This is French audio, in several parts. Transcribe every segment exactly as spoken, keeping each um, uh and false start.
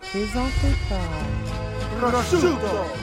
Présenté par Prosciutto.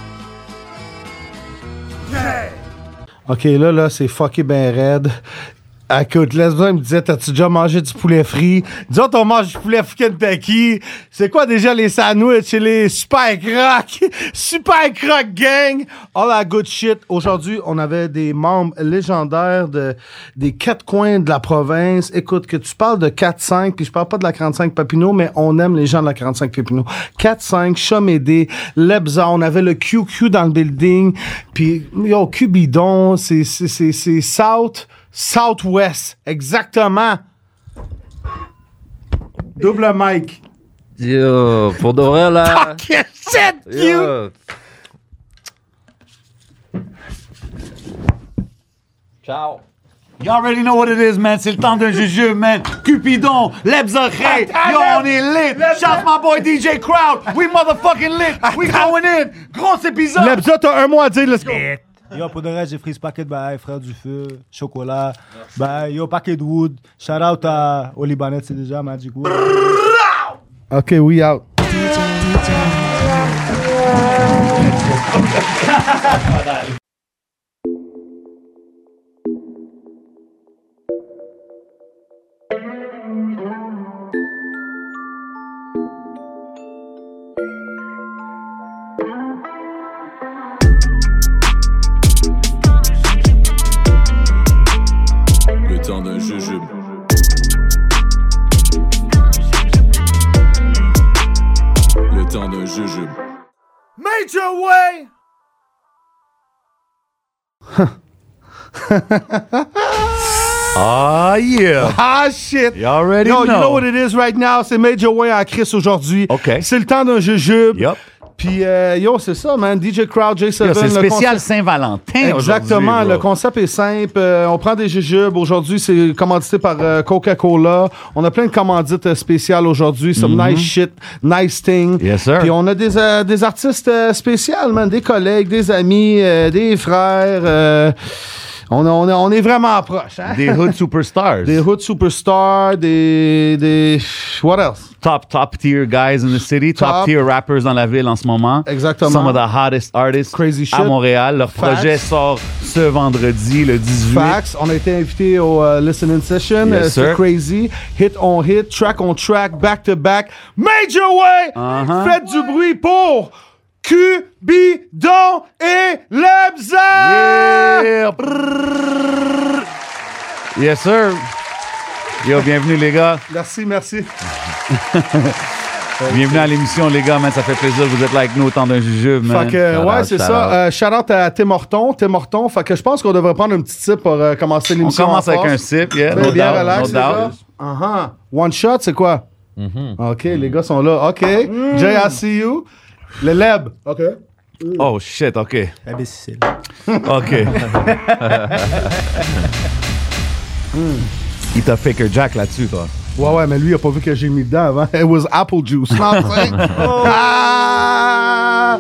Yeah. OK, là, là, c'est fucké ben raide. Écoute, laisse-moi, il me disait, t'as-tu déjà mangé du poulet frit? Disons, on mange du poulet frit Kentucky. C'est quoi déjà les sandwichs et les Super Crocs? Super Croc Gang! All that good shit. Aujourd'hui, on avait des membres légendaires de, des quatre coins de la province. Écoute, que tu parles de quatre cinq, puis je parle pas de la quarante-cinq Papineau, mais on aime les gens de la quarante-cinq Papineau. quatre cinq, Chomédé, Lebza, on avait le Q Q dans le building, puis yo, Cubidon, c'est, c'est, c'est, c'est South... Southwest, exactement. Double mic. Yo, pour de vrai, là. Fuck shit, you. Yo. Ciao. You already know what it is, man. C'est le temps d'un jujube, man. Cupidon, Lebza Khay. Yo, on est lit. Shout my boy D J Crowd. We motherfucking lit. We going in. Gros épisode. Lebza, t'as un mot à dire, let's go. Yo, pour de vrai, j'ai pris ce paquet de bail, frère du feu, chocolat, bah, yo, paquet de wood. Shout out à, au Libanais, c'est déjà Magic Wood. OK, we out. Le temps d'un jujube. Le temps d'un jujube. Major way. Ah, yeah. Ah, shit. You already Yo, know. you know what it is right now? C'est Major Way à Chris aujourd'hui. OK. C'est le temps d'un jujube. Yup. Puis, euh, yo, c'est ça, man. D J Crowd, J sept. Yo, c'est le spécial concept- Saint-Valentin Exactement, aujourd'hui, le bro. concept est simple. Euh, on prend des jujubes. Aujourd'hui, c'est commandité par euh, Coca-Cola. On a plein de commandites euh, spéciales aujourd'hui. Some nice shit, nice thing. Yes, sir. Puis on a des, euh, des artistes euh, spéciaux, man. Des collègues, des amis, euh, des frères. euh, on, a- on, a- on est vraiment proches, hein? Des hood superstars. Des hood superstars, des, des... What else? Top, top tier guys in the city. Top, Top. tier rappers dans la ville en ce moment. Exactement. Some of the hottest artists Crazy shit. à Montréal. Leur Facts. projet sort ce vendredi, le dix-huit. Facts. On a été invité au euh, listening session. Yes, Euh, c'est sir. crazy. Hit on hit, track on track, back to back. Major way! Uh-huh. Faites du bruit pour Cubidon et Lebza! Yeah. Brrr. Yes, sir. Yo, bienvenue, les gars. Merci, merci. Bienvenue à l'émission, les gars, man. Ça fait plaisir. Vous êtes là avec nous au temps d'un jujube, man. Fait que, Shout ouais, out, c'est shout ça. out. Euh, shout out à Tim Horton. Tim Horton. Fait que je pense qu'on devrait prendre un petit tip pour euh, commencer On l'émission. commence en avec force. un sip, yeah. Ben, No bien doubt, relax, no les gars. doubt. Uh-huh. One shot, c'est quoi? OK, les gars sont là. OK. Jay, I see you. Le Leb. OK. Oh, shit, OK. Imbécile. OK. Il t'a fait que Jack là-dessus, toi. Ouais, ouais, mais lui, il a pas vu que j'ai mis dedans avant. It was apple juice. Non, c'est- Ah!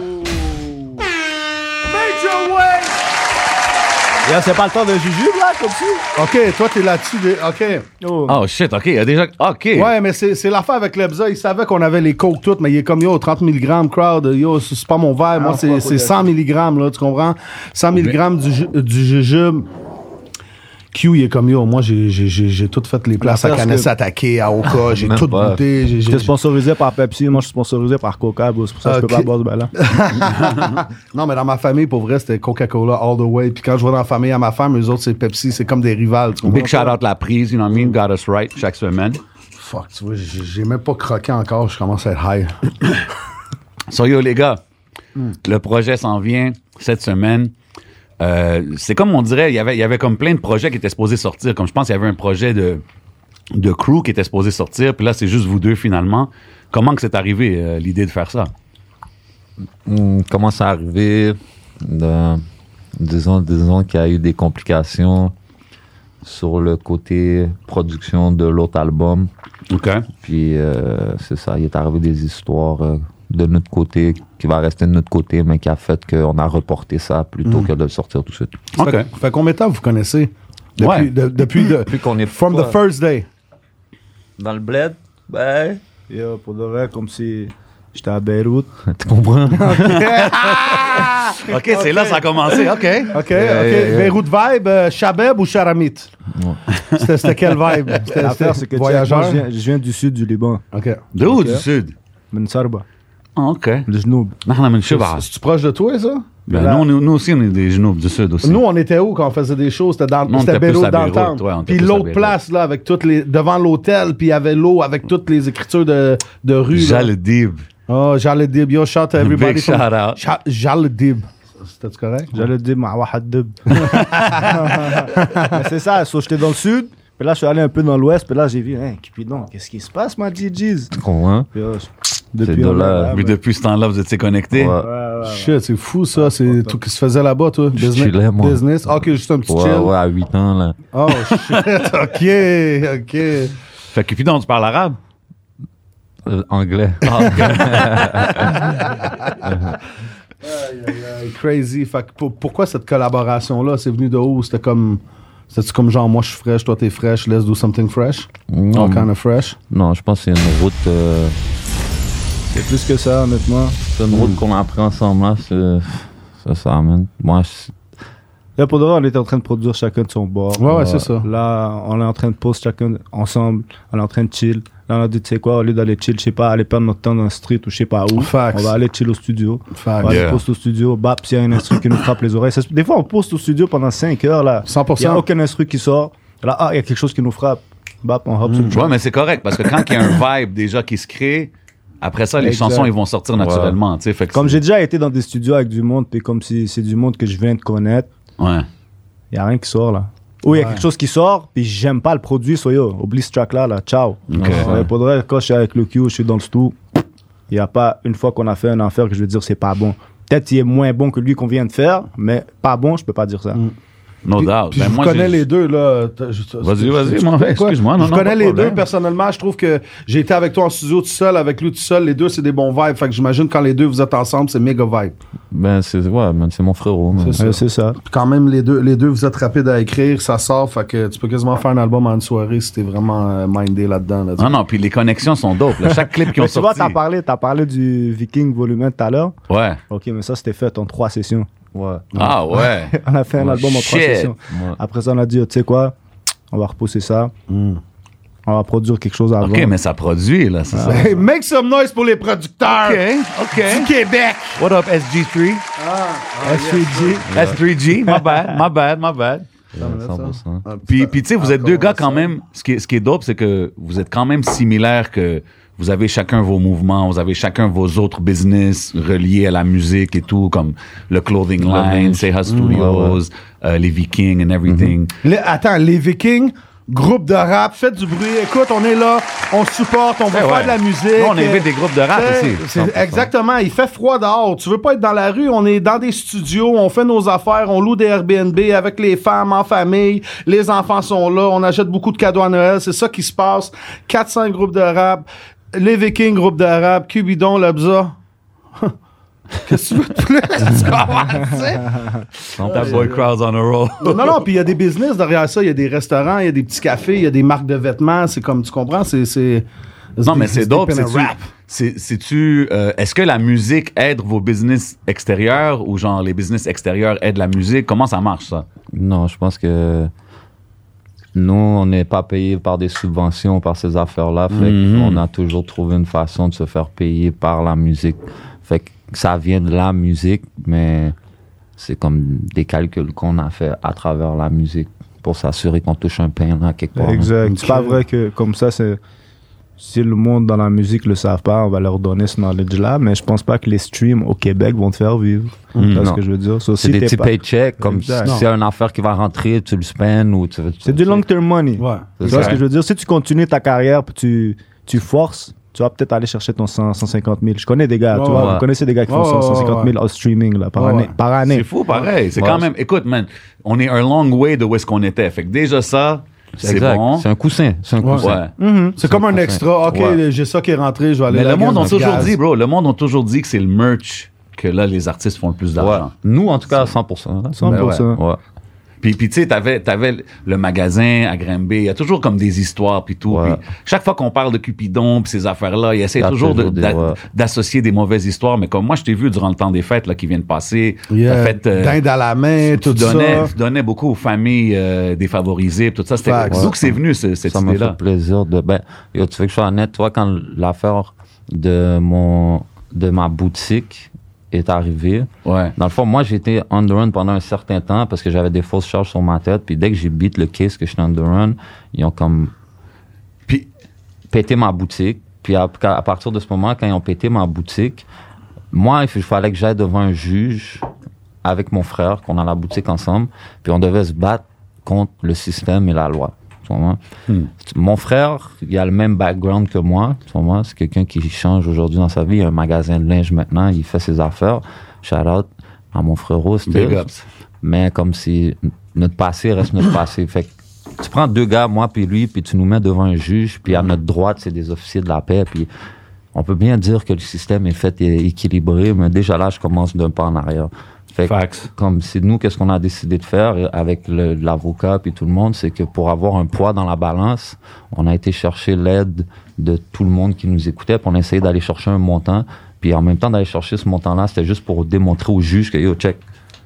Major way! Yo, c'est pas le temps de jujube, là, comme ça? OK, toi, t'es là-dessus. des- OK. Oh. Oh, shit, OK. Il y a déjà... OK. Ouais, mais c'est, c'est l'affaire avec Lebza. Il savait qu'on avait les coke toutes, mais il est comme, yo, trente milligrammes, crowd. Yo, c'est c'est pas mon verre. Moi, c'est, c'est cent milligrammes, là, tu comprends? cent milligrammes du, ju- du jujube. Q, il est comme, yo, moi, j'ai, j'ai, j'ai, j'ai tout fait les places à Parce Canis que- attaqué, à Oka. J'ai Même tout pas. goûté. J'ai, j'ai, J'étais sponsorisé par Pepsi, moi je suis sponsorisé par Coca, bro. C'est pour ça que je Ok. peux pas boire ce bail-là. Non, mais dans ma famille, pour vrai, c'était Coca-Cola all the way. Puis quand je vais dans la famille à ma femme, eux autres, c'est Pepsi. C'est comme des rivales. Tu comprends? Big shout-out La Prise, you know what I mean? Got us right chaque semaine. Fuck, tu vois, j'ai, j'ai même pas croqué encore. Je commence à être high. So, yo, les gars, le projet s'en vient cette semaine. Euh, c'est comme on dirait, il y avait, il y avait comme plein de projets qui étaient supposés sortir. Comme je pense qu'il y avait un projet de, de crew qui était supposé sortir. Puis là, c'est juste vous deux, finalement. Comment que c'est arrivé, euh, l'idée de faire ça? On commence à arriver, de- disons, disons qu'il y a eu des complications sur le côté production de l'autre album. OK. Puis euh, c'est ça, il est arrivé des histoires euh, de notre côté, qui va rester de notre côté, mais qui a fait qu'on a reporté ça plutôt que de le sortir tout de suite. OK. Fait, fait combien de temps vous connaissez? Depuis, Ouais. de- depuis, de- Depuis qu'on est from the first day. dans le bled, ben, Yo, pour de vrai, comme si J'étais à Beyrouth. Tu comprends? OK, c'est là que ça a commencé. OK. OK, OK. Beyrouth vibe, euh, Chabeb ou Charamit? C'était, c'était quelle vibe? C'était, L'affaire, c'est c'était que voyageur. voyageur? Je viens, je viens du sud du Liban. OK. D'où du sud? من Sarba. Ah, OK. Le Jnoub. نحن من شبعة. C'est-tu proche de toi, ça? Ben, nous, nous, nous aussi, on est des genoux du sud aussi. Nous, on était où quand on faisait des shows? C'était dans Nous, on c'était était plus Beyrouth à Beyrouth, downtown. ouais, on était Puis plus à l'autre Beyrouth. place, là, avec toutes les. Devant l'hôtel, puis il y avait l'eau avec toutes les écritures de, de rue. là. Jaledib. Oh, Jaledib. Yo, shout to everybody. Big from- shout out. Cha- Jaledib. C'était correct? J'allais dire ma wahad dub. Mais c'est ça, so, j'étais dans le sud, puis là je suis allé un peu dans l'ouest, puis là j'ai vu, hein, Cupidon, qu'est-ce qui se passe, ma G G's? Tu comprends? Puis, euh, C'est depuis de on est là. là, Puis mais- depuis ce temps-là, vous étiez connectés? Ouais. Ouais, ouais, ouais. Shit, c'est fou ça. C'est tout ce qui se faisait là-bas, toi. Je Business. chillais, moi. Business. Ok, juste un petit Ouais, chill. ouais, à huit ans, là. Oh shit. Ok, ok. Fait que Cupidon, tu parles arabe? Euh, anglais. Aïe, aïe, aïe, crazy. Fait que pour- pourquoi cette collaboration-là? C'est venu de où? C'était comme. C'était comme genre, moi je suis fraîche, toi t'es fraîche, let's do something fresh? Non, All kind of fresh? non, je pense que c'est une route, euh, C'est plus que ça, honnêtement. c'est une route qu'on a pris ensemble, là. C'est, c'est ça, man. Moi, je- Là, pour de vrai, on était en train de produire chacun de son bord. Ouais, ouais, c'est ça. Là, on est en train de poster chacun ensemble, on est en train de chill. Là, on a dit, tu sais quoi, au lieu d'aller chill, je sais pas, aller perdre notre temps dans le street ou je sais pas où, Facts. on va aller chill au studio. Facts. On va Yeah. aller poster au studio, bap, s'il y a un instru qui nous frappe les oreilles. C'est- Des fois, on poste au studio pendant cinq heures, là. cent pour Il n'y a cent. aucun instru qui sort. Là, ah, il y a quelque chose qui nous frappe. Bap, on hop sur le track. Ouais, mais c'est correct, parce que quand il y a un vibe déjà qui se crée, après ça, les Exact. chansons, ils vont sortir naturellement. tu sais, Fait que Comme c'est- j'ai déjà été dans des studios avec du monde, puis comme si c'est du monde que je viens de connaître, Ouais. il n'y a rien qui sort, là. Ou il y a Ouais. quelque chose qui sort, puis j'aime pas le produit, so yo, oublie ce track-là, là, ciao. Ok. Ouais, pour de vrai, quand je suis avec le Q, je suis dans le stu, il n'y a pas une fois qu'on a fait un enfer que je vais dire c'est pas bon. Peut-être qu'il est moins bon que lui qu'on vient de faire, mais pas bon, je peux pas dire ça. No doubt. Puis Ben, je vous moi, connais j'ai- les deux, là. T'as- je- Vas-y, vas-y, tu- moi, quoi? excuse-moi, non, Je non, connais pas de les problème. deux personnellement. Je trouve que j'ai été avec toi en studio tout seul, avec lui tout seul. Les deux, c'est des bons vibes. Fait que j'imagine quand les deux vous êtes ensemble, c'est méga vibe. ben, c'est, ouais, man, c'est mon frérot, man. C'est Ouais, c'est ça. Puis quand même, les deux, les deux, vous êtes rapides à écrire, ça sort. Fait que tu peux quasiment faire un album en une soirée si t'es vraiment euh, mindé là-dedans. Là, Non, non, puis les connexions sont dope. là. Chaque clip qu'ils ont Mais tu vois, sorti. t'as parlé, t'as parlé du Viking Volume un tout à l'heure. Ouais. Ok, mais ça, c'était fait en trois sessions. Ouais. Ah ouais. On a fait un Oh, album en trois shit. sessions. Ouais. Après ça, on a dit, tu sais quoi, on va repousser ça. On va produire quelque chose avant. OK, mais ça produit, là, c'est ça. Hey, make some noise pour les producteurs OK. du Québec. What up, S G trois? S trois G. S trois G, my bad, my bad, my bad. Ouais, cent pour cent. Puis, puis tu sais, vous êtes deux gars quand même. Ce qui est, ce qui est dope, c'est que vous êtes quand même similaires, que vous avez chacun vos mouvements, vous avez chacun vos autres business reliés à la musique et tout, comme le clothing line, Seha Studios, euh, les Vikings and everything. Les- attends, les Vikings, groupe de rap, faites du bruit. Écoute, on est là, on supporte, on veut Eh faire ouais. de la musique. Nous, on invite des groupes de rap T'sais, aussi. c'est- cent pour cent. exactement, il fait froid dehors. Tu veux pas être dans la rue, on est dans des studios, on fait nos affaires, on loue des Airbnb avec les femmes en famille, les enfants sont là, on achète beaucoup de cadeaux à Noël, c'est ça qui se passe. quatre cinq groupes de rap, les Vikings, groupe de rap, Cubidon, Lebza. Qu'est-ce que tu veux de plus? Tu comprends, tu sais? That boy crowds on a roll. Non, non, puis il y a des business derrière ça. Il y a des restaurants, il y a des petits cafés, il y a des marques de vêtements. C'est comme, tu comprends? C'est. c'est Non, mais c'est dope. c'est C'est-tu, c'est, c'est-tu, euh, est-ce que la musique aide vos business extérieurs ou genre les business extérieurs aident la musique? Comment ça marche, ça? Non, je pense que nous, on n'est pas payé par des subventions, par ces affaires-là. Fait Mhm. qu'on a toujours trouvé une façon de se faire payer par la musique. Fait que ça vient de la musique, mais c'est comme des calculs qu'on a fait à travers la musique pour s'assurer qu'on touche un pain là quelque part. Exact. Ok. C'est pas vrai que comme ça, c'est. Si le monde dans la musique le savent pas, on va leur donner ce knowledge-là, mais je pense pas que les streams au Québec vont te faire vivre. Mm. C'est ce Non. que je veux dire. So, C'est si des t'es petits pas- paychecks, comme Exact. si c'est une affaire qui va rentrer, tu le spends ou tu veux. C'est du long-term money. Ouais. Tu vois ce que je veux dire? Si tu continues ta carrière puis tu, tu forces, tu vas peut-être aller chercher ton cent, cent cinquante mille. Je connais des gars, Ouais, tu vois, ouais. vous connaissez des gars qui font Ouais, cent, ouais, cent cinquante mille ouais. en streaming là, par, Ouais, année, ouais. par année. C'est fou, pareil. C'est Ouais. quand même, écoute, man, on est un long way de où est-ce qu'on était. Fait que déjà ça, c'est Exact. bon. C'est un coussin. C'est un Ouais. coussin. Ouais. Mhm. C'est comme un coussin. extra. OK, Ouais. j'ai ça qui est rentré, je vais aller Mais là, le monde gaz, a toujours gaz. dit, bro, le monde a toujours dit que c'est le merch que là, les artistes font le plus Ouais. d'argent. Nous, en tout cas, à cent pour cent. là. cent pour cent. Ouais. Puis, puis tu sais, t'avais, t'avais le magasin à Granby. Il y a toujours comme des histoires puis tout. Ouais. Puis chaque fois qu'on parle de Cupidon puis ces affaires-là, il essaie Il y a toujours, de- toujours des- d'a- ouais. d'associer des mauvaises histoires. Mais comme moi, je t'ai vu durant le temps des fêtes là, qui viennent de passer. Yeah, T'as fait, euh, dinde à la main, tu tout donnais, ça. tu donnais beaucoup aux familles euh, défavorisées, tout ça. C'était Facts. d'où que c'est venu ce- cette Ça m'a idée-là. fait plaisir de. Ben, yo, tu veux que je sois honnête, toi, quand l'affaire de mon de ma boutique est arrivée, Ouais. dans le fond, moi, j'étais underrun pendant un certain temps parce que j'avais des fausses charges sur ma tête. Puis dès que j'ai beat le case que j'étais underrun, ils ont comme Puis pété ma boutique. Puis à, à partir de ce moment, quand ils ont pété ma boutique, moi, il fallait que j'aille devant un juge avec mon frère, qu'on a la boutique ensemble, puis on devait se battre contre le système et la loi. Tu comprends? Hmm. Mon frère, il a le même background que moi. Tu comprends? C'est quelqu'un qui change aujourd'hui dans sa vie. Il a un magasin de linge maintenant, il fait ses affaires. Shout out à mon frérot, Steve. Big ups. Mais comme si notre passé reste notre passé. Fait que tu prends deux gars, moi puis lui, puis tu nous mets devant un juge, puis à notre droite, c'est des officiers de la paix, puis on peut bien dire que le système est fait et équilibré, mais déjà là, je commence d'un pas en arrière. Fait que, Facts. comme c'est nous, qu'est-ce qu'on a décidé de faire avec le- l'avocat puis tout le monde, c'est que pour avoir un poids dans la balance, on a été chercher l'aide de tout le monde qui nous écoutait, puis on a essayé d'aller chercher un montant, puis en même temps d'aller chercher ce montant-là, c'était juste pour démontrer au juge que yo, check,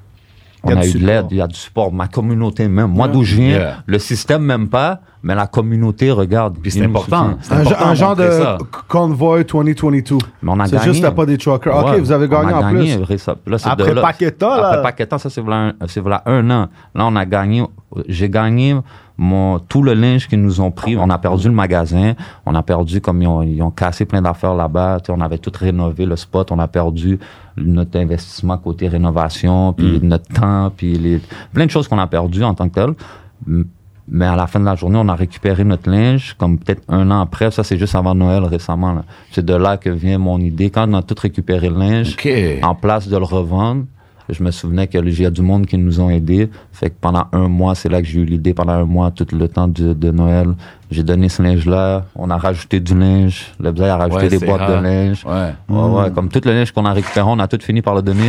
Il y on a a, du eu de support. l'aide, il y a du support, ma communauté même. Moi, d'où je viens, Yeah. le système même pas, mais la communauté regarde. Puis c'est il nous important. soutient. C'est Un, important un de genre montrer de ça. convoy vingt vingt-deux. Mais on a C'est gagné. juste t'as pas des truckers. Ok, Ouais, vous avez gagné on a en gagné, plus. récem- là, c'est Après de là. Paqueta, là. Après Paqueta, ça, c'est voilà un, c'est voilà un an. Là, on a gagné, j'ai gagné mon, tout le linge qu'ils nous ont pris. On a perdu le magasin. On a perdu, comme ils ont, ils ont cassé plein d'affaires là-bas. Tu sais, on avait tout rénové, le spot. On a perdu notre investissement côté rénovation, puis Mm. notre temps, puis les, plein de choses qu'on a perdues en tant que tel. M- Mais à la fin de la journée, on a récupéré notre linge, comme peut-être un an après. Ça, c'est juste avant Noël récemment. Là. C'est de là que vient mon idée. Quand on a tout récupéré le linge, OK. en place de le revendre, je me souvenais qu'il y a du monde qui nous ont aidés. Fait que pendant un mois, c'est là que j'ai eu l'idée. Pendant un mois, tout le temps de, de Noël, j'ai donné ce linge-là. On a rajouté du linge. Le Bzaï a rajouté Ouais, des c'est boîtes rare. de linge. Ouais. Ouais, ouais. Comme tout le linge qu'on a récupéré, on a tout fini par le donner.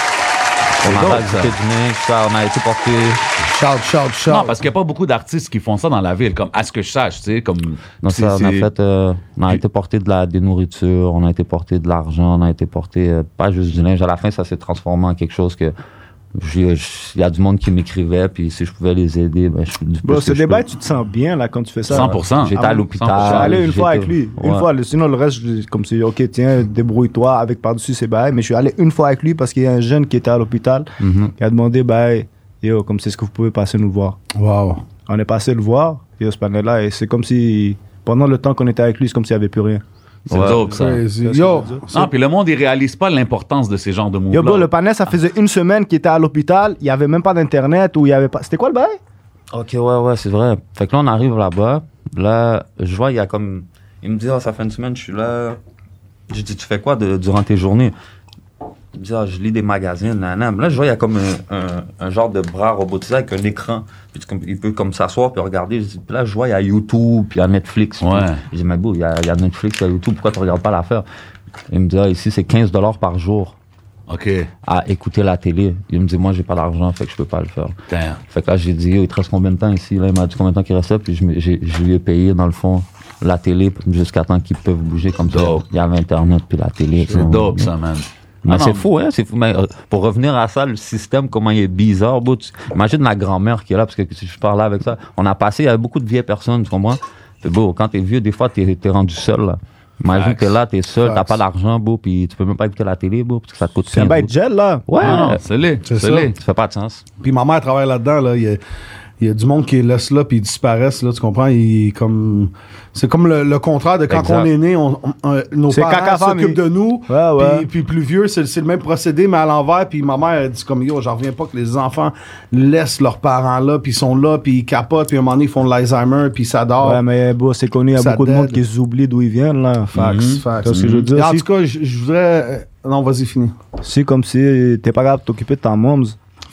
On a dope, rajouté ça. du linge. Ça, on a été porté. Shout, shout, shout. Non, parce qu'il n'y a pas beaucoup d'artistes qui font ça dans la ville, comme à ce que je sache, tu sais, comme. Donc c'est- ça, on a c'est- fait, euh, on a Puis- été porté de la des nourritures, on a été porté de l'argent, on a été porté euh, pas juste du linge. À la fin, ça s'est transformé en quelque chose que j'ai- il y a du monde qui m'écrivait, puis si je pouvais les aider, ben je suis du Bon, plus ce que je débat, peux. tu te sens bien là quand tu fais ça. cent pour cent. J'étais Ah à oui, l'hôpital. cent pour cent. Je suis allé une fois j'étais- avec lui. Une ouais. fois, le- sinon le reste, je- comme c'est ok, tiens, débrouille-toi avec par-dessus ces bails. Mais je suis allé une fois avec lui parce qu'il y a un jeune qui était à l'hôpital Mhm. qui a demandé, bah, yo, comme c'est ce que vous pouvez passer nous voir. Wow. On est passé le voir, yo, ce panel-là, et c'est comme si, pendant le temps qu'on était avec lui, c'est comme s'il n'y avait plus rien. C'est Ouais. dope, ça. Crazy. C'est ce Yo, que je veux dire. Non, puis le monde, il réalise pas l'importance de ces genres de mots. Yo, bro, le panel, ça faisait une semaine qu'il était à l'hôpital, il n'y avait même pas d'internet, ou il y avait pas. C'était quoi le bail? Ok, ouais, ouais, c'est vrai. Fait que là, on arrive là-bas. Là, je vois, il y a comme. Il me dit, ah, ça fait une semaine, je suis là. Je dis, tu fais quoi de- durant tes journées? Il me dit, ah, je lis des magazines, nanana. Mais là, je vois, il y a comme un, un, un genre de bras robotisé avec un écran. Puis tu- comme- il peut comme s'asseoir puis regarder. Je dis, puis là, je vois, il y a YouTube, puis il y a Netflix. Ouais. Puis je dis, mais bon, il y a, il y a Netflix, il y a YouTube, pourquoi tu regardes pas l'affaire? Il me dit, ah, ici, c'est quinze dollars par jour OK. à écouter la télé. Il me dit, moi, j'ai pas d'argent, fait que je peux pas le faire. Damn. Fait que là, j'ai dit, yo, il te reste combien de temps ici? Là, il m'a dit combien de temps qu'il restait, puis je, me- j'ai- je lui ai payé, dans le fond, la télé jusqu'à temps qu'ils peuvent bouger comme ça. Dope. Il y avait Internet, puis la télé. C'est dope, ça, man. Mais Ah, c'est non. fou, hein? C'est fou. Mais euh, pour revenir à ça, le système, comment il est bizarre. Bro, tu- imagine la grand-mère qui est là, parce que si je parlais avec ça, on a passé, il y avait beaucoup de vieilles personnes, tu comprends? Puis, beau, quand t'es vieux, des fois, t'es, t'es rendu seul, là. Imagine, Facts. t'es là, t'es seul, t'as Facts. pas d'argent, beau, puis tu peux même pas écouter la télé, beau, parce que ça te coûte C'est un quinze bail bro. de gel, là. Ouais, Non, non, c'est laid. C'est C'est ça. laid. ça fait pas de sens. Puis ma mère travaille là-dedans, là. Il y a, il y a du monde qui laisse là, puis ils disparaissent, là. Tu comprends? Ils, comme, c'est comme le, le contraire de quand Exact. on est né, on, on- on- nos C'est parents caca famille. s'occupent de nous. Ouais, ouais. Puis, puis plus vieux, c'est, c'est le même procédé, mais à l'envers. Puis ma mère, elle dit comme, yo, j'en reviens pas que les enfants laissent leurs parents là, puis ils sont là, puis ils capotent, puis à un moment donné, ils font de l'Alzheimer, puis ça dort. Ouais, mais bon, c'est connu, il y a Ça beaucoup de monde dead. qui s'oublie d'où ils viennent, là. Facts, Mhm. facts. Tu vois ce que je veux dire? Et en Si- tout cas, je je voudrais. euh, Non, vas-y, finis. C'est comme si t'es pas capable de t'occuper de ta moms.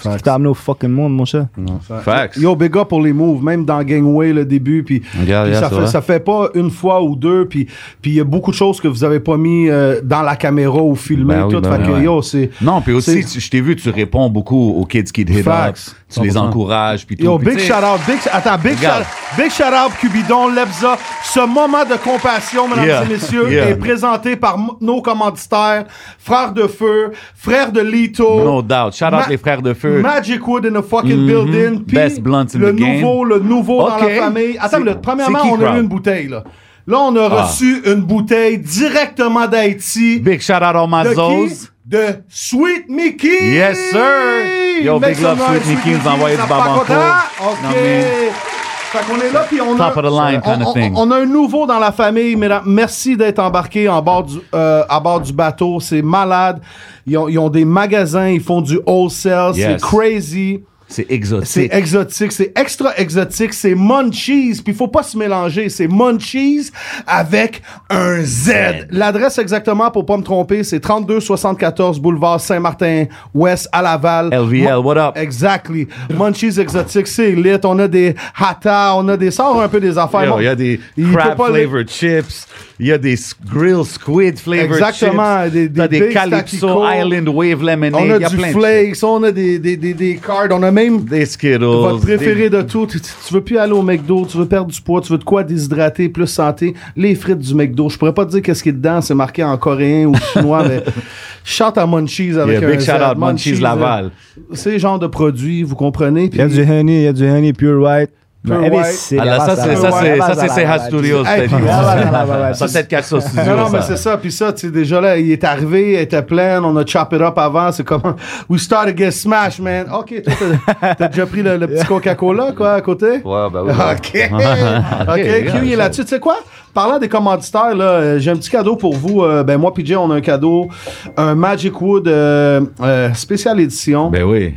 Ce qui t'a amené au fucking monde, mon cher. Facts. Yo, big up pour les moves, même dans Gangway, le début, puis Regarde, puis ça, regarde, c'est fait, vrai. ça fait pas une fois ou deux, puis puis il y a beaucoup de choses que vous avez pas mis euh, dans la caméra ou filmé, Ben oui, tout, ben fait que oui. yo, c'est... Non, puis aussi, C'est- tu- je t'ai vu, tu réponds beaucoup aux kids qui te hit up. Facts. Tu les cent pour cent. encourages, puis tout. Yo, Puis big tu sais, shout out, big, attends, big shout, Regarde. big shout out, Cubidon, Lebza. Ce moment de compassion, mesdames Yeah. et messieurs, Yeah. est présenté par m- nos commanditaires, Frères de Feu, Frères de Lito. No doubt. Shout out Ma- les frères de feu. Magic Wood in the fucking Mhm. building. Puis Best blunts in le the game. nouveau, le nouveau dans Ok. la famille. Attends, C'est- le, premièrement, c'est qui, on a crowd? eu une bouteille, là. Là, on a Ah. reçu une bouteille directement d'Haïti. Big shout out on my de Zos. qui? De Sweet Mickey! Yes, sir! Yo, Make big love, some noise, Sweet Mickey, nous a envoyé ça du part Babanco. content? OK. Non, mais- Fait qu'on est là, puis on a... Top of the line on, kind of on- thing. on a un nouveau dans la famille, mesdames. Merci d'être embarqué en bord du, euh, à bord du bateau. C'est malade. Ils ont, ils ont des magasins, ils font du wholesale. Yes. C'est crazy. C'est exotique. C'est exotique, c'est extra exotique, c'est Munchies, puis il faut pas se mélanger, c'est Munchies avec un Z. L'adresse exactement, pour pas me tromper, c'est trente-deux soixante-quatorze boulevard Saint-Martin-Ouest à Laval. L V L, what up? Exactly. Munchies exotiques, c'est lit. On a des hata, on a des... Sors un peu des affaires. Yo, Mon- il y a des il peut crab pas les- flavored chips. Il y a des s- grilled squid flavored Exactement, chips. des- des T'as des baked Calypso taquico. Island Wave Lemonade. On Il a y a du plein de shit. flakes, on a des, des, des, des cards, on a même... Des Skittles. Votre préféré des- de tout, tu, tu- tu veux plus aller au McDo, tu veux perdre du poids, tu veux de quoi déshydrater, plus santé, les frites du McDo. Je pourrais pas te dire qu'est-ce qui est dedans, c'est marqué en coréen ou chinois, mais chante à Munchies avec Yeah, un big Z. shout out Munchies Laval. euh, C'est le genre de produit, vous comprenez? Il y a puis- du honey, il y a du honey pure white. Pure Mais, eh, white. c'est- Ah là, ça, c'est, ça, c'est, ça, c'est Seha Studios. Hey, t'as puis- dit. Ah, ouais, ouais, ouais, ouais. Ça, c'est quatre sauces studios. Non, non, mais ça. c'est ça. Puis ça, tu sais, déjà là, il est arrivé, il était plein, on a chop it up avant. C'est comme, we start to get smashed, man. OK, toi, t'as, t'as déjà pris le, le petit Coca-Cola, quoi, à côté? Ouais, bah oui. OK. OK, Q, il est là-dessus. Tu sais quoi? Parlant des commanditaires, là, euh, j'ai un petit cadeau pour vous. Euh, ben, moi, P J, on a un cadeau. Un Magic Wood euh, euh, spéciale édition. Ben oui.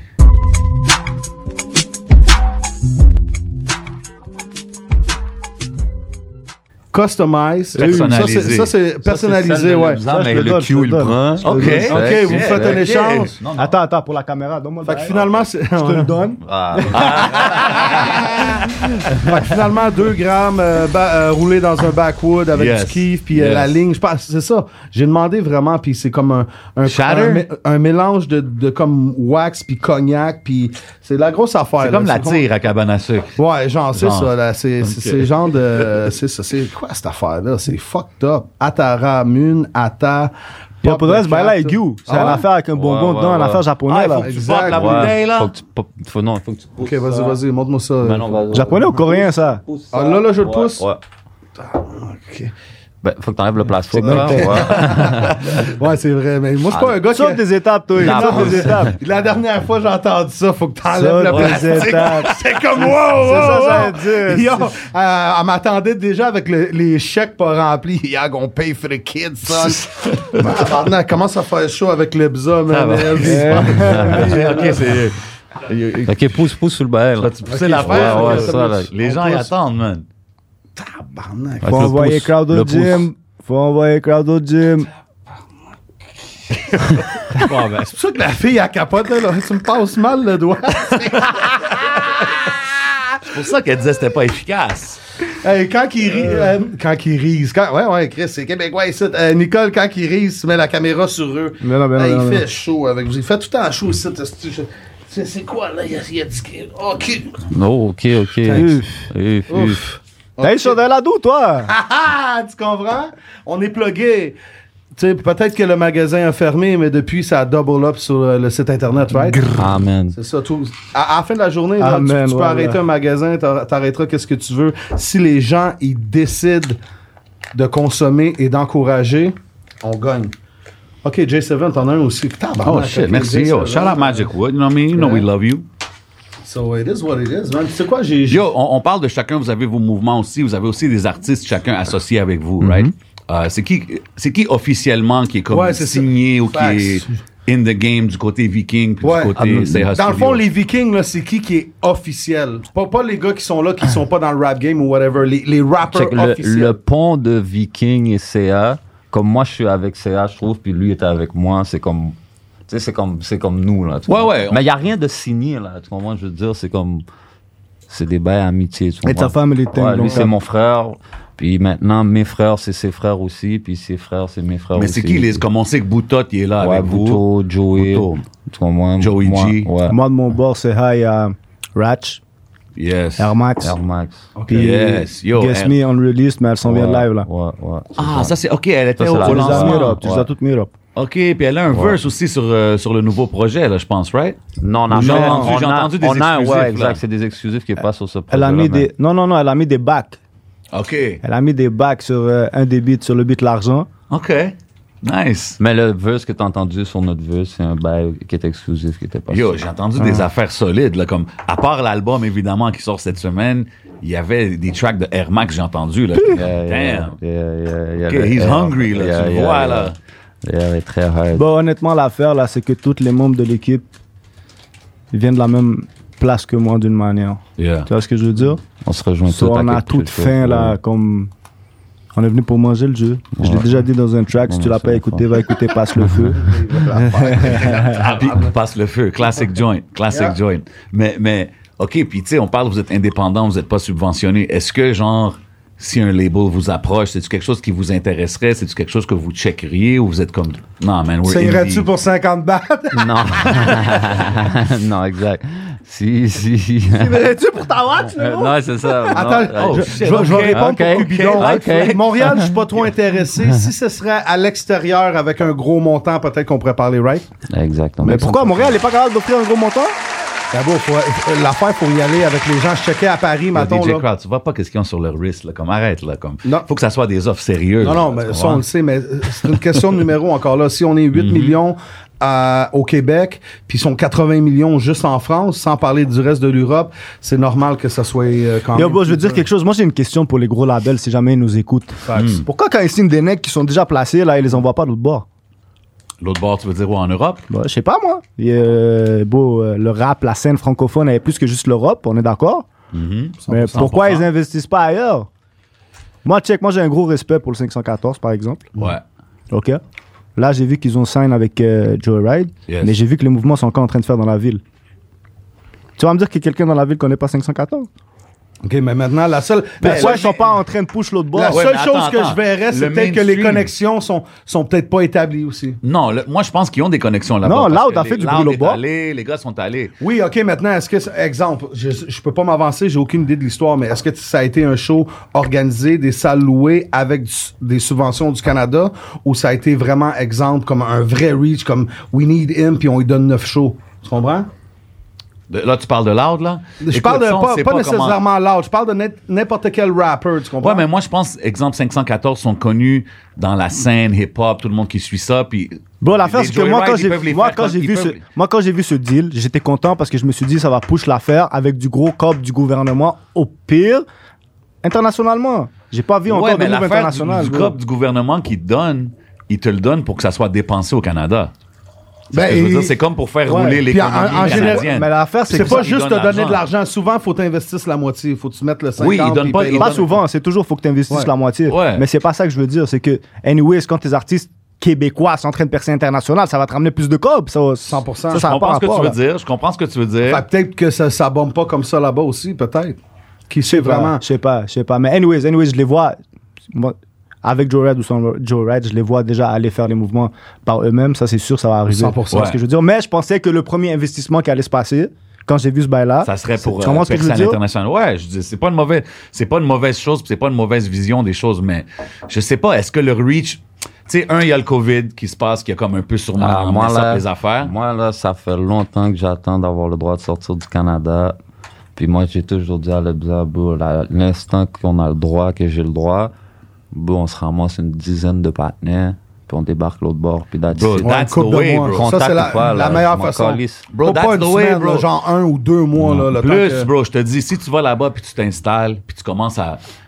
Customize. Personnalisé. Ça, c'est, ça, c'est personnalisé, Ça, c'est celle de ouais. Lebza, Ça, je mais te le donne, je Q, te il donne. prend. Je te OK. donne. OK, vous faites un OK. échange. Attends, attends, pour la caméra, donne-moi le Fait que bail. finalement, c'est... Je te le donne. Ah, Fait que finalement, deux grammes euh, ba- euh, roulés dans un backwood avec Yes. du kiff, puis euh, Yes. la ligne, je pense, c'est ça. J'ai demandé vraiment, puis c'est comme un, un, Shatter? un, mé- un mélange de, de comme wax, puis cognac, puis c'est la grosse affaire. C'est là. comme la tire à cabane à sucre. Ouais, genre, c'est Genre. ça, là. C'est c'est- Ok. c'est genre de... C'est ça, c'est quoi cette affaire-là? C'est fucked up. Atara, Mun, Ata... Yo, Pop pour de vrai, ce bail-là carte. est you. C'est Ah une ouais? affaire avec un bonbon ouais, dedans, une ouais. affaire japonaise, Ah, là. faut que tu Exact. portes la ouais. bouteille, là. Faut que tu, pop- faut, non, faut que tu pousses. Ok, vas-y, ça. vas-y, montre-moi ça. Ben non, vas-y. Japonais ou coréen, ça? Pousse Ah, là, là, je le Ouais, pousse? Ouais. Ok. Ben, faut que t'enlèves le plastique. C'est là. correct. Ouais. Ouais, c'est vrai, mais moi, c'est pas un gars qui... Saute des étapes, toi. La Saute pause. des étapes. La dernière fois, j'ai entendu ça, faut que t'enlèves Saute le des plastique. étapes. C'est comme wow, wow, C'est ça, wow. j'allais dire. Yo, euh, elle m'attendait déjà avec le- les chèques pas remplis. Yeah, gonna pay for the kids, son. Maintenant, elle commence à faire chaud avec l'Ebza, man. va. Elle- OK, c'est... Ok, pousse, pousse sur le bail. là. Tu poussais l'affaire. Ouais, ouais, là. ça, là. Les gens On y pousse. attendent, man. Tabarnak. Faut le envoyer pouce. crowd Le au gym. Faut envoyer crowd au gym. C'est pour ça que la fille, elle capote, là. Tu me passes mal le doigt. C'est pour ça qu'elle disait que c'était pas efficace. Hey, quand il rit, euh, quand il rise, quand, ouais, ouais, Chris, c'est québécois ici. Euh, Nicole, quand il rise, tu mets la caméra sur eux. Mais non, mais non, Hey, mais non, il mais fait chaud avec vous. Il fait tout le temps chaud ici. c'est- c'est- C'est c'est quoi, là? Il y a, il y a du... OK. Oh, ok, ok. Uf. Uf, uf. Ouf. T'as eu chaud de la doux, toi? Ah ah! Tu comprends? On est plugué. Tu sais, peut-être que le magasin a fermé, mais depuis, ça a double up sur euh, le site Internet, right? Amen. C'est ça, tout. À, à la fin de la journée, là, tu- Amen, tu, peux ouais, arrêter ouais. un magasin, t'ar- t'arrêteras qu'est-ce que tu veux. Si les gens, ils décident de consommer et d'encourager, on gagne. OK, J sept, t'en as un aussi. Tabarnak, Oh, shit. OK, Merci. J Yo, seven. shout out Magic Wood. You know what I mean? You know we love you. So, it is what it is, man. Tu sais quoi, j'ai... Yo, on, on parle de chacun, vous avez vos mouvements aussi, vous avez aussi des artistes chacun associés avec vous, right? Euh, c'est qui c'est qui officiellement qui est comme Ouais, c'est ça. signé ou qui Facts. est in the game du côté Viking puis Ouais. du côté Seha Dans le Studios? fond, les Vikings, là, c'est qui qui est officiel? Pas, pas les gars qui sont là, qui sont pas dans le rap game ou whatever. Les, les rappers Check, le, officiels. le pont de Viking et C A, comme moi je suis avec C A, je trouve, puis lui était avec moi, c'est comme sais, c'est comme, c'est comme nous, là. tu Ouais, comprends? ouais, on- Mais il n'y a rien de signé, là. Tu comprends? Je veux dire, c'est comme. C'est des bails amitiés. Tu Et ta comprends? femme, elle était Ouais, donc, lui, c'est euh, mon frère. Puis maintenant, mes frères, c'est ses frères aussi. Puis ses frères, c'est mes frères Mais aussi. c'est qui les. Comme on sait que Boutot, il est là Ouais, avec vous. Bouto, Joey. Bouto. Tu comprends? Joey Moi, G. Ouais. Moi, de mon bord, c'est hi à Ratch, Yes. Air Max. Air Max. Puis Yes. Yo, Guess elle- Me Unreleased, mais elles sont bien Ouais, live, là. Ouais, ouais. c'est Ah, ça c'est. Ok, elle était Ça, au c'est la Tu les as lancement. mis lancement. up, tu les Ouais. as toutes mis up. Ok, puis elle a un verse aussi sur, euh, sur le nouveau projet, là, je pense, right? Non, on a J'ai fait- entendu- on j'ai a- entendu des on a, exclusifs, ouais, là. exact. C'est des exclusifs qui passent sur ce projet. Elle a mis des... Non, non, non, elle a mis des backs. Ok. Elle a mis des backs sur euh, un des beats, sur le beat L'Argent. Ok. Nice. Mais le verse que tu as entendu sur notre verse, c'est un bail qui est exclusif, qui était pas Yo, sur- j'ai entendu des affaires solides, là, comme, à part l'album, évidemment, qui sort cette semaine, il y avait des tracks de Air Max, j'ai entendu, là. Yeah, yeah, Damn. yeah, yeah, yeah, Ok, le he's air. hungry, là, Yeah, tu le yeah, vois, yeah. là. Yeah, il est très hard. Bon, honnêtement, l'affaire, là, c'est que tous les membres de l'équipe viennent de la même place que moi, d'une manière. Yeah. Tu vois ce que je veux dire? On se rejoint So, tous à on a quelque toute chose, faim, ouais. là, comme... On est venu pour manger le jeu. Je l'ai Ouais. déjà dit dans un track, si Ouais, tu l'as c'est pas le écouté, fun. va écouter Passe le feu. Ah, puis, passe le feu. Classic joint. Classic joint. Mais, mais, OK, puis tu sais, on parle, vous êtes indépendant, vous n'êtes pas subventionné. Est-ce que, genre, si un label vous approche, c'est-tu quelque chose qui vous intéresserait? C'est-tu quelque chose que vous checkeriez ou vous êtes comme, non, man, we're Ça irait-tu indie. pour cinquante bahts? Non. non, exact. Si, si. Irais-tu pour ta watch, Euh, là? non, c'est ça. Attends, Non, je, euh, je- je vais répondre ok, pour Cupidon. ok, ok. Montréal, je suis pas trop intéressé. Si ce serait à l'extérieur avec un gros montant, peut-être qu'on pourrait parler, right? Exactement. Mais pourquoi Montréal n'est pas capable d'offrir un gros montant? Ben bon, faut, euh, l'affaire, faut y aller avec les gens. Je checkais à Paris, Le mettons, D J là. Crowd, tu vois pas qu'est-ce qu'ils ont sur leur wrist, là, comme arrête, là, comme, Non. faut que ça soit des offres sérieuses. Non, non, là, mais tu ça, on comprends? le sait, mais euh, c'est une question de numéro encore là. Si on est huit millions euh, au Québec, puis ils sont quatre-vingts millions juste en France, sans parler du reste de l'Europe, c'est normal que ça soit euh, quand Yo, même... bro, je veux dire quelque chose. Moi, j'ai une question pour les gros labels, si jamais ils nous écoutent. Facts. Pourquoi quand ils signent des necks qui sont déjà placés, là, ils les envoient pas de l'autre bord? L'autre bord, tu veux dire où, en Europe? Bah, je sais pas, moi. Et, euh, beau, euh, le rap, la scène francophone, elle est plus que juste l'Europe, on est d'accord? Mhm. Mais cent pour cent. pourquoi ils investissent pas ailleurs? Moi, check, moi, j'ai un gros respect pour le cinq cent quatorze, par exemple. Ouais. OK? Là, j'ai vu qu'ils ont signé avec euh, Joyride, Yes. mais j'ai vu que les mouvements sont encore en train de faire dans la ville. Tu vas me dire que quelqu'un dans la ville connaît pas cinq cent quatorze? OK, mais maintenant, la seule... la Pourquoi seule- ils sont pas en train de push l'autre bord? La Ouais, seule mais chose attends, que attends. je verrais, c'est Le peut-être que les mainstream. connexions sont, sont peut-être pas établies aussi. Non, le- moi, je pense qu'ils ont des connexions là-bas. Non, parce Loud que a les- fait du Loud bruit au est bord. allé, les gars sont allés. Oui, OK, maintenant, est-ce que... c'est- Exemple, je, je peux pas m'avancer, j'ai aucune idée de l'histoire, mais est-ce que ça a été un show organisé, des salles louées avec du- des subventions du Canada, ou ça a été vraiment, exemple, comme un vrai reach, comme We Need Him, puis on lui donne neuf shows? Tu comprends? De- là, tu parles de Loud, là? Je Écoute, parle de ça, on pas, sait pas comment- nécessairement loud, je parle de net- n'importe quel rapper, tu comprends? Ouais, mais moi, je pense, exemple, cinq cent quatorze sont connus dans la scène hip-hop, tout le monde qui suit ça, puis... Bon, l'affaire, les c'est que moi, Joyride, quand ils j'ai peuvent les moi, faire quand comme- j'ai ils vu peuvent ce, les- moi, quand j'ai vu ce deal, j'étais content parce que je me suis dit, ça va push l'affaire avec du gros cop du gouvernement, au pire, internationalement. J'ai pas vu Ouais, encore de mais move l'affaire international. du, du bro. cop du gouvernement qui te donne, il te le donne pour que ça soit dépensé au Canada. C'est Ben, ce que je veux et- dire, c'est comme pour faire Ouais. rouler Puis en- l'économie en général- canadienne. Mais l'affaire, c'est C'est que pas ça- il juste te donne donner de l'argent. l'argent. Souvent, il faut t'investir la moitié. Il faut que tu mettes le cinquante. Oui, il donne puis pas- paye il le Pas reste. souvent, c'est toujours, faut que tu investisses Ouais. la moitié. Ouais. Mais c'est pas ça que je veux dire. C'est que, anyways, quand tes artistes québécois sont en train de percer international, ça va te ramener plus de cop. Ça, cent pour cent. Ça, Je ça a pas comprends ce que rapport, tu là. veux dire, je comprends ce que tu veux dire. Fait que peut-être que ça, ça bombe pas comme ça là-bas aussi, peut-être. Qui sait Je sais pas, vraiment? Je sais pas, je sais pas. Mais anyways, anyways, je les vois. Moi, avec Joyride ou sans Joyride, je les vois déjà aller faire les mouvements par eux-mêmes. Ça, c'est sûr, ça va arriver. cent pour cent. C'est ce que je veux dire. Mais je pensais que le premier investissement qui allait se passer, quand j'ai vu ce bail-là, Ça serait pour tu comprends euh, ce que je percer veux à dire? l'international. Ouais, je dis, c'est pas une mauvaise, c'est pas une mauvaise chose, puis c'est pas une mauvaise vision des choses, mais je sais pas, est-ce que le reach, tu sais, un, il y a le COVID qui se passe, qui a comme un peu sûrement Ah, moi, mess up là, les affaires. moi, là, ça fait longtemps que j'attends d'avoir le droit de sortir du Canada. Puis moi, j'ai toujours dit à l'Ebza, bro, la- l'instant qu'on a le droit, que j'ai le droit, bro, on se ramasse une dizaine de partenaires, puis on débarque l'autre bord, puis that's Bro, it. Ouais, That's une couple the de way, mois. bro. Ça, Contact c'est la, ou pas, la là, meilleure je m'en façon. calisse. Bro, Pas- that's pas une the way, semaine, bro. là, genre un ou deux mois. Là, le temps Plus, que- bro, je te dis, si tu vas là-bas puis tu t'installes, puis tu commences à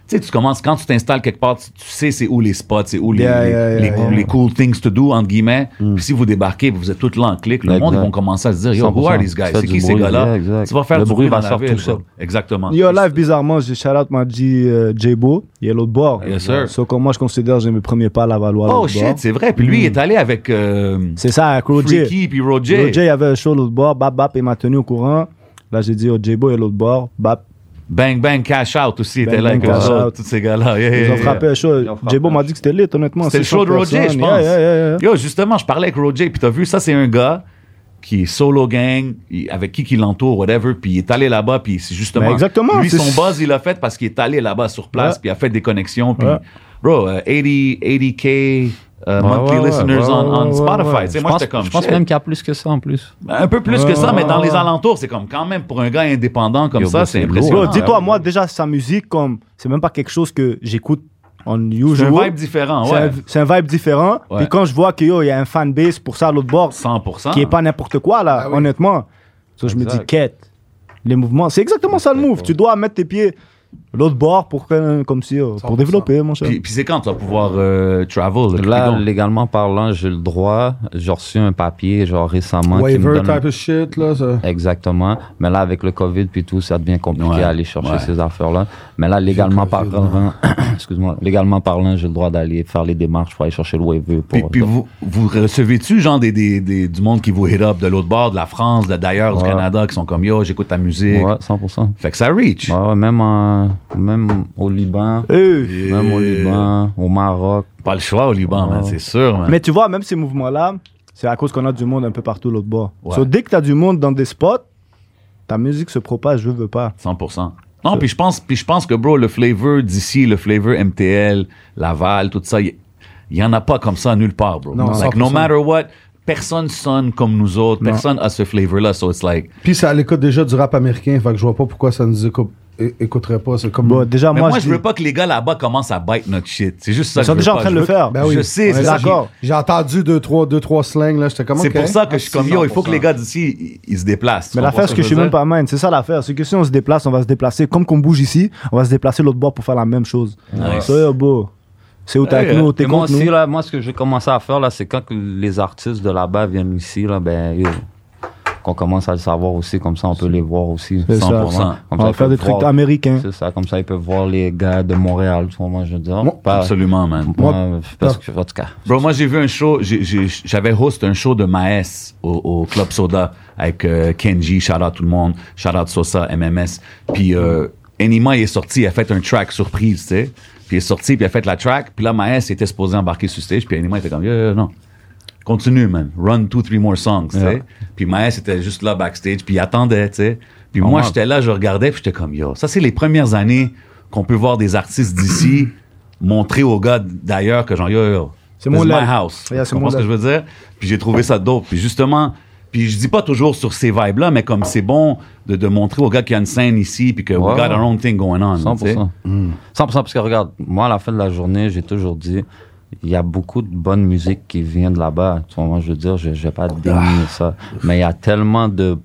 Tu sais, tu commences, quand tu t'installes quelque part, tu, tu sais c'est où les spots, c'est où les, Yeah, les, yeah, yeah, les, yeah. les cool things to do, entre guillemets. Mm. Puis si vous débarquez, vous êtes tous là en clic, le Exact. monde, ils vont commencer à se dire, yo, cent pour who cent. are these guys? Tu fais C'est du qui ces bruit, gars-là? yeah, exact. Tu vas faire Le du bruit bruit va dans la sortir ville, tout seul. bro. Exactement. Yo, live, bizarrement, j'ai shout-out m'a dit euh, J-Bo, il est l'autre bord. Yes, sir. So, comme moi, je considère j'ai mes premiers pas à la Valois. Oh l'autre shit, bord. c'est vrai. Puis lui, il est allé avec euh, C'est ça, avec Roger. Freaky puis Roger. Roger, il avait un show l'autre bord, bap, bap, il m'a tenu au courant. Là, j'ai dit, oh, J-Bo est l'autre bord, bap. Bang Bang Cash Out aussi Bang était là Bang avec eux Cash autres, Out. tous ces gars-là. Yeah, Ils yeah, ont yeah. frappé un show. Ils ont frappé J-Bo un m'a show. dit que c'était lit, honnêtement. C'était le six cents show de Roger, personnes. je pense. Yeah, yeah, yeah, yeah. Yo, justement, je parlais avec Roger, puis t'as vu, ça, c'est un gars qui est solo gang, il- avec qui qui l'entoure, whatever, puis il est allé là-bas, puis c'est justement... Ben exactement, Lui, c'est- son buzz, il l'a fait parce qu'il est allé là-bas sur place, Ouais. puis il a fait des connexions, puis... Ouais. Bro, euh, eighty K uh, Ouais, monthly ouais, ouais, listeners ouais, on, on ouais, Spotify. ouais. Tu sais, Je moi, pense- j'étais comme... Je pense shit. même qu'il y a plus que ça en plus. Un peu plus que Ouais, ça, mais dans ouais, les ouais. alentours, c'est comme quand même, pour un gars indépendant comme Yo, ça, bro, c'est c'est impressionnant. Bro, dis-toi, Ouais. moi, déjà, sa musique, comme, c'est même pas quelque chose que j'écoute en C'est usual. un vibe différent, C'est ouais. un- C'est un vibe différent. Ouais. Puis quand je vois qu'il y a un fanbase pour ça à l'autre bord, cent pour cent. qui est pas n'importe quoi, là, Ah oui. honnêtement. So, je me dis, Exact. quête. Les mouvements, c'est exactement ça le move. Tu dois mettre tes pieds l'autre bord pour, que- comme si, euh, cent pour pour cent. développer, mon cher. Puis, puis c'est quand tu vas pouvoir euh, travel? le Là, Tribon? légalement parlant, j'ai le droit. J'ai reçu un papier, genre récemment. qui me Waiver donne- type of shit, là. Ça. Exactement. Mais là, avec le COVID puis tout, ça devient compliqué Ouais, à aller chercher ouais. ces affaires-là. Mais là, légalement Le COVID, parlant, excuse-moi, légalement parlant, j'ai le droit d'aller faire les démarches pour aller chercher le waiver. Puis, Pour puis vous, vous recevez-tu genre des, des, des- du monde qui vous hit up de l'autre bord, de la France, de d'ailleurs, du Ouais. Canada, qui sont comme yo, j'écoute ta musique. Ouais, cent pour cent. Fait que ça reach. Ouais, ouais, même, en- même au Liban, Hey. même au Liban, au Maroc. Pas le choix au Liban, Ouais. man, c'est sûr, man. Mais tu vois, même ces mouvements-là, c'est à cause qu'on a du monde un peu partout l'autre bord. Ouais. So, dès que tu as du monde dans des spots, ta musique se propage, je veux pas. cent pour cent. Non, puis je pense, puis je pense que, bro, le flavor d'ici, le flavor M T L, Laval, tout ça, il y, y en a pas comme ça nulle part, bro. Non, like, cent pour no cent. matter what, personne sonne comme nous autres, personne a ce flavor-là, so it's like... Puis ça à l'écoute déjà du rap américain, fait que je vois pas pourquoi ça nous écoute, é- écouterait pas. C'est comme. Bon, déjà, Mais moi, moi, je je veux dis- pas que les gars là-bas commencent à bite notre shit. C'est juste ça Ils que sont je veux déjà en pas. train de Je le veux- faire. Ben oui. Je sais, On c'est est ça. d'accord. J'ai entendu deux, trois, deux, trois slangs, là. J'étais comme. C'est ok. pour ça que je suis comme yo, il faut que les cent pour cent. gars d'ici, ils, ils se déplacent. Tu Mais comprends l'affaire, ce c'est que je veux suis même dire? pas man. C'est ça l'affaire. C'est que si on se déplace, on va se déplacer. Comme qu'on bouge ici, on va se déplacer l'autre bord pour faire la même chose. Nice. So, yo, beau. C'est où t'es avec Ouais, nous, t'es Et moi contre aussi, nous. là, moi, ce que j'ai commencé à faire, là, c'est quand que les artistes de là-bas viennent ici, là, ben, yo, qu'on commence à le savoir aussi, comme ça, on peut les voir aussi. C'est ça. cent pour cent. Comme On va ils faire peuvent des trucs voir- américains. C'est ça, comme ça, ils peuvent voir les gars de Montréal, tu vois, moi, je veux dire. Moi, Pas- Absolument, man. moi, Moi, parce que, en tout cas. Bro, moi, j'ai vu un show, j'ai- j'ai- j'avais host un show de Maes au, au Club Soda avec euh, Kenji, shout out tout le monde, shout out Sosa, M M S. Puis euh, Enima, il est sorti, il a fait un track surprise, tu sais. Puis il est sorti, puis il a fait la track. Puis là, Maes était supposé embarquer sur stage, puis Enima était comme, yo, yo, non. Continue, man. Run two, three more songs, tu sais. Yeah. Puis Maes était juste là backstage, puis il attendait, tu sais. Puis Oh, moi, wow. j'étais là, je regardais, puis j'étais comme, yo, ça, c'est les premières années qu'on peut voir des artistes d'ici montrer aux gars d'ailleurs que genre, yo, yo, C'est this mon is my lab. house. Yeah, tu c'est comprends mon ce que je lab. veux dire? Puis j'ai trouvé ça dope. Puis justement, puis je dis pas toujours sur ces vibes-là, mais comme c'est bon de, de montrer aux gars qu'il y a une scène ici, puis que we Ouais, got ouais. our own thing going on. cent tu pour sais. cent. cent pour cent, parce que regarde, moi, à la fin de la journée, j'ai toujours dit, il y a beaucoup de bonne musique qui vient de là-bas. Tu vois, moi, je veux dire, je ne vais pas dénier ça. Mais il y a tellement de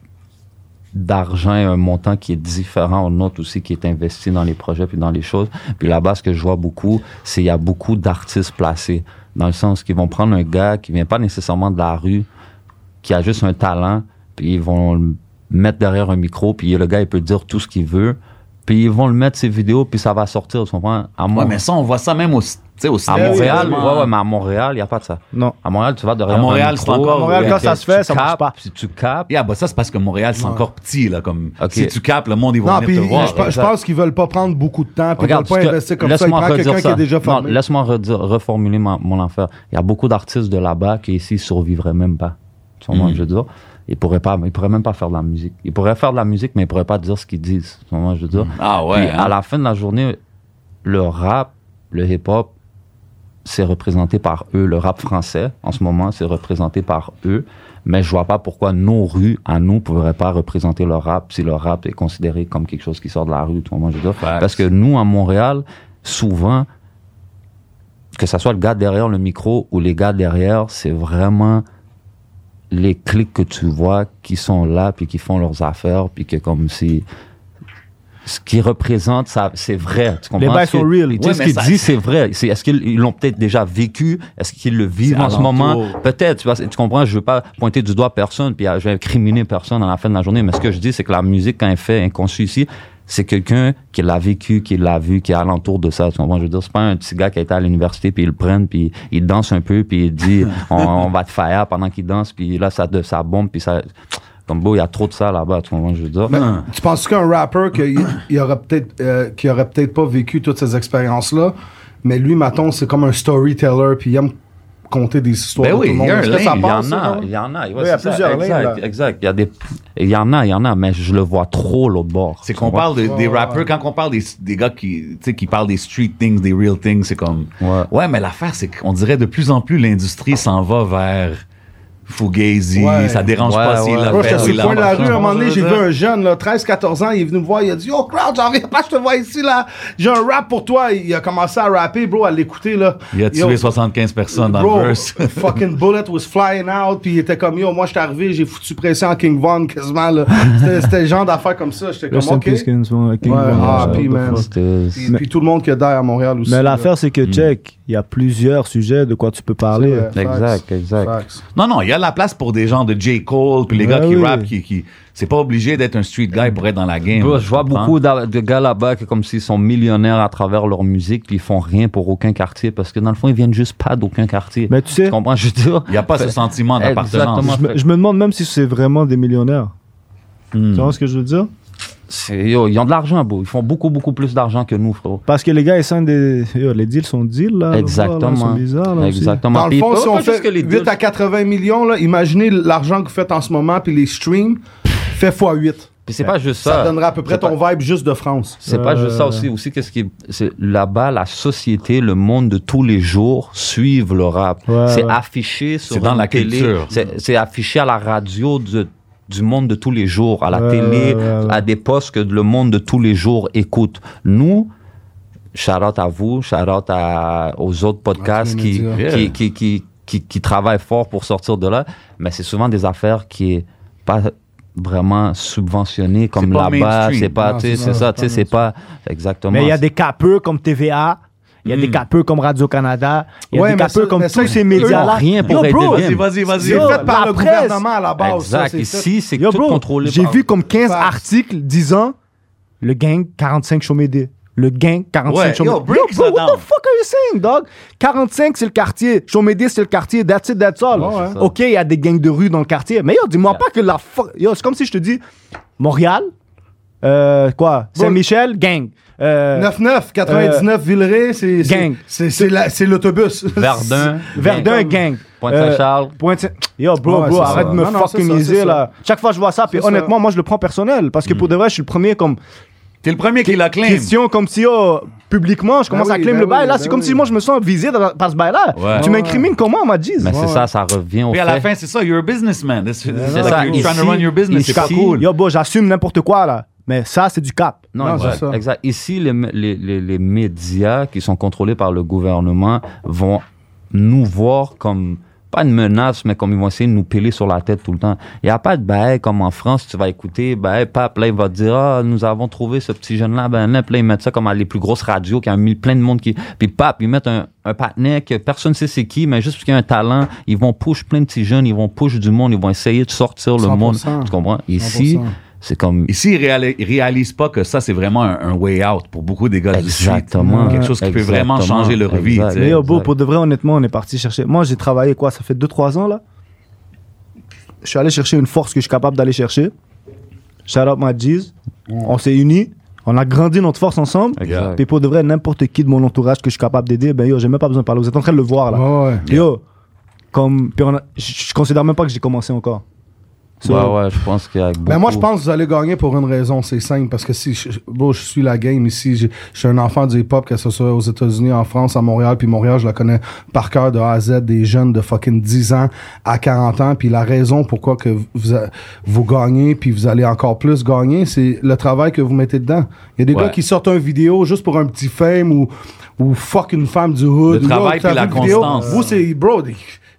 d'argent et un montant qui est différent au nôtre aussi, qui est investi dans les projets puis dans les choses. Puis là-bas, ce que je vois beaucoup, c'est qu'il y a beaucoup d'artistes placés. Dans le sens qu'ils vont prendre un gars qui vient pas nécessairement de la rue, qui a juste un talent, puis ils vont le mettre derrière un micro, puis le gars, il peut dire tout ce qu'il veut, puis ils vont le mettre ses vidéos, puis ça va sortir, tu comprends? À, Mon- Ouais, mais ça, on voit ça même au, tu sais, au à cinéma. Montréal, vraiment. ouais, ouais, mais à Montréal, il n'y a pas de ça. Non. À Montréal, tu vas derrière À Montréal, un micro. c'est encore- À Montréal, quand ça se fait, tu ça marche capes, pas. Si tu capes, Yeah, bah ça, c'est parce que Montréal, c'est encore petit, là. Comme, Ok. si tu capes, le monde, ils vont Non, venir puis te voir. je, je pense qu'ils veulent pas prendre beaucoup de temps, puis ils regarde, veulent pas parce que- investir comme ça. Ils laisse-moi prennent quelqu'un redire qui est ça. déjà Non, formé. laisse-moi redire- reformuler ma- mon affaire. Il y a beaucoup d'artistes de là-bas qui ici survivraient même pas. Tu vois, moi, Mhm. je veux dire. Ils pourraient pas, ils pourraient même pas faire de la musique. Ils pourraient faire de la musique, mais ils pourraient pas dire ce qu'ils disent. Tu vois, moi, je veux dire. Ah ouais. Puis, hein. à la fin de la journée, le rap, le hip-hop, c'est représenté par eux. Le rap français, en ce moment, c'est représenté par eux. Mais je vois pas pourquoi nos rues, à nous, ne pourraient pas représenter le rap si le rap est considéré comme quelque chose qui sort de la rue. Tu vois, moi, je veux dire. Facts. Parce que nous, à Montréal, souvent, que ça soit le gars derrière le micro ou les gars derrière, c'est vraiment les clics que tu vois qui sont là puis qui font leurs affaires puis que comme si ce qu'il représente, ça, c'est vrai. Tu comprends? Les bails Ce que- sont real. tu sais, Ouais, ce mais qu'il ça- dit, c'est vrai. C'est, est-ce qu'ils ils l'ont peut-être déjà vécu? Est-ce qu'ils le vivent C'est en ce alentour. moment? Peut-être. Tu, vois, tu comprends? Je veux pas pointer du doigt personne, puis euh, je vais incriminer personne à la fin de la journée. Mais ce que je dis, c'est que la musique, quand elle fait inconçue ici, c'est quelqu'un qui l'a vécu, qui l'a vu, qui est alentour de ça. Tu comprends? Je veux dire, c'est pas un petit gars qui a été à l'université, puis ils le prennent, puis il danse un peu, puis il dit on, on va te faire pendant qu'il danse, puis là, ça, ça bombe, puis ça. Comme beau, il y a trop de ça là-bas, tu comprends? Je veux dire. Mais tu penses qu'un rapper qui il aurait peut-être euh, qui aurait peut-être pas vécu toutes ces expériences-là, mais lui, mettons, c'est comme un storyteller, puis il aime compter des histoires. Ben de oui, tout le monde. il y a un Est-ce que lien, ça Il y passe, en ça, a, non? il y en a. Ouais, il y a c'est ça, plusieurs lignes, exact, là. exact. Il y a des, il y en a, il y en a, mais je le vois trop l'autre bord. C'est Tu qu'on comprends? parle de- des Ouais, rappers, ouais. quand on parle des, des gars qui, tu sais, qui parlent des street things, des real things, c'est comme. Ouais. Ouais, mais l'affaire, c'est qu'on dirait de plus en plus l'industrie s'en va vers Fugazi, Ouais. ça dérange Ouais, pas s'il ouais. l'a Bro, fait. j'étais ou sur il le l'a coin de la pas rue, fait. à un moment donné, j'ai vu Je veux dire. un jeune, là, treize quatorze ans, il est venu me voir, il a dit « Yo, crowd, j'en reviens pas, je te vois ici, là. J'ai un rap pour toi. » Il a commencé à rapper, bro, à l'écouter, là. Il a Yo, tué soixante-quinze personnes dans bro, le verse. fucking bullet was flying out, puis il était comme « Yo, moi, j'étais arrivé, j'ai foutu pression en King Von, quasiment, là. » C'était c'était le genre d'affaires comme ça. J'étais comme Rest « in OK. » peace, King Von, King Ouais, Von, ah, euh, puis, what the man. fuck. C'était- Puis, puis tout le monde qui est derrière à Montréal aussi. Mais là. l'affaire, c'est que, check, il y a plusieurs sujets de quoi tu peux C'est parler. vrai, facts. Exact, exact. Facts. Non, non, il y a de la place pour des gens de J. Cole, puis les Ouais, gars qui oui. rappent, qui, qui, c'est pas obligé d'être un street guy pour être dans la game. Bro, je vois tu comprends? beaucoup d'a- de gars là-bas qui comme s'ils sont millionnaires à travers leur musique puis ils font rien pour aucun quartier parce que dans le fond ils viennent juste pas d'aucun quartier. Mais tu sais, Tu comprends? Je veux dire. Il n'y a pas ce sentiment d'appartenance. Exactement. je me, je me demande même si c'est vraiment des millionnaires. Tu vois ce que je veux dire? C'est- yo, ils ont de l'argent, bro. Ils font beaucoup, beaucoup plus d'argent que nous, frérot. Parce que les gars, ils signent des. Yo, les deals sont deals, là. Exactement. Là, ils sont bizarres, là, aussi. Exactement. Dans le Puis fond, pas- si pas on juste fait que les huit deals- à quatre-vingts millions, là, imaginez l'argent que vous faites en ce moment, puis les streams, fait fois huit. Puis c'est pas juste Ça, ça. donnerait à peu près C'est pas- ton vibe juste de France. C'est pas juste ça Euh, aussi. Aussi, qu'est-ce qui est, c'est là-bas, la société, le monde de tous les jours suivent le rap. Ouais, c'est ouais. affiché sur C'est dans une la télé. culture. C'est, c'est affiché à la radio de- du monde de tous les jours, à la Ouais, télé, ouais, ouais. à des postes que le monde de tous les jours écoute. Nous, shout out à vous, shout out à, aux autres podcasts À tous les qui, médias. qui, Yeah. qui, qui, qui, qui travaillent fort pour sortir de là. Mais c'est souvent des affaires qui est pas vraiment subventionnées comme pas là-bas. mainstream. C'est pas, Non, tu sais, c'est c'est ça, ça, c'est tu sais, pas c'est pas exactement. Mais il y a des capeux comme T V A, il y a des capeux comme Radio-Canada, il y a Ouais, des mais capeux ça- comme mais ça, tous ces eux, médias-là. ont rien pour Yo, aider bro, le Vas-y, game. vas-y, vas-y. C'est Yo, fait par la le presse. gouvernement à la base. ça, Exact. c'est fait- Ici, c'est Yo, tout bro, contrôlé j'ai par... vu comme quinze Facts. articles disant le gang quarante-cinq Chomédé. Le gang quarante-cinq Ouais, Chomédé. yo, break bro, ça what down. the fuck are you saying, dog? quarante-cinq, c'est le quartier. Chomédé, c'est le quartier. That's it, that's all. Ouais, ouais. C'est ça. OK, il y a des gangs de rue dans le quartier. Mais yo, dis-moi pas que la fuck... Yo, c'est comme si je te dis Montréal, euh, quoi? Saint-Michel, gang. Euh, neuf neuf, quatre-vingt-dix-neuf, Villeray, c'est... c'est- Gang. C'est c'est la- c'est l'autobus. Verdun, Verdun, gang. gang. Pointe-Saint-Charles. Pointe Yo, bro, Ouais, bro, c'est arrête ça. de me Non, non, fucking c'est ça, niaiser, c'est là. Chaque fois que je vois ça, puis C'est honnêtement, ça. moi, je le prends personnel. Parce que pour de vrai, je suis le premier comme T'es le premier qui l'a claim. question comme si, oh, publiquement, je commence Ben à oui, claim ben le bail. oui, Là, ben c'est comme oui. si moi, je me sens visé dans- par ce bail-là. Ouais. Tu Ouais. m'incrimines comment, ma G's? Mais c'est Ouais. ça, ça revient au Puis à fait. la fin, c'est ça, you're a businessman. This- this- C'est like ça, you're ici- trying to run your business, c'est pas ici- cool. Yo, bro, j'assume n'importe quoi, là. Mais ça, c'est du cap. Non, Non, exact, c'est ça. exact. Ici, les, les, les, les médias qui sont contrôlés par le gouvernement vont nous voir comme, pas une menace, mais comme ils vont essayer de nous piler sur la tête tout le temps. Il n'y a pas de bail comme en France, tu vas écouter, ben, pape, là, il va te dire, ah, nous avons trouvé ce petit jeune-là, ben, là, puis là, ils mettent ça comme à les plus grosses radios, qui ont mis plein de monde qui, puis pape, ils mettent un, un patinet que personne ne sait c'est qui, mais juste parce qu'il y a un talent, ils vont push plein de petits jeunes, ils vont push du monde, ils vont essayer de sortir le cent pour monde. cent. Tu comprends? Ici, cent pour cent. c'est comme, Ici, ils réali- ils réalisent pas que ça, c'est vraiment un, un way out pour beaucoup des gars du street. Exactement. Quelque chose qui peut vraiment Exactement. changer leur vie. Exact. tu sais. Mais yo, bro, exact. pour de vrai, honnêtement, on est parti chercher. Moi, j'ai travaillé, quoi, ça fait deux trois ans, là. Je suis allé chercher une force que je suis capable d'aller chercher. Shout out my G's. On s'est unis. On a grandi notre force ensemble. Exact. Puis pour de vrai, n'importe qui de mon entourage que je suis capable d'aider, ben yo, j'ai même pas besoin de parler. Vous êtes en train de le voir, là. Ouais, ouais. Yo, comme. Puis on a- je je considère même pas que j'ai commencé encore. So, ouais, ouais, je pense qu'il y a beaucoup. Ben moi, je pense que vous allez gagner pour une raison, c'est simple. Parce que si je, bon, je suis la game ici, j'ai- je suis un enfant du hip-hop, que ce soit aux États-Unis, en France, à Montréal. Puis Montréal, je la connais par cœur de A à Z, des jeunes de fucking dix ans à quarante ans. Puis la raison pourquoi que vous, a- vous gagnez, puis vous allez encore plus gagner, c'est le travail que vous mettez dedans. Il y a des Ouais. gars qui sortent une vidéo juste pour un petit fame ou, ou fuck une femme du hood. Le Ou travail là, t'as puis la vu vidéo? constance. Vous, c'est, bro, des-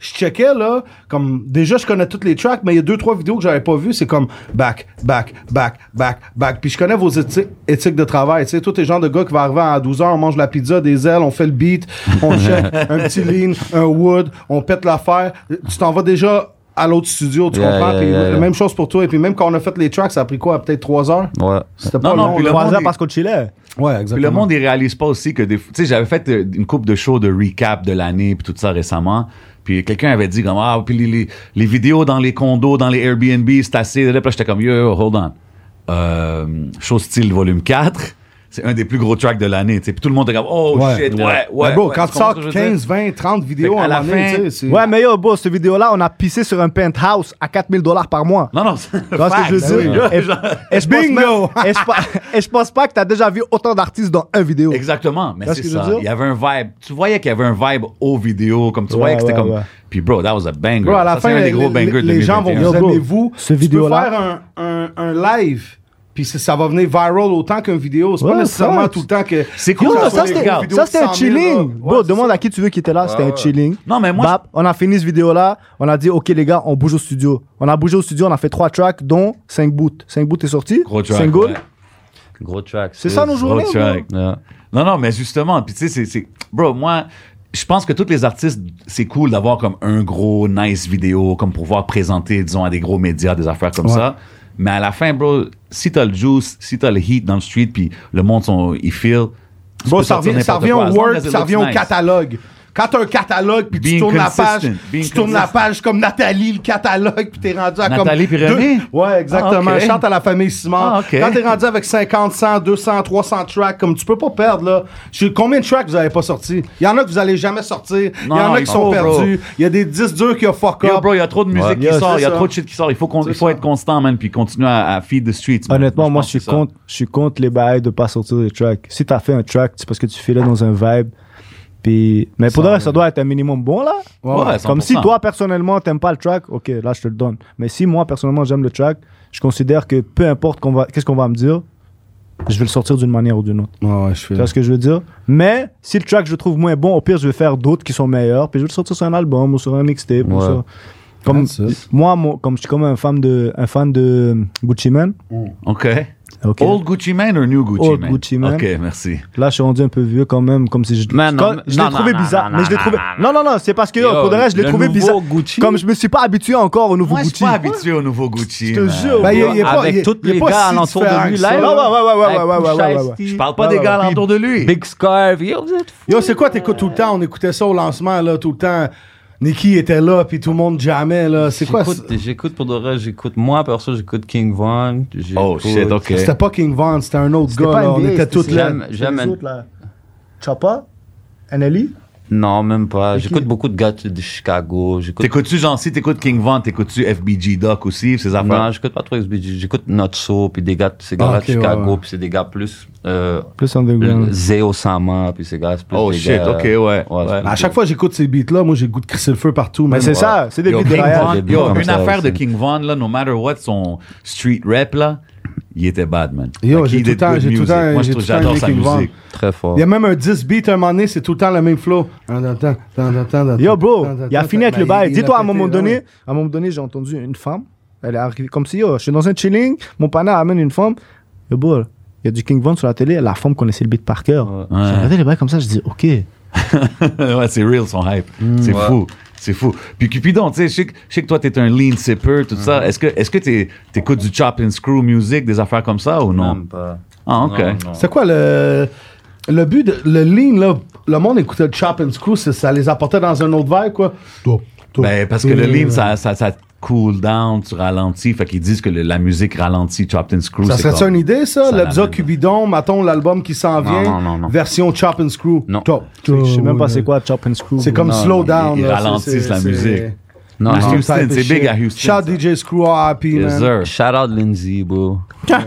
je checkais, là, comme, déjà, je connais toutes les tracks, mais il y a deux, trois vidéos que j'avais pas vues, c'est comme back, back, back, back, back. Puis je connais vos éthi- éthiques de travail, tu sais, tous les gens de gars qui vont arriver à douze heures, on mange la pizza, des ailes, on fait le beat, on check un petit lean, un wood, on pète l'affaire. Tu t'en vas déjà à l'autre studio, tu Yeah, comprends? yeah, Puis yeah, la yeah. même chose pour toi. Et puis même quand on a fait les tracks, ça a pris quoi? Peut-être trois heures? Ouais. C'était pas Non, non, long. puis le là. Trois monde heures est- parce qu'on chillait. Ouais, Puis exactement. le monde, il réalise pas aussi que des. Tu sais, j'avais fait euh, une couple de shows de recap de l'année, puis tout ça récemment. Puis quelqu'un avait dit, comme, ah, puis les, les, les vidéos dans les condos, dans les Airbnb, c'est assez. Là, puis j'étais comme, yo, yo, hold on. Euh, show style volume quatre, c'est un des plus gros tracks de l'année. Tu sais, puis tout le monde est comme, oh Ouais. shit, ouais, ouais. Ouais, bro, ouais, quand tu tu comprends sors ce que je veux dire? quinze, vingt, trente vidéos Fait qu'à à la la année, fin- tu sais, c'est... Ouais, mais yo, bro, cette vidéo-là, on a pissé sur un penthouse à quatre mille dollars par mois. Non, non, c'est Tu vois ce que je veux dire? Et, et je pense Bingo! même- et je pa- et je pense pas que t'as déjà vu autant d'artistes dans un vidéo. Exactement, mais Tu vois ce c'est que je veux ça. dire? Il y avait un vibe. Tu voyais qu'il y avait un vibe aux vidéos, comme tu Ouais, voyais que c'était ouais, comme. ouais. Puis bro, that was a banger. Bro, à la Ça, fin, c'est un des les, gros bangers les- de les gens vont deux mille vingt et un. vous Yo, aimer, bro, vous. ce Tu peux vidéo-là- faire un, un, un live, puis c'est- ça va venir viral autant qu'une vidéo. C'est Ouais, pas nécessairement fact. tout le temps que... C'est Faut cool, que Yo, soit ça, des c'était, vidéos ça, de c'était un cent mille, là. chilling. Ouais, Bro, c'est demande ça. à qui tu veux qui était là, c'était Ouais, un ouais. chilling. Non, mais moi, Bap, on a fini cette vidéo-là, on a dit, OK, les gars, on bouge au studio. On a bougé au studio, on a fait trois tracks, dont cinq boots. cinq boots est sorti. Gros track. Single. ouais. Gros track. C'est ça nos Gros journées, bro. track. Yeah. Non, non, mais justement, puis tu sais, c'est, c'est. Bro, moi, je pense que tous les artistes, c'est cool d'avoir comme un gros nice vidéo, comme pour pouvoir présenter, disons, à des gros médias, des affaires comme Ouais. ça. Mais à la fin, bro, si t'as le juice, si t'as le heat dans le street, puis le monde, son, il feel. tu Bon, peux ça sortir revient, ça n'importe revient quoi, au as long Word, as it ça looks revient au nice. catalogue. Quand t'as un catalogue, puis tu Being tournes la page, consistent, being tu tournes la consistent. page comme Nathalie, le catalogue, puis t'es rendu à comme... Nathalie puis René? deux- Ouais, exactement. Ah, ok. Chante à la famille Simon. Ah, ok. Quand t'es rendu avec cinquante, cent, deux cents, trois cents tracks, comme tu peux pas perdre, là. Je sais combien de tracks vous avez pas sortis? Il y en a que vous allez jamais sortir. Il y Non, en non, a il qui sont faut, bro. perdus. Il y a des disques durs qui ont fuck Yo, up. bro, il y a trop de musique Ouais. qui Yeah, sort, il y a c'est trop ça. de shit qui sort. Il faut, con- C'est il faut ça. être constant, man, puis continuer à, à feed the streets. man. Honnêtement, moi, pense je suis que c'est ça. contre, je suis contre les bails de pas sortir des tracks. Si t'as fait un track, c'est parce que tu filais dans un vibe. Puis, mais pour Ça, vrai, ça doit être un minimum bon, là. Ouais, Ouais, Comme si cent pour cent. toi, personnellement, t'aimes pas le track, ok, là, je te le donne. Mais si moi, personnellement, j'aime le track, je considère que peu importe qu'on va, qu'est-ce qu'on va me dire, je vais le sortir d'une manière ou d'une autre. Ouais, ouais, je fais... Tu vois ce que je veux dire? Mais si le track, je le trouve moins bon, au pire, je vais faire d'autres qui sont meilleurs, puis je vais le sortir sur un album ou sur un mixtape ou Ouais. ça. Comme, That's it. moi, mon- comme je suis comme un fan de, un fan de Gucci Mane. OK. ok. Old Gucci Mane ou New Gucci Old Mane? Gucci Mane. OK, merci. Là, je suis rendu un peu vieux quand même, comme si je. Man, quand- non, je non, l'ai trouvé non, bizarre. non, mais je l'ai non, trouvé. non, Non, non, non, c'est parce que, Yo, pour de vrai, je l'ai le trouvé nouveau bizarre. Gucci? Comme je me suis pas habitué encore au nouveau Moi, je suis Gucci. pas habitué au nouveau Gucci. Je te man. jure. Ben, il y a- il y a pas- Avec il y a- tous il y a les pas gars si alentour différent de lui, que là. ça. Ouais, ouais, ouais, ouais, ouais, Avec ouais, ouais, Pusha ouais, ouais, ouais. T, Je parle pas Ouais, des ouais, gars ouais. alentour de lui. Big Scarf, yo, vous êtes fous. Yo, c'est quoi t'écoutes tout le temps? On écoutait ça au lancement, là, tout le temps. Nicky était là, puis tout le monde jamais, là. C'est quoi? J'écoute- c'est- J'écoute pour de vrai, j'écoute moi, perso, j'écoute King Von. Oh, j'écoute- shit, OK. C'était pas King Von, c'était un autre C'était gars, pas là. N On B A, était c'était- tous là. J'aime, j'aime Les un- autres, là. Choppa? N L E? Non, même pas. Et J'écoute qui? beaucoup de gars de Chicago. J'écoute. T'écoutes-tu, genre, si t'écoutes King Von, t'écoutes-tu F B G Doc aussi, ces affaires? Non, j'écoute pas trop S B G. J'écoute Notso, puis des gars, ces gars-là Ah, ok, de Chicago, ouais, ouais. puis c'est des gars plus. Euh, Plus underground. Zéo Sama, puis ces gars, c'est plus Oh, des shit, gars- ok, ouais, ouais. c'est plus À chaque fois que j'écoute ces beats-là, moi, j'ai le goût de crisser le feu partout. Mais man. c'est Ouais. ça, c'est des Yo, beats de King Ryan. Von, Des beats yo, comme une ça affaire de aussi. King Von, là, no matter what, son street rap, là, il était bad, man. Yo, Like, j'ai he tout le did temps- good j'ai tout le music. temps- Moi, je j'ai trouve, tout le temps j'adore aimé sa King Von. musique. Très fort. Il y a même un dix beats, un moment donné, c'est tout le temps le même flow. Yo, bro, il a fini avec le bail. Il- il Dis-toi, a à un moment pété, donné, ouais. à un moment donné, j'ai entendu une femme. Elle est arrivée comme si, yo, je suis dans un chilling, mon panneau amène une femme. Yo, bro, il y a du King Von sur la télé, la femme connaissait le beat par cœur. Ouais. J'ai regardé les bails comme ça, je dis, ok. Ouais, c'est real son hype. c'est ouais. fou. C'est fou. Puis Cupidon, tu sais, je sais que- je sais que toi, t'es un lean sipper, tout ça. Est-ce que est-ce que t'es- t'écoutes du chop and screw music, des affaires comme ça ou non? Même pas. Ah, OK. Non, non. C'est quoi le. Le but de. Le lean, là, le monde écoutait le chop and screw, c'est- ça les apportait dans un autre vibe, quoi. Toi, toi. Ben, parce que le Euh, lean, ça, ça, ça cool down, tu ralentis. Fait qu'ils disent que le- la musique ralentit, chop and screw. Ça c'est serait ça comme- une idée, ça? ça Le Bza l'amène. Cupidon, mettons l'album qui s'en Non, vient, non, non, non. version chop and screw. Non. Top. Je sais même pas c'est quoi Chop and Screw. C'est bro. comme Non, slow non, down. ils là, ralentissent c'est- la c'est- musique. Non, À non. Houston, type of c'est shit. big à Houston. Shout D J Screw R P, Yes, man. sir. Shout out Lindsay, bro.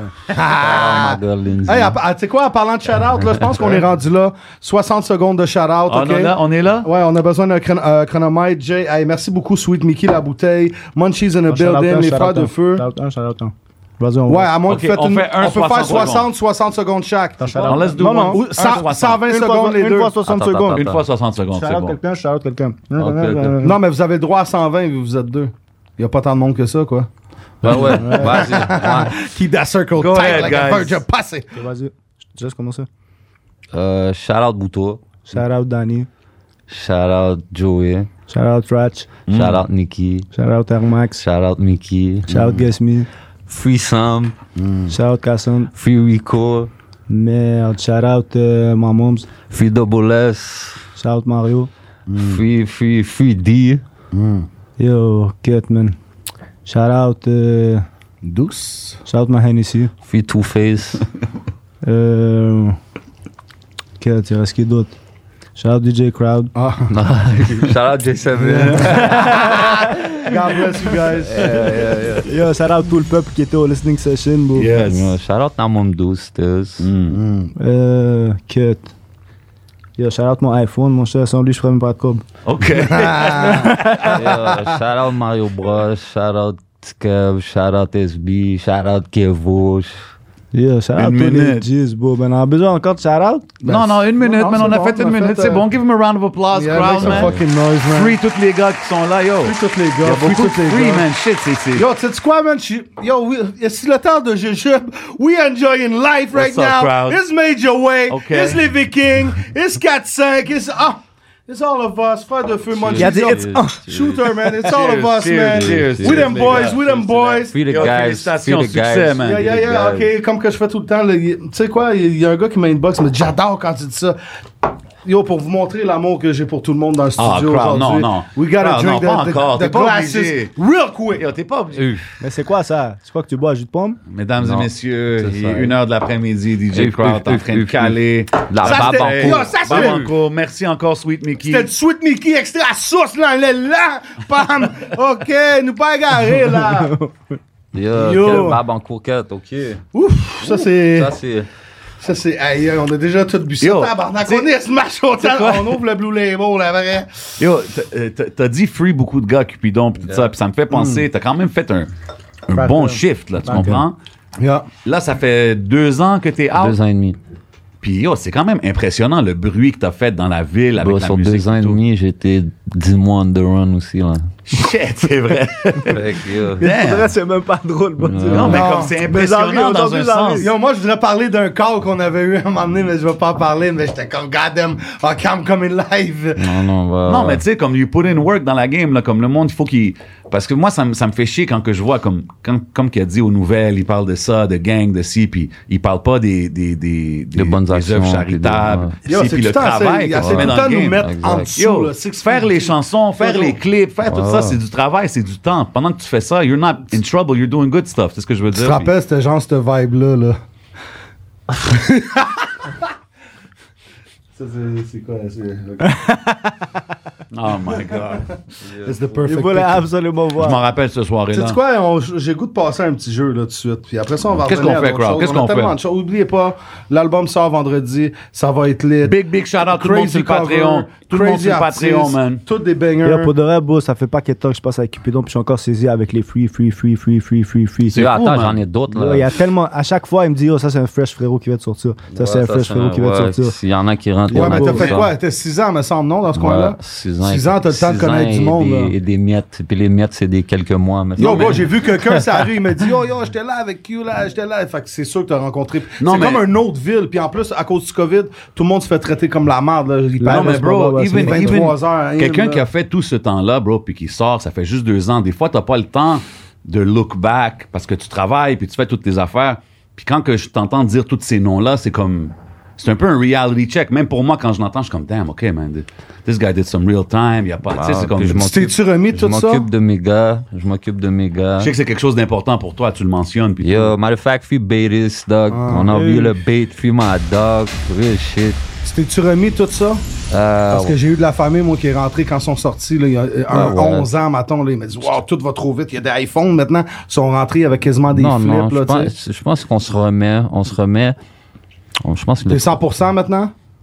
Ah! Oh my god, Lindsay. Hey, à- à- tu sais quoi, en parlant de shout-out, là, je pense qu'on est rendu là. soixante secondes de shout-out, Ah, OK? on est là? On est là? Ouais, on a besoin d'un chron- euh, chronomètre. Jay, hey, merci beaucoup, Sweet Mickey, la bouteille. Munchies in a Shout out building, un, les shout frères out de un. feu. Shout out un, shout out un. Vas-y, on Ouais, va. à moins Ok, que vous faites on une- fait un on peut faire soixante soixante, soixante secondes chaque. On laisse deux Non, non. Ou cent, cent vingt Une fois- secondes les une deux. fois soixante Attends, secondes. attends, Une fois soixante secondes, c'est Shout-out bon. quelqu'un, shout-out quelqu'un. Ok, ok. Non, mais vous avez le droit à cent vingt vu que vous êtes deux. Il n'y a pas tant de monde que ça, quoi. Ouais, ouais, vas-y. Ouais. Keep that circle Go tight ahead, like a guys. virgin pussy. Ok, vas-y. Je te laisse commencer. Euh, shout out Bouto. Shout-out Danny. Shout out Joey. Shout-out Ratch. Shout out Nikki. Shout-out Air Max. Shout out Mickey. Shout-out Guess Me. Free Sam. Shout-out Kassan. Free Rico. Merde. Shout-out euh, my moms. Free Double S. Shout-out Mario. Free, free, free D. Yo, Kit, man. Shout-out euh, Douce. shout-out my Hennessy. Free Two Face. Euh... Kit, il reste qui d'autre? Shout-out D J Crowd. Shout out J seven. God bless you guys. Yo, shout-out tout le peuple qui était au listening session, bro. Yes. Yeah, shout out Namom Doostes. Euh, Kit. Yo, shout-out mon iPhone, mon cher. Sans lui, je ferais même pas de cob. OK. Yeah, shout out Mario Bros. Shout out Skev. Shout out S B. Shout out Kevo. Yo, shout-out Une tous les minute. G's, bro. Ben, on a besoin encore de shout-out? Non, non, une minute, non, man. c'est On a bon, fait on une a minute. fait, C'est euh, bon. Give him a round of applause, Yeah, crowd, make some man. fucking noise, man. Free tous les gars qui sont là, yo. Free tous les Il y gars. a Free beaucoup de tous les free, gars. man. Shit, c'est... c'est- Yo, tu sais quoi, man? Je- Yo, we, c'est le temps de jujube. We enjoying life right What's up, now. crowd? It's Major Way. Okay. It's les Vikings. It's quatre cinq. It's, ah, it's all of us. Frère de feu, man. Il y a des Yo, hits. Ah. Shooter, man. It's all of us, Cheers, man. cheers, We cheers, them les boys. gars. We them boys. Free the Yo, guys. Free félicitations, the succès, guys. man. Yeah, yeah, yeah, ok, comme que je fais tout le temps. là, il- Tu sais quoi, il y a un gars qui m'a inbox, mais j'adore quand tu dis ça. Yo, pour vous montrer l'amour que j'ai pour tout le monde dans le studio Ah, crowd, aujourd'hui. non, non. We gotta Crowd, drink non, pas the, the, encore, the t'es pas glasses obligé. real quick. Yo, t'es pas obligé. Mais c'est quoi ça? C'est quoi que tu bois? Jus de pomme? Mesdames et Non, messieurs, c'est il ça. est une heure de l'après-midi, D J Uf, Crowd uf, est en uf, train de uf, caler. De la Ça, barbe c'était- en Yo, cours. ça, Barbe c'est- en cours. Merci encore, Sweet Mickey. C'était du Sweet Mickey extra sauce là, elle est là. Pam. Ok, nous pas égarés là. Yo, Yo. quelle barbe en courquette, ok. Ouf, ça c'est. Ça, c'est. Ça c'est. Aïe, on a déjà tout bu ça. Yo, Tabarnak, t'sais- on est smash autant. quoi? On ouvre le Blue Label, la vraie. Yo, t'as- euh, t'as- t'as dit free beaucoup de gars, Cupidon, pis tout ça, pis ça me fait penser, t'as quand même fait un, un Right, bon yeah. shift, là, tu Okay. comprends? Yeah. Là, ça fait deux ans que t'es out. Deux ans et demi. Puis yo, c'est quand même impressionnant le bruit que t'as fait dans la ville avec Bro, la sur musique. deux ans et tout. demi, j'étais dix mois on the run aussi, là. Shit, c'est vrai. Fait que, yo. Pour Damn. vrai, c'est même pas drôle, bro. Non. Non, mais Non. comme c'est Mais impressionnant j'arrive, dans un aujourd'hui, sens. j'arrive. Yo, moi, je voudrais parler d'un call qu'on avait eu à un moment donné, mais je vais pas en parler, mais j'étais comme, God damn, OK, I'm coming live. Non, non, va. Non, mais tu sais, comme you put in work dans la game, là, comme le monde, il faut qu'il... Parce que moi, ça, me- ça me fait chier quand que je vois, comme, quand, comme qu'il a dit aux nouvelles, il parle de ça, de gang, de ci, puis il parle pas des, des, des, des, De bonnes des actions, œuvres puis de- charitables, ouais. Yo, ci, c'est puis tout le le temps, travail c'est qu'on c'est met tout le dans temps le nous game. mettre en Exact. dessous, Yo, là. Six faire feet. les chansons, faire Toujours. les clips, faire tout Ouais, ça, ouais. c'est du travail, c'est du temps. Pendant que tu fais ça, you're not in trouble, you're doing good stuff. C'est ce que je veux Tu dire. te rappelles, c'était genre cette vibe-là, là. Ça, c'est c'est quoi? C'est Oh my God. it's the Il perfect voulait picture. absolument Je voir. m'en rappelle ce soir-là. Tu sais quoi? on- J'ai goût de passer un petit jeu là tout de suite. Puis après ça, on va Qu'est-ce revenir qu'on à fait, d'autres crowd? choses. Qu'est-ce On a qu'on tellement fait? de choses. Oubliez pas, l'album sort vendredi. Ça va être lit. Big, big shout out tout le monde sur le Patreon. Tout le monde sur le Patreon, man. Toutes des bangers. Yo, pour de vrai, bro, ça fait pas quelque temps que je passe avec Cupidon, puis je suis encore saisi avec les free, free, free, free, free, free, free. C'est Yo, fou, attends, man. j'en ai d'autres, Yo, là. il y a tellement. À chaque fois, il me dit, oh, ça, c'est un fresh frérot qui vient de sortir. Ça, c'est Ouais, un fresh frérot qui vient de ouais, sortir. S'il y en a qui rentrent. Ouais, on mais a t'as tout fait ça. quoi? T'as six ans, me semble, non, dans ce Ouais, coin-là? six ans. Six ans, t'as le temps de six connaître ans du et monde, des- là. Et des miettes. Puis les miettes, c'est des quelques mois. Mais Yo, non, bro, mais- j'ai vu quelqu'un sur la rue, il m'a dit Yo, yo, j'étais là avec Q, là, j'étais là. Fait que c'est sûr que t'as rencontré. Non, C'est mais- comme une autre ville, puis en plus, à cause du COVID, tout le monde se fait traiter comme la merde, là. Il Non, parle, mais c'est bro, pas- even, c'est even vingt-trois heures, hein, quelqu'un là. qui a fait tout ce temps-là, bro, puis qui sort, ça fait juste deux ans. Des fois, t'as pas le temps de look back parce que tu travailles puis tu fais toutes tes affaires. Puis quand que je t'entends dire tous ces noms-là, c'est comme... C'est un peu un reality check. Même pour moi, quand je l'entends, je suis comme, damn, OK, man, this guy did some real time. Il y a pas... tu sais, c'est comme... puis je Je m'en- Tu t'es-tu remis de Je tout ça? m'occupe de mes gars. Je m'occupe de mes gars. sais que c'est quelque chose d'important pour toi, tu le mentionnes. Puis Yo, matter of fact, free Baitis, dog. On a oublié le bait, free my dog. Real shit. Tu t'es-tu remis de tout ça? Euh, Parce que j'ai eu de la famille, moi, qui est rentrée quand ils sont sortis, là, il y a euh, un, Ouais, ouais. onze ans, mettons, là, il m'a dit, wow, tout va trop vite. Il y a des iPhones maintenant, ils sont rentrés avec quasiment des non, flips, non, je là, tu sais. pense, je pense qu'on se remet. On se remet. on- Je pense que le- T'es cent pour cent maintenant?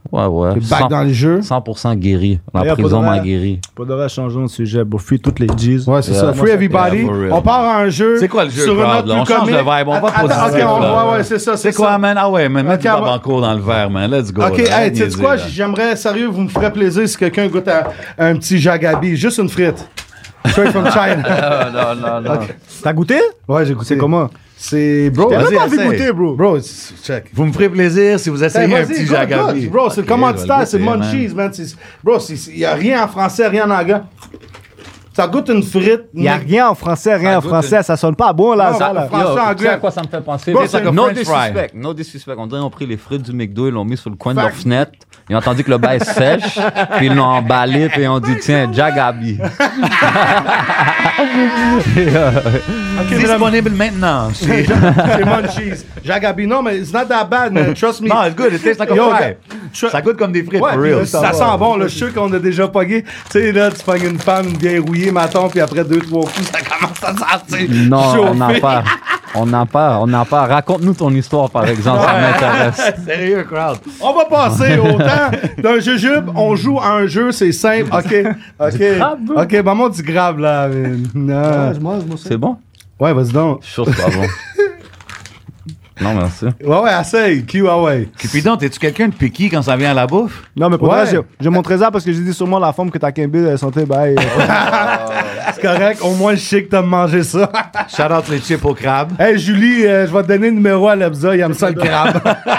Ouais, ouais. T'es back cent dans le jeu. cent pour cent guéri. La D'ailleurs, prison pour de m'a vrai- guéri. Pour de vrai, changeons de sujet. Bon, fuis toutes les G's. Ouais, c'est Yeah. ça. Moi, Free ça- everybody. yeah, for real. On part à un jeu. C'est quoi le jeu, sur une crowd, note là? plus On change comique. de vibe, on va Attends, positif, attends, là. on- Ouais, ouais, c'est ça. C'est ça. quoi, man? Ah ouais, man, mets Ok, du on va- banco dans le verre, man. Let's go. Ok, là. hey, Arrête tu sais niaiser, quoi? là. J'aimerais, sérieux, vous me ferez plaisir si quelqu'un goûte à un petit jagabi. Juste une frite. Straight from China. non, non, non. T'as goûté? Ouais, j'ai goûté. C'est comment? C'est, bro. T'as Vas-y, même pas envie de essaye. goûter, bro. Bro, c'est- check. Vous me ferez plaisir si vous Hey, essayez un vas-y, petit goûte, jagabi. goûte. Bro, c'est le Ok, commanditaire, je vais c'est le goûter, Munchies, man. C'est- Bro, il n'y a rien en français, rien en anglais. Ça goûte une frite. Il y a mais- rien en français, rien Ça en goûte français. Ça sonne pas bon, là, Non, ça, ça- là. Français, Yo, tu sais anglais. à quoi ça me fait penser? Bon, C'est c'est no comme French fry. disrespect, no disrespect. On dirait qu'ils ont pris les frites du McDo, ils l'ont mis sur le coin de Fait- leur fenêtre. Ils ont entendu que le bail sèche, puis ils l'ont emballé, puis ils ont dit, tiens, Jagabi. Ok, Disponible maintenant. c'est c'est Munchies. Jagabi, non, mais it's not that bad, man. Trust me. Non, it's good. It tastes like a Yo, fry. tr- Ça goûte comme des frites, Ouais, for puis real. là, ça, sent bon, là. Je suis sûr qu'on a déjà pogné. Tu sais, là, tu pognes une femme bien rouillée, maton, puis après deux, trois coups, ça commence à sentir. Non, on n'a chauffé. pas. On n'a pas, on n'a pas. Raconte-nous ton histoire, par exemple, ça m'intéresse. Sérieux, crowd. On va passer au temps d'un jujube. On joue à un jeu, c'est simple. OK. OK. OK, bah, moi, du grave, là. man. Non. C'est bon? Ouais, vas-y donc. Je suis sûr que c'est pas bon. Non, merci. Ouais, ouais, essaye. Q, ah ouais. Cupidon, t'es-tu quelqu'un de picky quand ça vient à la bouffe? Non, mais pour Ouais. vrai, j'ai- j'ai montré ça parce que j'ai dit sûrement la forme que t'as Kimby, elle sentait, bah, euh, C'est correct. Au moins, je sais que t'as mangé ça. Shout out les chips au crabe. Hey, Julie, euh, je vais te donner le numéro à Lebza. Il aime ça, le crabe.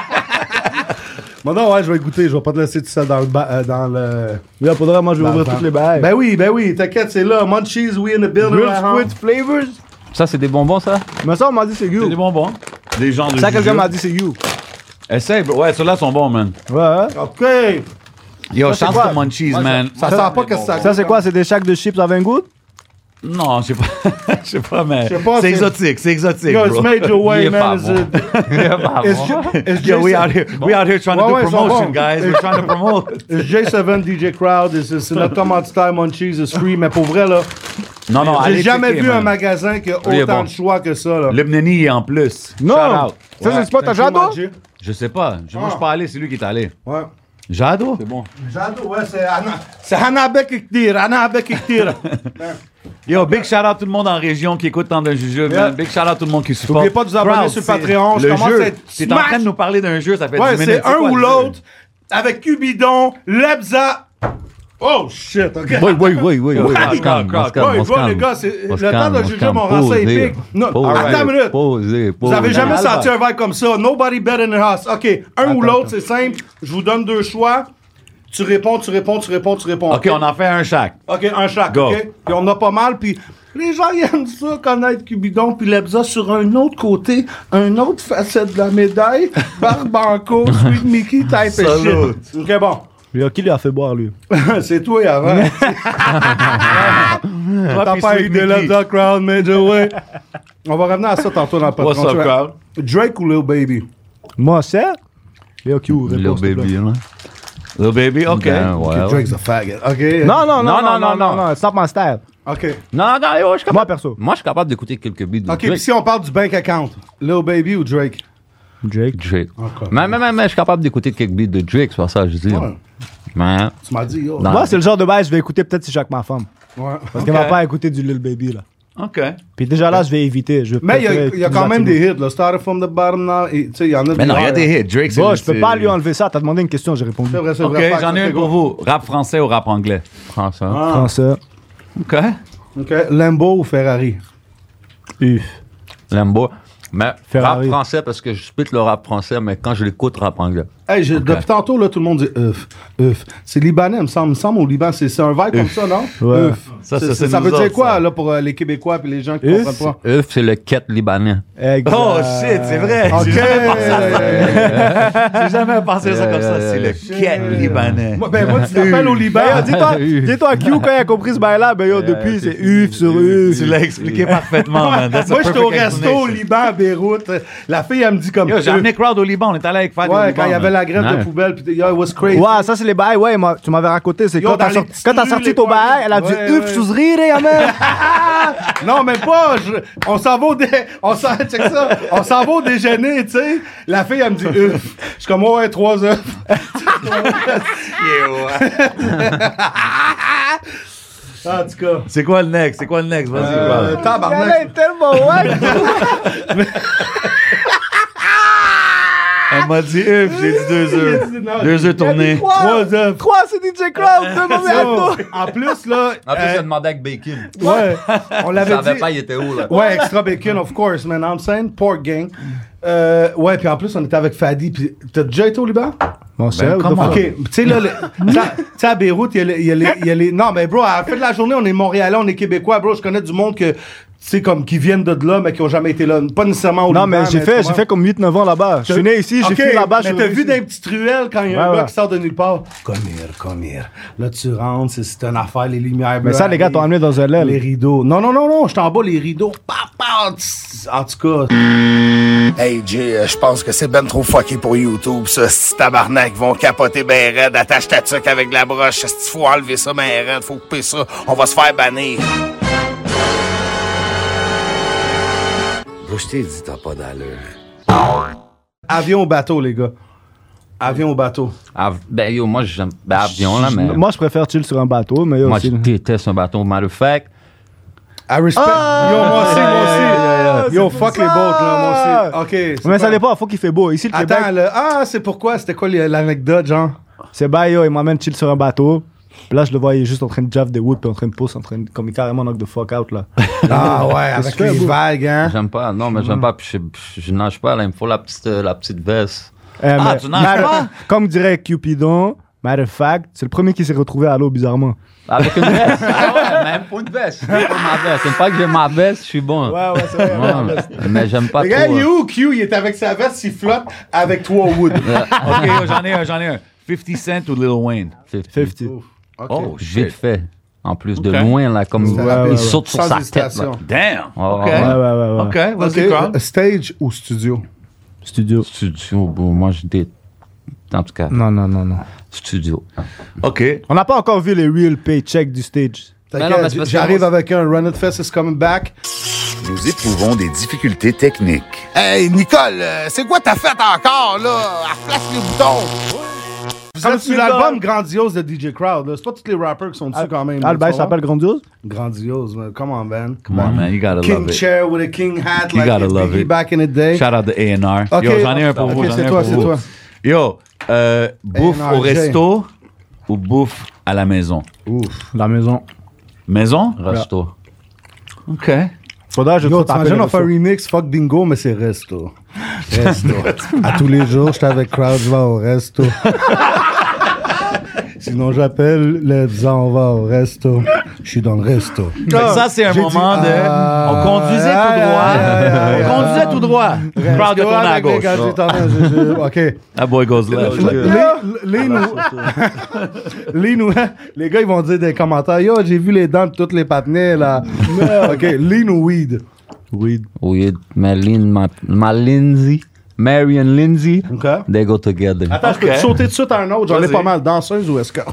Bon, non, ouais, je vais goûter. Je vais pas te laisser tout ça dans le... ba- euh, dans le... là, pour de vrai, moi, je vais dans ouvrir le toutes les bails. Ben oui, ben oui. T'inquiète, c'est là. Munchies, we in the building. Grilled right now. squid flavors. Ça, c'est des bonbons, ça? Mais ça, on m'a dit c'est C'est you. des bonbons. Des genres de Ça, quelqu'un jujubes. m'a dit c'est you. Essaye, bro. Ouais, ceux-là sont bons, man. Ouais, hein? OK. Yo, c'est chance quoi? pour Munchies, man. Ça sent pas que ça... Ça, c'est quoi? C'est des sacs de chips avec un goût? Non, je sais pas. Je sais pas, mais. sais pas, C'est c'est- exotique, c'est exotique, Yo, it's bro. made your Il way, est pas man. Is bon. it- Il est pas It's bon. ju- it's Yo, we J- out here, we out here trying to Ouais, do ouais, ils sont promotion, bons. guys. We're trying to promote. it's J seven D J Crowd. C'est c'est notre commanditaire Munchies is free. Mais pour vrai, là, Non, non, j'ai allez jamais checker, vu man. un magasin qui a Lui est autant bon. de choix que ça, là. Le Mneni est en plus. Non. Shout out. Ça, c'est le spot à Thank you, Jado? Maggi. Je sais pas. Je- Moi, je suis pas allé, c'est lui qui est allé. Ouais. Jado? C'est bon. Jado, ouais, c'est Anna. C'est Hannah Bekiktir. Hannah Bekiktir. Yo, big shout out tout le monde en région qui écoute tant d'un jujube, Yeah. man. Big shout out tout le monde qui supporte. N'oubliez pas de vous abonner Crowd, sur c'est- Patreon. Je Le commence jeu. à être T'es en smash. train de nous parler d'un jeu, ça fait Ouais, dix minutes. c'est un quoi ou le jeu? l'autre. Avec Cubidon, Lebza. Oh shit, ok. Oui, oui, oui, oui, oui. Crowd, On se calme, crowd, on se calme, Ouais, on se ouais, les calme. gars, c'est On se le temps calme, de on se juger calme. mon rang, ça Posez, épique. Non, posez, attends une minute. Posez, Vous avez posez. jamais Alba. senti un vibe comme ça. Nobody better than us. OK, un ou l'autre, c'est simple. Je vous donne deux choix. Tu réponds, tu réponds, tu réponds, tu réponds. Ok, on en fait un chaque. OK, un chaque, Go. OK? Puis on a pas mal, puis les gens ils aiment ça, connaître Cubidon, puis Lebza sur un autre côté, un autre facette de la médaille, Barbanco, Sweet Mickey, type of Salute. shit. OK, bon. Yo, qui lui a fait boire, lui? C'est toi avant. Toi, T'as puis pas Sweet aidé Mickey. Lebza Crowd, Major Way. On va revenir à ça tantôt dans le patron. What's up, crowd? Drake ou Lil Baby? Moi, c'est? Yo, Q, réponse, Lil s'il te plaît. baby, là. Little baby, ok. Ben, ouais, ouais. Drake's a faggot. OK. Non, non, non, Non, non, non, non, non, non, stop my style. OK. Non, non, yo, je suis capable. Moi, perso. Moi, je suis capable d'écouter quelques beats de OK, puis Drake. si on parle du bank account, Lil Baby ou Drake? Drake. Drake. Ok. Mais, mais, mais, mais, je suis capable d'écouter quelques beats de Drake, c'est pour ça que je dis. Ouais. Mais, Tu m'as dit, yo. Non. Moi, c'est le genre de bail, je vais écouter peut-être si j'ai avec ma femme. Ouais. Parce qu'elle va pas écouter du Lil Baby, là. Ok. Puis déjà là, je vais éviter. Je vais Mais il y a, préférer il y a écouter quand même Latino. des hits, là. Started from the bottom now. et, Tu sais, il y en a Mais non, il y a Ouais, des hits. Drake, c'est Bon, le- je peux c'est- pas lui enlever ça. T'as demandé une question, j'ai répondu. C'est vrai, c'est Ok, vrai. Fact, j'en ai ok, un go. pour vous. Rap français ou rap anglais? français. Ah, Français. Ok. OK. Lambo ou Ferrari? Uf. Lambo. Mais Ferrari. rap français parce que je spit le rap français, mais quand je l'écoute, rap anglais. Hey, je- depuis tantôt, là, tout le monde dit uf, uf. C'est libanais, il me semble. Il me semble au Liban, c'est c'est un vibe comme ça, non? Ouais. Uf. Ça, C'est- ça, c'est ça nous veut dire autres, quoi, ça. là, pour euh, les Québécois et les gens qui Uf. comprennent pas? Uf, c'est le quête libanais. Exact. Oh shit, c'est vrai. OK. J'ai jamais pensé à ça. J'ai jamais pensé à ça comme ça. C'est le quête libanais. Moi, ben, moi, tu t'appelles au Liban. Ben, yo, dis-toi, dis-toi, Q, quand il a compris ce bail-là, ben yo, depuis, c'est uf sur uf. Tu l'as expliqué parfaitement, man. That's a Moi, j'étais au perfect resto au explanation. Liban, à Beyrouth. La fille, elle me dit comme. Yo, j'ai uf. amené Crowd au Liban. On est allé avec Fadi au Ouais, Liban. quand il y avait man. la grève Ouais. de poubelle, puis yo, it was crazy. Ouais, ça, c'est les bails, ouais, moi, tu m'avais raconté. C'est Yo, quand dans t'as les sorti, petites quand t'as rues, sorti les ton poignées. bail, elle a dit Ouais, Uf, ouais. sous rire, hein, man. Non, mais pas. je- on s'en va au dé- on s'en, check ça. On s'en va au déjeuner, tu sais. La fille, elle me dit, Uf. Je suis comme, ouais, trois œufs. Ah, en tout cas. C'est quoi le next? C'est quoi le next? Vas-y, Euh, parle. Elle tabarnak. est tellement ouais. Elle m'a dit, Uf, j'ai dit deux œufs. Non, Deux œufs tournés. Trois œufs. Trois, c'est D J Crowd. Deux mauvais Yo, en plus, là. En plus, euh, il a demandé avec bacon. ouais, on Je l'avait savais dit. pas, il était où, là? Ouais, extra bacon, of course, man. I'm saying, pork gang. Euh, ouais, puis en plus, on était avec Fadi. Puis t'as déjà été au Liban? Mon Ben, comment? Ok, tu sais, là, le- tu sais, tu sais, à Beyrouth, il y, a les- il y a les- il y a les. Non, mais bro, à la fin de la journée, on est Montréalais, on est Québécois, bro. Je connais du monde que, tu sais, comme, qui viennent de là, mais qui ont jamais été là. Pas nécessairement au Non, Liban. mais j'ai tu fait, comprends? j'ai fait comme huit neuf ans là-bas. Je suis né ici, j'ai Ok, fait là-bas. mais je t'as suis vu ici. dans les petites ruelles quand il y a un Ouais, gars ouais. qui sort de nulle part? Come here, come here. Là, tu rentres, c'est, c'est une affaire, les lumières Mais ça, les gars t'ont amené dans un Les l'aile. rideaux. Non, non, non, non, j'étais en bas, les rideaux. Pa, pa, tss. En tout cas. Hey Jay, euh, je pense que c'est ben trop fucké pour YouTube, ça. Si tabarnak vont capoter ben raide, attache ta tuque avec de la broche. Si faut enlever ça ben raide, faut couper ça, on va se faire bannir. Bro, je t'ai dit, t'as pas d'allure. Avion au bateau, les gars. Avion au bateau. Av- ben, yo, moi, j'aime. Ben, avion, là, mais. Moi, je préfère chill sur un bateau, mais Moi, aussi. je déteste un bateau. Matter of fact, I respect. Yo, moi aussi, moi aussi. yeah, Yo, c'est pour fuck les ça. boats, là, moi aussi. OK. c'est Mais ça quoi? dépend, faut qu'il fait beau. Ici, le Attends, Québec, là. Ah, c'est pourquoi? C'était quoi les- l'anecdote, genre? c'est bail, yo, il m'emmène chill sur un bateau. Puis là, je le voyais juste en train de jaff des woods, puis en train de pousse, en train de, comme il carrément knock the fuck out, là. Ah, ouais, avec que les beau. vagues, hein? j'aime pas. Non, mais j'aime pas. Puis je, je, je nage pas, là. Il me faut la petite, euh, la petite veste. Eh, Ah, mais- tu nages matter- pas? Comme dirait Cupidon, matter of fact, c'est le premier qui s'est retrouvé à l'eau, bizarrement. Avec une veste. Ah ouais, même pas une veste. Même pas ma veste. Une fois que j'ai ma veste, je suis bon. ouais, c'est vrai. Ouais, mais j'aime pas Le trop. gars, il est euh, où, Q? Il est avec sa veste, il flotte avec trois wood. OK, yo, j'en ai un, j'en ai un. fifty Cent ou Lil Wayne? cinquante. Oh, Vite shit. fait. En plus de Ok. loin, là, comme C'était il, rapide. il saute sur Sans sa tête. Là. hésitation. Damn. Oh, OK. ouais, Ouais, ouais, ouais. ouais. OK, vas-y, Carl. OK, stage ou studio? Studio. Studio, bon, moi, je dé... En tout cas, Non, non, non, non. studio. OK. On n'a pas encore vu les real paychecks du stage. T'inquiète, non, mais c'est parce que j'arrive on- avec un Run It Fest is coming back. Nous éprouvons des difficultés techniques. Hey Nicole, euh, c'est quoi t'as fait encore, là? Flash les boutons. Vous êtes sur l'album Grandiose de D J Crowd. là. C'est pas tous les rappers qui sont dessus quand même. Ah, le bail tu vois? s'appelle Grandiose? Grandiose, man. Come on, man. Come on, man. You gotta King love it. chair with a king hat You like gotta it love Biggie it. back in the day. Shout out to A and R. Ok. Yo, j'en ai un pour Ok, vous. j'en ai c'est un toi, pour c'est vous. toi. Yo, euh, bouffe A and R au J. resto ou bouffe à la maison? Ouf. La maison. Maison? Resto. OK. Faudra que je Yo, te rappelle t'imagines, on le fait un resto. remix, fuck bingo, mais c'est resto. Resto. À tous les jours, j'étais avec Crowd, je vais au resto. Sinon, j'appelle, les disant, on va au resto. Je suis dans le resto. Fait que ça, c'est un J'ai moment dit, de. ah, on conduisait ah, tout droit. ah, ah, on ah, conduisait ah, tout droit. Crowd de tourner à Avec les gauche. gars, j'ai tendance, je- je- OK. That boy goes left. Les, les, nous, les, nous, les gars, ils vont dire des commentaires. Yo, j'ai vu les dents de toutes les patinets, là. OK, lean ou weed? Weed. Oui, mais Lynn, ma, ma Lindsay, Mary and Lindsay, OK. they go together. Attends, je peux te sauter tout de suite à un autre. J'en ai Vas-y. pas mal. Danseuse ou escorte?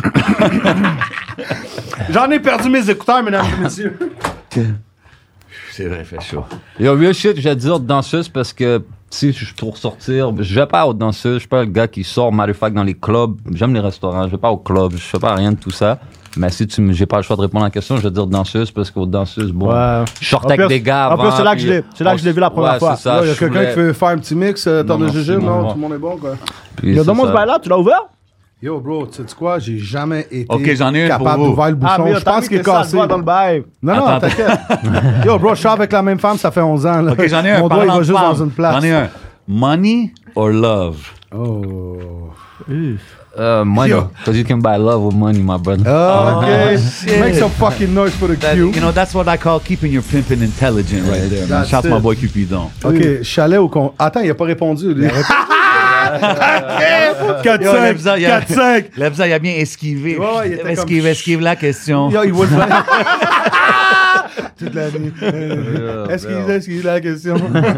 J'en ai perdu mes écouteurs, mesdames et messieurs. C'est vrai, fait chaud. Yo, real shit, je vais dire danseuse parce que si je trouve sortir, je vais pas aux danseuses, je suis pas le gars qui sort matter of fact dans les clubs. J'aime les restaurants, je vais pas au club, je fais pas rien de tout ça. Mais si tu me, j'ai pas le choix de répondre à la question, je vais dire danseuse parce qu'aux danseuses, bon, Ouais. je sortais En avec plus- des gars en plus, avant, c'est là que puis je l'ai- c'est là que je l'ai vu la première ouais, fois. c'est ça, Il y a je quelqu'un voulais- qui veut faire un petit mix, euh, temps Non, de non, jujube, c'est non? bon. Tout le monde est bon, quoi. puis Yo, c'est donne-moi ce ça. bail-là, tu l'as ouvert? Yo, bro, tu sais quoi? J'ai jamais été Ok, j'en ai une pour capable vous. d'ouvrir le bouchon. Ah, mais je pense qu'il est ça cassé. dans le bail. Non, non, Attends, t'inquiète. Yo, bro, je suis avec la même femme, ça fait onze ans. Là. OK, j'en ai un. Mon doigt, il parlant va de juste femme. dans une place. J'en ai un. Money or love? Oh. Uh, money, Yo. because you can buy love with money, my brother. Oh, OK. shit. Make some fucking noise for the That- Q. you know, that's what I call keeping your pimpin' intelligent right there, man. That's Shout to it. my boy Cupidon. OK, chalet au con... Attends, il a pas répondu. lui. quatre Yo, cinq, Lebza, il a- quatre cinq. Lebza, il a bien esquivé. Ouais, ouais, il était esquive, comme- esquive la question. Yo, il voit le toute la nuit. Est-ce qu'il est-ce qu'il a la question?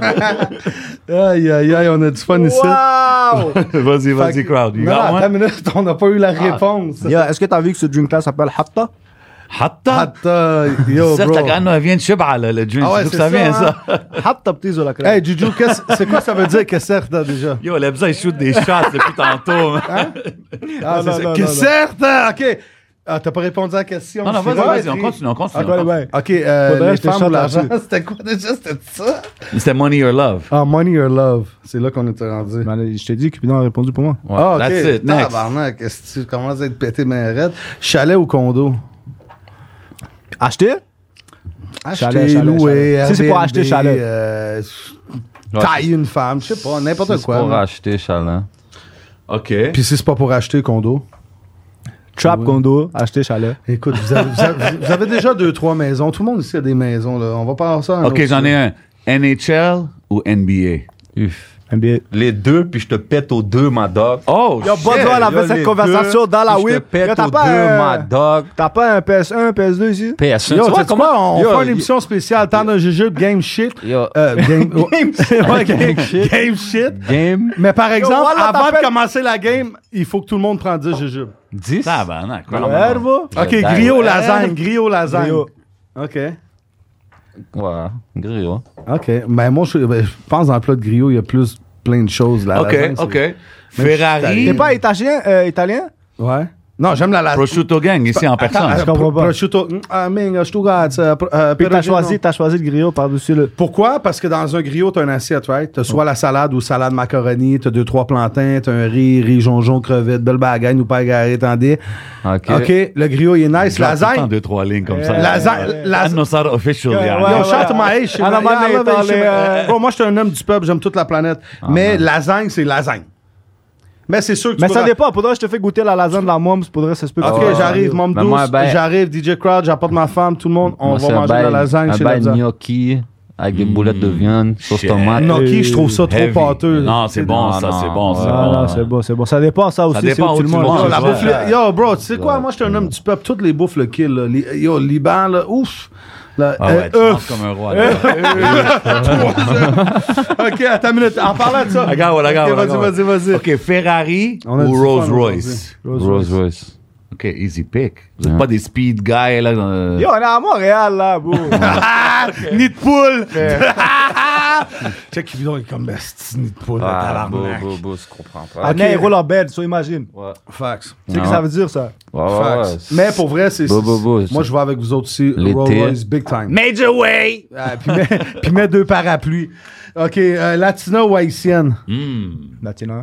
Aïe, aïe, aïe, on a du fun ici. Wow! Vas-y, vas-y, Fait que- crowd. You Non, got attends one? une minute, on n'a pas eu la réponse. Yo, est-ce que t'as vu que ce drink-là s'appelle Hatta? Hatta? Attends, yo, Certes, bro. quand elle vient de Shib'a, le le drink. Ah ouais, C'est d'où que c'est ça vient, ça, ça. Hatta p'tizo la crème. Hey, Juju, qu'est-ce- c'est quoi ça veut dire que certes, déjà? Yo, Lebza, il shoot des shots depuis tantôt. Ah, Non, c'est non, ça. non, Que non, certes, hein, OK. Ah, t'as pas répondu à la question. Non, non, C'est vas-y, quoi, vas-y, on Tri? continue, on continue. Ah, quoi, on les continue. bails? OK, euh, Faudrait les que je te femmes ou chante l'argent, là-dessus. c'était quoi déjà? C'était ça? C'était Money or Love. Ah, Money or Love. C'est là qu'on était rendu. Ben, je t'ai dit, Cupidon a répondu pour moi. Ah, OK. That's it, next. Tabarnak, est-ce que tu commences à être pété main raide? Chalet ou condo? Acheter? Acheter, Chalet, chalet, louer, chalet. Si c'est pour Airbnb, acheter chalet. euh, Ouais, tailler une femme, je sais pas, n'importe c'est quoi. pour là. acheter chalet. OK. Puis si c'est pas pour acheter condo? Trap Oui. condo, acheter chalet. Écoute, vous avez, vous avez- vous avez déjà deux, trois maisons. Tout le monde ici a des maisons, là. On va passer ça. OK, j'en ai un. N H L ou N B A? Uf. N B A. Les deux, puis je te pète aux deux, ma dog. Oh, Yo, shit. Bozo, elle Yo, avait cette les conversation deux, dans la puis je te whip. pète Yo, t'as aux pas deux, un- ma dog. T'as pas un P S un, P S deux ici? P S un. Yo, tu vois tu sais quoi? On Yo, fait une yo, émission spéciale. Temps d'un jujube, game shit. Yo, Euh, game, ouais, game, shit. game shit. game Mais par exemple, voilà, avant de t'appelles- commencer la game, il faut que tout le monde prenne dix jujubes. dix. Tabarnak. quoi. Herbo? OK, Ouais, griot ouais. lasagne, griot lasagne. Griot. OK. Ouais, griot. OK. Ben moi, je, ben, je pense dans le plat de griot, il y a plus plein de choses. La OK, lasagne, c'est- OK. Ferrari. T'es pas italien? Euh, italien? Ouais. Non, j'aime la lasagne. Prosciutto Gang, ici en personne. Je comprends pas. Prosciutto. mm, Ah, ming, Stuttgart, euh, pr- euh, Puis t'as Perugino. choisi, t'as choisi le griot par-dessus le... Pourquoi? Parce que dans un griot, t'as une assiette, right? T'as soit la salade ou salade macaroni, t'as deux, trois plantains, t'as un riz, riz, jonjon, crevette, belle bagagne ou pas égaré, attendez. OK. OK, le griot, il est nice. Genre, tout le temps Lasagne. deux, trois lignes comme ça. Lasagne. la- Annosar official. Ouais, yeah. ouais, Yo, ouais. chante ma hache. Ah, non, mais dans les, euh, Bon, moi, je suis un homme du peuple, j'aime toute la planète. Mais lasagne, c'est lasagne. Mais c'est sûr que tu Mais ça pourras- dépend. Faudrait que je te fais goûter la lasagne de la moms. Faudrait ça se peut. que OK, tu- j'arrive, Mom Mais moi, douce, ben- j'arrive, D J Crowd, j'apporte ma femme, tout le monde, on Moi, va c'est un manger de la bail- lasagne un chez bail Labza. gnocchi avec des boulettes de viande, sauce Shit. tomate. Gnocchi, je trouve ça trop Heavy. pâteux. Non, c'est bon, ça, non, c'est bon, c'est ouais. Ah bon. non, c'est bon, c'est bon. Ça dépend, ça aussi. dépend c'est où tu le le manges. Yo, la Ouais. bouffe, li- yo, bro, tu sais quoi? Moi, je suis un homme du peuple. Toutes les bouffes le kill. Là. Li- Yo, Liban, là, ouf. Là, Ah ouais, tu euh, manges ouf. comme un roi. là. OK, attends une minute. En parlant de ça. I got one, I got Ok, one, I vas-y, got one. vas-y, vas-y. OK, Ferrari On a du ou fun Rolls Royce? Rolls Royce. OK, easy pick. Vous n'êtes Ouais. pas des speed guys, là. dans- Yo, on est à Montréal, là, bro. Ah, nid de poule. Check, Kibidon est comme best. Nid de poule, Ah, beau, tabarnak. beau, beau, je comprends pas. Ah, il roule en bed, so imagine. Ouais. Facts. Tu sais Non. que ça veut dire, ça? Ouais, ouais, Facts. ouais. Mais pour vrai, c'est. Beau, beau, beau, Moi, ça. je vais avec vous autres aussi. L'été. Rolls Royce, big time. Major way! Ah, puis, mets, puis mets deux parapluies. OK, euh, Latina ou haïtienne? Hmm. Latina.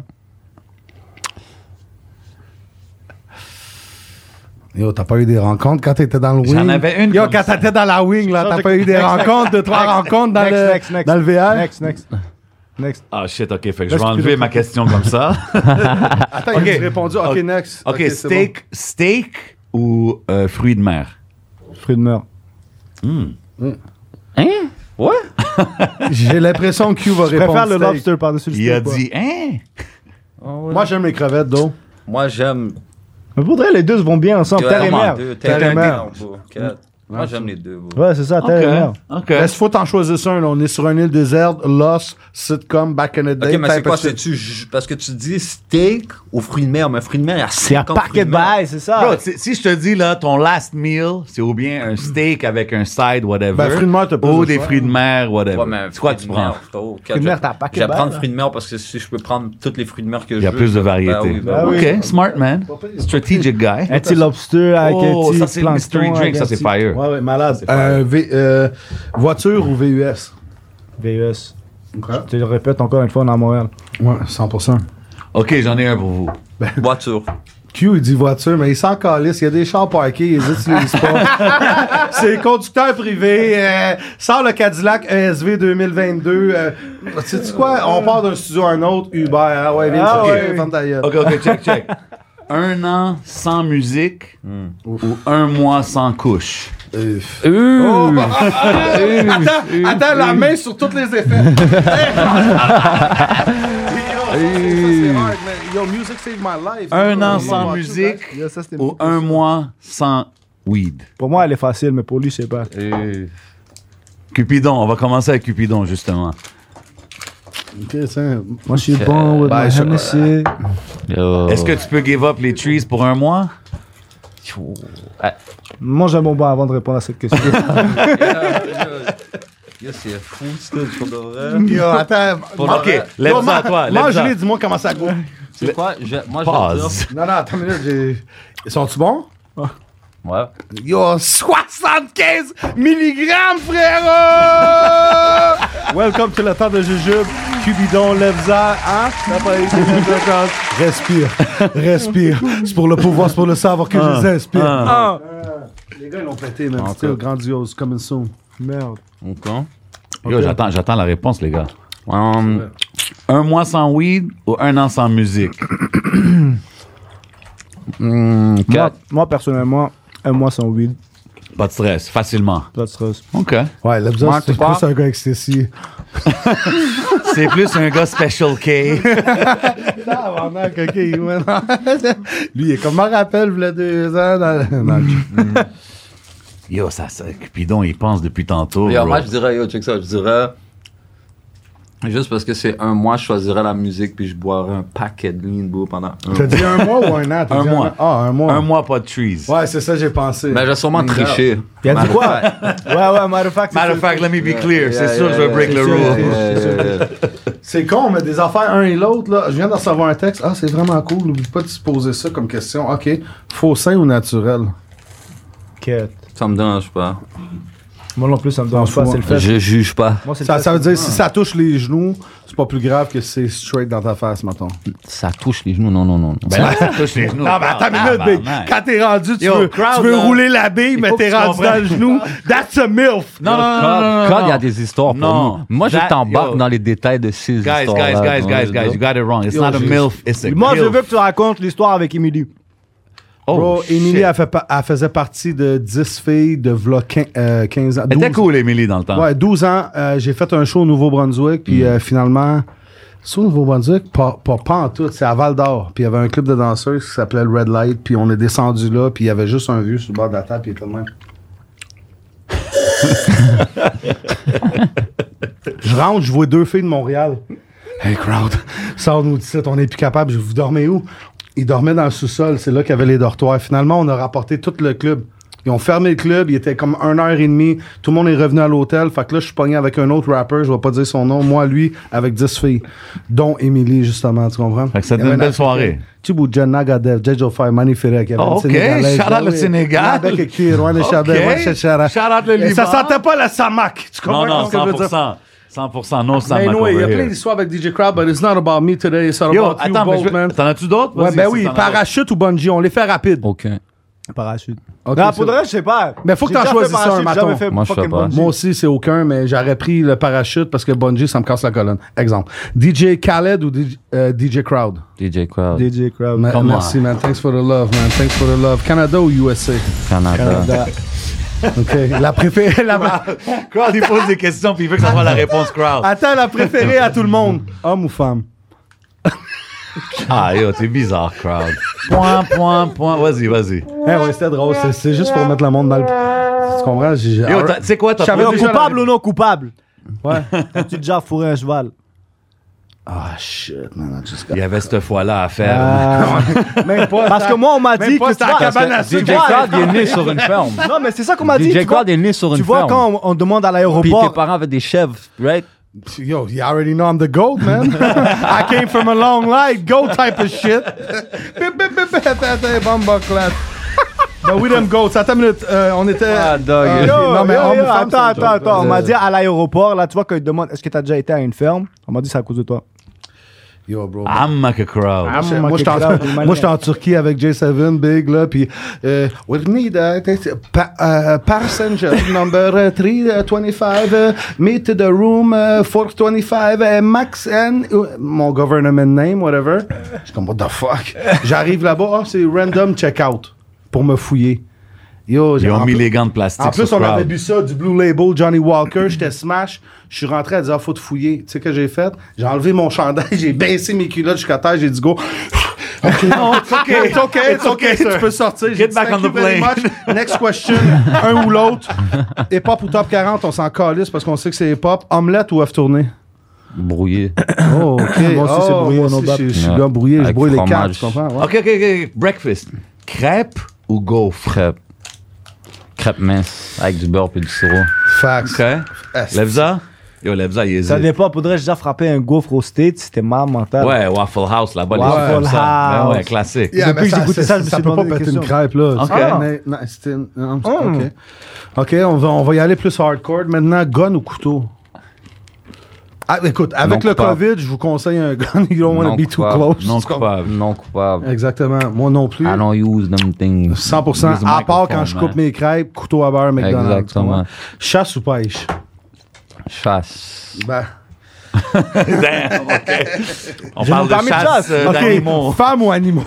Yo, t'as pas eu des rencontres quand t'étais dans le wing? J'en avais une Yo, comme quand ça. t'étais dans la wing, là, t'as pas eu des Next, next, rencontres, deux, trois rencontres dans, Next, le, next, next. dans le V R? Next, next. Next. Ah, shit, OK, fait que je Laisse vais enlever piloter. ma question comme ça. Attends, Ok. il a répondu. OK, Ok. next. OK, c'est steak, steak ou euh, fruits de mer? Fruits de mer. Hmm. Hein? Ouais? bon. J'ai l'impression que Q va Je répondre préfère le steak. lobster par-dessus le Il a steak, quoi. dit, hein? Moi, j'aime les crevettes, d'eau. Moi, j'aime. Mais pour vrai, les deux vont bien ensemble. Terre et Vraiment mer. deux. Terre et mer. beau. Quatre. Moi, j'aime les deux. beau. Ouais, c'est ça, terre et mer. OK, OK. Est-ce qu'il faut t'en choisir un? Là? On est sur une île déserte, Lost, sitcom, back in the day. Ok, mais c'est type quoi? of shit. C'est-tu ju- parce que tu dis steak ou fruits de mer? Mais fruits de mer, il y a C'est un cinquante paquet fruits de mer. bails, c'est ça. Bro, si si je te dis, là, ton last meal, c'est ou bien un steak avec un side, whatever, Ben, fruits de mer, t'as pas ou le des choix. fruits de mer, whatever. Ouais, mais c'est quoi fruits tu de prends? mer, frérot. Fruits de mer, t'as un paquet Je vais de prendre balles, fruits de mer parce que si je peux prendre tous les fruits de mer que je veux. Il y a plus de variété. Ben oui, ben Ah oui. oui. OK, smart man. Strategic guy. Un petit lobster avec un Oh, petit ça, c'est le mystery plancton, drink, avec ça, un c'est petit- fire. Ouais, ouais, malade. Euh, v, euh, voiture ou V U S? V U S. Je te le répète encore une fois, on est à Montréal. Ouais, cent pour cent. OK, j'en ai un pour vous. Voiture. Q, il dit voiture, mais il s'en calisse. Il y a des chars parkés, ils les utilisent pas. C'est conducteur privé. Euh, sort le Cadillac E S V deux mille vingt-deux. Euh, sais-tu quoi? On part d'un studio à un autre, Uber. Ah ouais, viens Ah me ouais. chercher, ferme ta gueule. OK, OK, check, check. Un an sans musique ou un mois sans couche? Euh, oh, attends, attends, la main sur tous les effets. Yo, ça, c'est hard, man. Yo, music saved my life. Un Yo, an yo, sans yo, musique Yeah, ça, c'était ou beaucoup. un mois sans weed? Pour moi, elle est facile, mais pour lui, je sais pas. Et... Cupidon, on va commencer avec Cupidon, justement. Ok, ça. Moi, je suis bon with Ben, my je- Hennessy. Yo. Est-ce que tu peux give up les trees pour un mois? Mange un bonbon avant de répondre à cette question. Yo, c'est fou, c'est pour de vrai. Yo, attends. Ok, lève ça à toi, lève ça. Mange-les, dis-moi comment ça goûte. C'est quoi? Je- Moi, je vais Pause. dire... Non, non, attends une minute. j'ai- Sont-tu bons? Ouais. Yo, soixante-quinze milligrammes, frérot! Welcome to le temps de jujube. Cupidon, lève-ça, hein? T'as pas été d'accord. Respire, respire. C'est pour le pouvoir, c'est pour le savoir que je les inspire. Ah. Les gars, ils l'ont pété, man. Encore. C'était grandiose, coming soon. Merde. Ok. Yo, j'attends, j'attends la réponse, les gars. Um, Un mois sans weed ou un an sans musique? hmm, moi, quatre. moi, personnellement, un mois sans weed. Pas de stress, facilement. Pas de stress. OK. Ouais, lève-ça, Moi, c'est tu pars? plus un gars ecstasy. C'est plus un gars Special K. Ah, vraiment, ok, man. Lui, il est comme un rappel, il y a deux ans. Dans... dans le- Yo, ça, ça, Cupidon, il pense depuis tantôt. Yo, bro. moi, je dirais, yo, check ça, je dirais... Juste parce que c'est un mois, je choisirais la musique puis je boirais un paquet de lean, bro, pendant un T'as dit un mois ou un an? T'as Un dit mois. Ah, un mois. Un mois, pas de trees. Ouais, c'est ça, j'ai pensé. Mais j'ai sûrement triché. Il a dit quoi? Ouais, ouais, matter of fact. Matter of fact, let me be clear. C'est sûr, je vais break yeah, the yeah, rule. yeah. C'est con, mais des affaires un et l'autre, là. Je viens de recevoir un texte. Ah, c'est vraiment cool. N'oublie pas de se poser ça comme question. OK. Faux sein ou naturel? Quête. Ça me dérange pas. Moi non plus, ça me dérange T'en pas, fous, c'est le fait. Je juge pas. Moi, c'est le Ça, fait. ça veut dire, si ça touche les genoux, c'est pas plus grave que c'est straight dans ta face, mettons. Ça touche les genoux, non, non, non. Ben là, ça touche les genoux. Non, mais attends une minute, Big. Tabarnak. Quand t'es rendu, tu Yo, veux, crowd, tu veux là. rouler la bille, mais faut que t'es tu rendu comprennes. dans le genou. That's a MILF. Non, non, non, non, non, Quand non. il y a des histoires pour Non. nous. Moi, je That- t'embarque yo. dans les détails de ces Guys, histoires. guys, guys, guys, guys, you got it wrong. It's Yo, not a j'ai- MILF, it's a Moi, je gilf. veux que tu racontes l'histoire avec Emily. Oh, Bro, shit. Émilie, elle, fait pa- elle faisait partie de dix filles de v'là quinze, euh, quinze ans. Elle était douze cool, Emily, dans le temps. Ouais, douze ans. euh, j'ai fait un show au Nouveau-Brunswick, puis euh, finalement, c'est au Nouveau-Brunswick, pas, pas, pas en tout, c'est à Val-d'Or. Puis il y avait un club de danseuses qui s'appelait le Red Light, puis on est descendu là, puis il y avait juste un vieux sur le bord de la table, puis il était de même. Je rentre, je vois deux filles de Montréal. Hey, crowd, sors-nous d'ici, on est plus capable. Je vous dormez où? Ils dormaient dans le sous-sol, c'est là qu'il y avait les dortoirs. Finalement, on a rapporté tout le club. Ils ont fermé le club, il était comme une heure et demie. Tout le monde est revenu à l'hôtel. Fait que là, je suis pogné avec un autre rapper, je vais pas dire son nom. Moi, lui, avec dix filles, dont Émilie, justement, tu comprends? Fait que ça Il y donne avait une belle Africain. soirée. Chibuja, Nagadev, Jejo Fire, Manifirek. il y avait Oh, une ok. Sénégalaise. Shout out le Oui. Sénégal. Avec écrit, Rwanda Ok. Chabet, Rwanda Chachara. Shout out le Et Ça Liban. sentait pas la Samak. Tu comprends Non, non, ce que je veux cent dire? pour cent. cent pour cent, non, ça Mais m'a anyway, il y a over plein here. d'histoires avec D J Crowd, but it's not about me today, it's about Yo, you attends, mais je both, veux- man. t'en as-tu d'autres? Ouais, Vas-y, ben si oui, t'en as parachute ou bungee, on les fait rapide. Ok. Parachute. Ok, non, c'est pour de bon. vrai, je sais pas. Mais faut que J'ai t'en déjà choisisses fait un, parachute, j'ai mettons. jamais fait Moi, je sais fucking pas. bungee. Moi aussi, c'est aucun, mais j'aurais pris le parachute parce que bungee, ça me casse la colonne. Exemple. D J Khaled ou D J, euh, D J Crowd? D J Crowd, D J Crowd. Ma- Come merci, man. Thanks for the love, man. Thanks for the love. Canada ou U S A? Canada. OK. La préférée... La... Crowd, il pose des questions puis il veut que ça soit la réponse crowd. Attends, la préférée à tout le monde. Homme ou femme? Ah, yo, t'es bizarre, crowd. Point, point, point. Vas-y, vas-y. Eh ouais, c'était drôle. C'est, c'est juste pour mettre le monde mal... Tu comprends? J'ai... Yo, t'as- tu sais quoi, t'as J'avais posé- déjà la- Coupable ou non coupable? Ouais. As-tu déjà fourré un cheval? Ah, shit, man. I just got... Il y avait cette fois-là à faire. Ah. Même pas... Parce que moi, on m'a Même dit pas, que tu c'était à vois... cabane à D J sucre. Crowd, il est né sur une ferme. Non, mais c'est ça qu'on m'a dit. D J tu vois, Crowd est né sur une tu vois ferme. quand on, on demande à Puis tes l'aéroport... parents avaient des chèvres, right? Yo, you already know I'm the GOAT, man. I came from a long line, GOAT type of shit. Bip, bip, bip, bip, bip, bomba clap. Ben oui, them GOATs. Attends une minute, euh, on était... Ah, dog. Euh, Yo, non, mais yo, homme yo, ou femme, attends, c'est attends, un attends. joke. On m'a dit à l'aéroport, là, tu vois, quand ils te demandent est-ce que t'as déjà été à une ferme, on m'a dit c'est à cause de toi. Yo, bro. I'm like a crowd. Moi, j'étais- Ah, moi, j'étais en, crowd, moi, j'étais en Turquie avec J sept, Big, là, puis euh, we need uh, pa, uh, passenger number uh, three twenty-five, uh, meet to the room uh, four twenty-five, uh, Max and uh, mon government name, whatever. Je suis comme, what the fuck? J'arrive là-bas, ah, c'est random check-out pour me fouiller. Yo, Ils en ont mis plus- les gants de plastique. En plus, sur on crowd. avait bu ça, du Blue Label, Johnny Walker, j'étais smash. Je suis rentré à dire, ah, faut te fouiller. Tu sais ce que j'ai fait? J'ai enlevé mon chandail, j'ai baissé mes culottes jusqu'à terre, j'ai dit, go, OK, non, it's OK, it's OK, it's OK, tu peux sortir. Get back on the plane. Next question, un ou l'autre. Hip-hop ou top quarante, on s'en calisse parce qu'on sait que c'est hip-hop. Omelette ou œuf tourné? Brouillé. Oh, OK. Moi aussi, c'est Oh, brouillé, moi no aussi, doubt. je je suis Ouais. bien brouillé. Je Avec brouille les quatre, fromage. tu comprends? Ouais. OK, OK, OK. Breakfast. Crêpe ou gaufre? Crêpe. Crêpe mince avec du beurre et du sirop. Facts. OK. Lebza? Yo, Lebza, il Ça hésite. dépend, faudrait déjà frapper un gaufre au States, c'était mal mental. Ouais, Waffle House, là-bas, les Waffle trucs comme ça. Ben House. ouais, classique. Yeah, Depuis mais que j'ai goûté ça, je me ça suis peut pas demandé des péter une questions. crêpe, là. Ok. Ah, mais- non, c'était... non, c'est- Mm. OK. OK, on va, on va y aller plus hardcore. Maintenant, gun ou couteau? Ah, écoute, avec Non le coupable. COVID, je vous conseille un gun. You don't want to Non be too coupable. close. Non Tu comprends? coupable. Non coupable. Exactement. Moi non plus. I don't use them things. cent pour cent. Use the À part quand microphone, je coupe man. mes crêpes, couteau à beurre, McDonald's. tu Exactement. comprends? Chasse ou pêche? Chasse. Ben, Damn, OK. On J'ai parle mon de permis de chasse chasse. euh, OK. d'animaux. Femme ou animaux?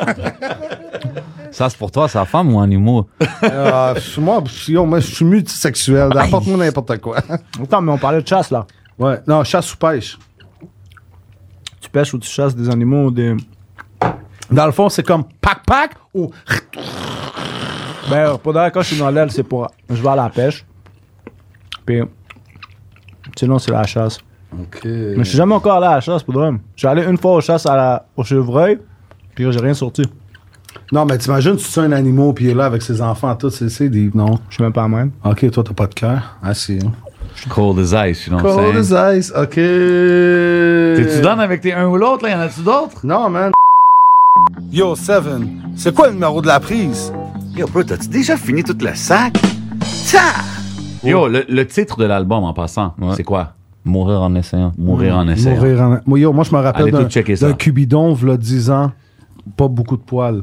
Ça, c'est pour toi, c'est la femme ou animaux? Euh, moi, yo, moi, je suis multisexuel. Apporte-moi n'importe quoi. Attends, mais on parlait de chasse, là. Ouais. Non, chasse ou pêche? Tu pêches ou tu chasses des animaux ou des... Dans le fond, c'est comme pac-pac ou... Ben, pour de vrai, quand je suis dans l'aile, c'est pour... Je vais à la pêche. Puis... Sinon, c'est la chasse. OK. Mais je suis jamais encore allé à la chasse, pour de vrai. Je suis allé une fois aux chasses à la... au chevreuil, puis j'ai rien sorti. Non, mais t'imagines, tu tues un animal puis il est là avec ses enfants, tout, c'est, c'est des... Non. Je suis même pas à même. OK, toi, t'as pas de cœur. Ah, si. Cold as ice, you know what Cold I'm saying? as ice, OK. T'es-tu donnes avec tes un ou l'autre, là? Y en a-tu d'autres? Non, man. Yo, Seven, c'est quoi le numéro de la prise? Yo, bro, t'as-tu déjà fini tout le sac? Ça! Yo, le, le titre de l'album, en passant, Ouais. c'est quoi? Mourir en essayant. Mourir en essayant. Mourir en... Moi, yo, moi, je me rappelle Allez d'un, tout checker ça. d'un Cupidon, v'là dix ans, pas beaucoup de poils.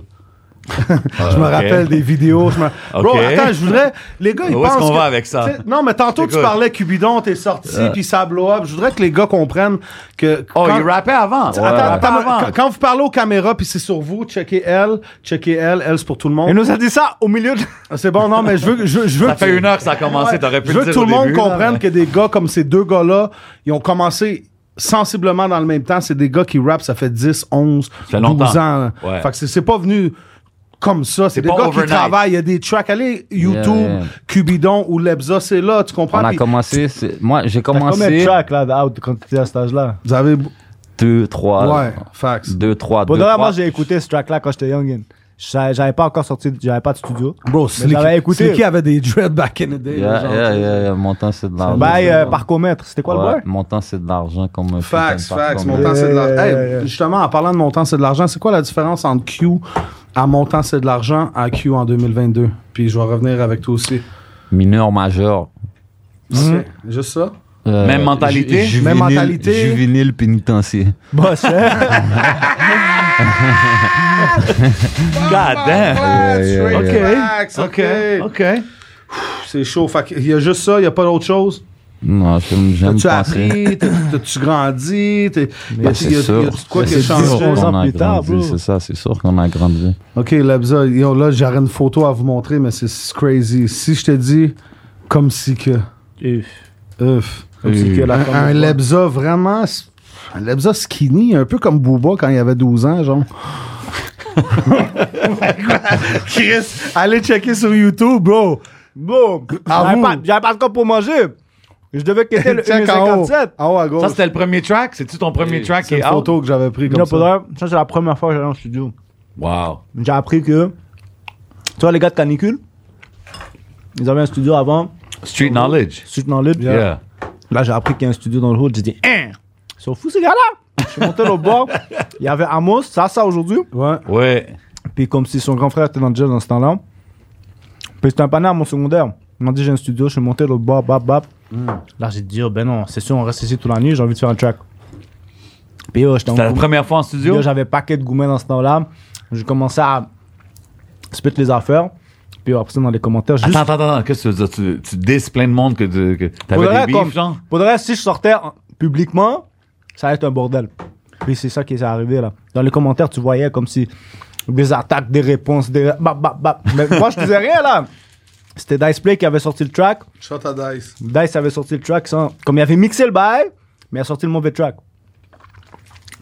Je me ok. rappelle des vidéos. Je me... Bro, Ok. attends, je voudrais... Les gars, ils Où est-ce pensent qu'on que- va avec ça? T'sais, non, mais tantôt, tu Écoute. parlais Cupidon, t'es sorti, puis ça blow up. Je voudrais que les gars comprennent que... Oh, quand- il rappait avant. Attends, Il rappait attends, avant. quand, quand vous parlez aux caméras, puis c'est sur vous, checkez elle, checkez elle, elle, c'est pour tout le monde. Il nous a dit ça au milieu de... Ah, c'est bon, non, mais je veux, je, veux- je veux Ça que- fait une heure que ça a commencé, Ouais. t'aurais pu Je le veux que dire tout le au monde début, là, comprenne mais- que des gars comme ces deux gars-là, ils ont commencé sensiblement dans le même temps. C'est des gars qui rappent, ça fait dix, onze, fait longtemps. douze ans. Ouais. Fait que c'est, c'est pas venu comme ça. C'est, C'est des pas gars overnight. qui travaillent. Il y a des tracks. Allez, YouTube, Yeah. Cubidon ou Lebza, c'est là, tu comprends? On a Puis commencé, c'est- moi j'ai T'as combien de commencé tracks, là, out, quand tu étais à cet âge-là? Vous avez... deux, trois, Ouais, facts. deux, trois, Pour deux, de vrai, trois. moi, j'ai écouté ce track-là quand j'étais youngin. J'avais j'avais pas encore sorti, j'avais pas de studio. Bro, Mais c'est j'avais écouté. qui avait des dreads back in the day. Yeah, genre, yeah, tu sais. yeah, yeah, mon temps c'est de l'argent. Bail euh, parcomètre. C'était quoi Ouais, le boy? mon temps c'est de l'argent comme un Facts, putain de facts. parcours. Mon temps, c'est de l'argent. Yeah, Hey, yeah, yeah. justement, en parlant de mon temps, c'est de l'argent, c'est quoi la différence entre Q à mon temps, c'est de l'argent à Q en deux mille vingt-deux? Puis je vais revenir avec toi aussi. Mineur majeur. C'est juste ça? Euh, Même mentalité? ju- Même juvénile- mentalité? Juvénile pénitentiaire. Boss, God damn. Ouais, yeah, straight yeah. facts, OK, OK. OK. C'est chaud. Fait qu'il y a juste ça, il n'y a pas d'autre chose? Non, j'aime j'aime T'as-tu penser. appris? T'as- T'as-tu grandi? T'es- y a- Ben, c'est y a- sûr. y a quoi qui a C'est changé? sûr onze qu'on ans a plus tard, grandi, bro. c'est ça, c'est sûr qu'on a grandi. OK, Lebza, yo, là, j'aurais une photo à vous montrer, mais c'est c'est crazy. Si je te dis comme si que... Ouf. Comme si que la Un, un Lebza vraiment... Un Lebza skinny, un peu comme Booba quand il avait douze ans, genre. Chris, allez checker sur YouTube, bro. Boum! À J'avais vous. pas, j'avais pas de quoi pour manger. Je devais quitter le Check en haut. un cinquante-sept. En haut à gauche. Ça, c'était le premier track? C'est-tu ton premier track qui C'est est une out? photo que j'avais pris comme Non, ça. pour de vrai, ça, c'est la première fois que j'allais en studio. Wow. J'ai appris que. Tu vois, les gars de Canicule, ils avaient un studio avant, Street knowledge. Street Knowledge. Yeah. Là, j'ai appris qu'il y a un studio dans le hood. J'ai dit, hein, ils sont fous ces gars-là. Je suis monté au bord. Il y avait Amos, ça, ça aujourd'hui. Ouais. Ouais. Puis comme si son grand frère était dans le jazz dans ce temps-là. Puis c'était un panneau à mon secondaire. Il m'a dit, j'ai un studio, je suis monté au bord, bap, bap. Là, j'ai dit, oh, ben non, c'est sûr, on reste ici toute la nuit, j'ai envie de faire un track. Puis oh, j'étais en C'était la goum- première fois en studio? Yo, j'avais paquet de gourmets dans ce temps-là. J'ai commencé à spit les affaires. Puis après ça, dans les commentaires, juste. Attends, attends, attends. Qu'est-ce que tu veux dire? Tu, tu dis plein de monde que, tu- que Pour t'avais de des vrai, beefs, comme- genre? Pour de vrai, si je sortais en- publiquement, ça allait être un bordel. Puis c'est ça qui est arrivé là. Dans les commentaires, tu voyais comme si des attaques, des réponses, des. Bap, bap, bap. Mais moi, je disais rien là. C'était Dice Play qui avait sorti le track. Shot à Dice. Dice avait sorti le track sans. Comme il avait mixé le bail, mais il a sorti le mauvais track.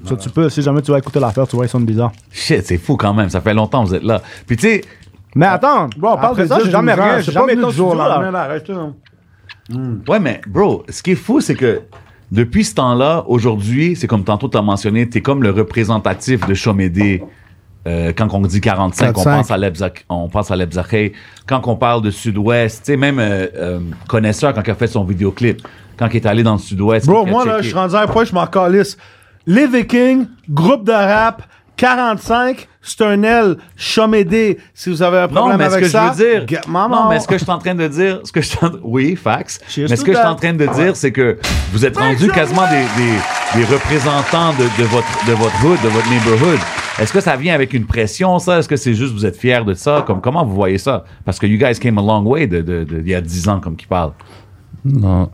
Ça, tu peux, si jamais tu vas écouter l'affaire, tu vois, ils sont bizarres. Shit, c'est fou quand même. Ça fait longtemps que vous êtes là. Puis tu sais, Mais attends, Bon, on parle après de ça, dix, j'ai jamais douze ans. rien, Je j'ai sais pas jamais venu été du jour au là. lendemain, là, arrête, non. ouais, mais bro, ce qui est fou, c'est que depuis ce temps-là, aujourd'hui, c'est comme tantôt tu as mentionné, tu es comme le représentatif de Chomédé. Euh, quand on dit quarante-cinq, on quarante-cinq. pense à Lebzak, on pense à Lebzaké. Quand on parle de Sud-Ouest, tu sais, même euh, euh, Connaisseur, quand il a fait son vidéoclip, quand il est allé dans le Sud-Ouest. Bro, qu'il a moi, là, checké. je suis rendu à un point, je m'en calisse. Les Vikings, groupe de rap, quarante-cinq, c'est un L, Chomédé. Si vous avez un Non, problème mais ce avec que ça, je veux dire, get my non, mouth. mais ce que je suis en train de dire, ce que je suis en- oui, fax. Cheers Mais ce to que je suis that. en train de dire, c'est que vous êtes rendus quasiment des, des, des représentants de, de votre de votre hood, de votre neighborhood. Est-ce que ça vient avec une pression, ça? Est-ce que c'est juste vous êtes fiers de ça? Comme comment vous voyez ça? Parce que you guys came a long way de, de, de- il y a dix ans, comme qui parle. Non.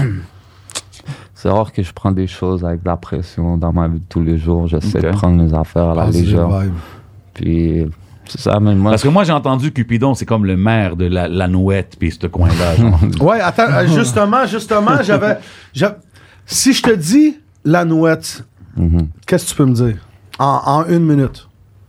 C'est rare que je prends des choses avec de la pression dans ma vie de tous les jours. J'essaie Ok. de prendre les affaires à la Positive légère. vibe. Puis c'est ça, mais moi, Parce que moi, j'ai entendu Cupidon, c'est comme le maire de la, la Nouette, puis ce coin-là. genre. Ouais, attends, euh, justement, justement, j'avais, j'a- si je te dis la nouette, Mhm. qu'est-ce que tu peux me dire? En, en une minute.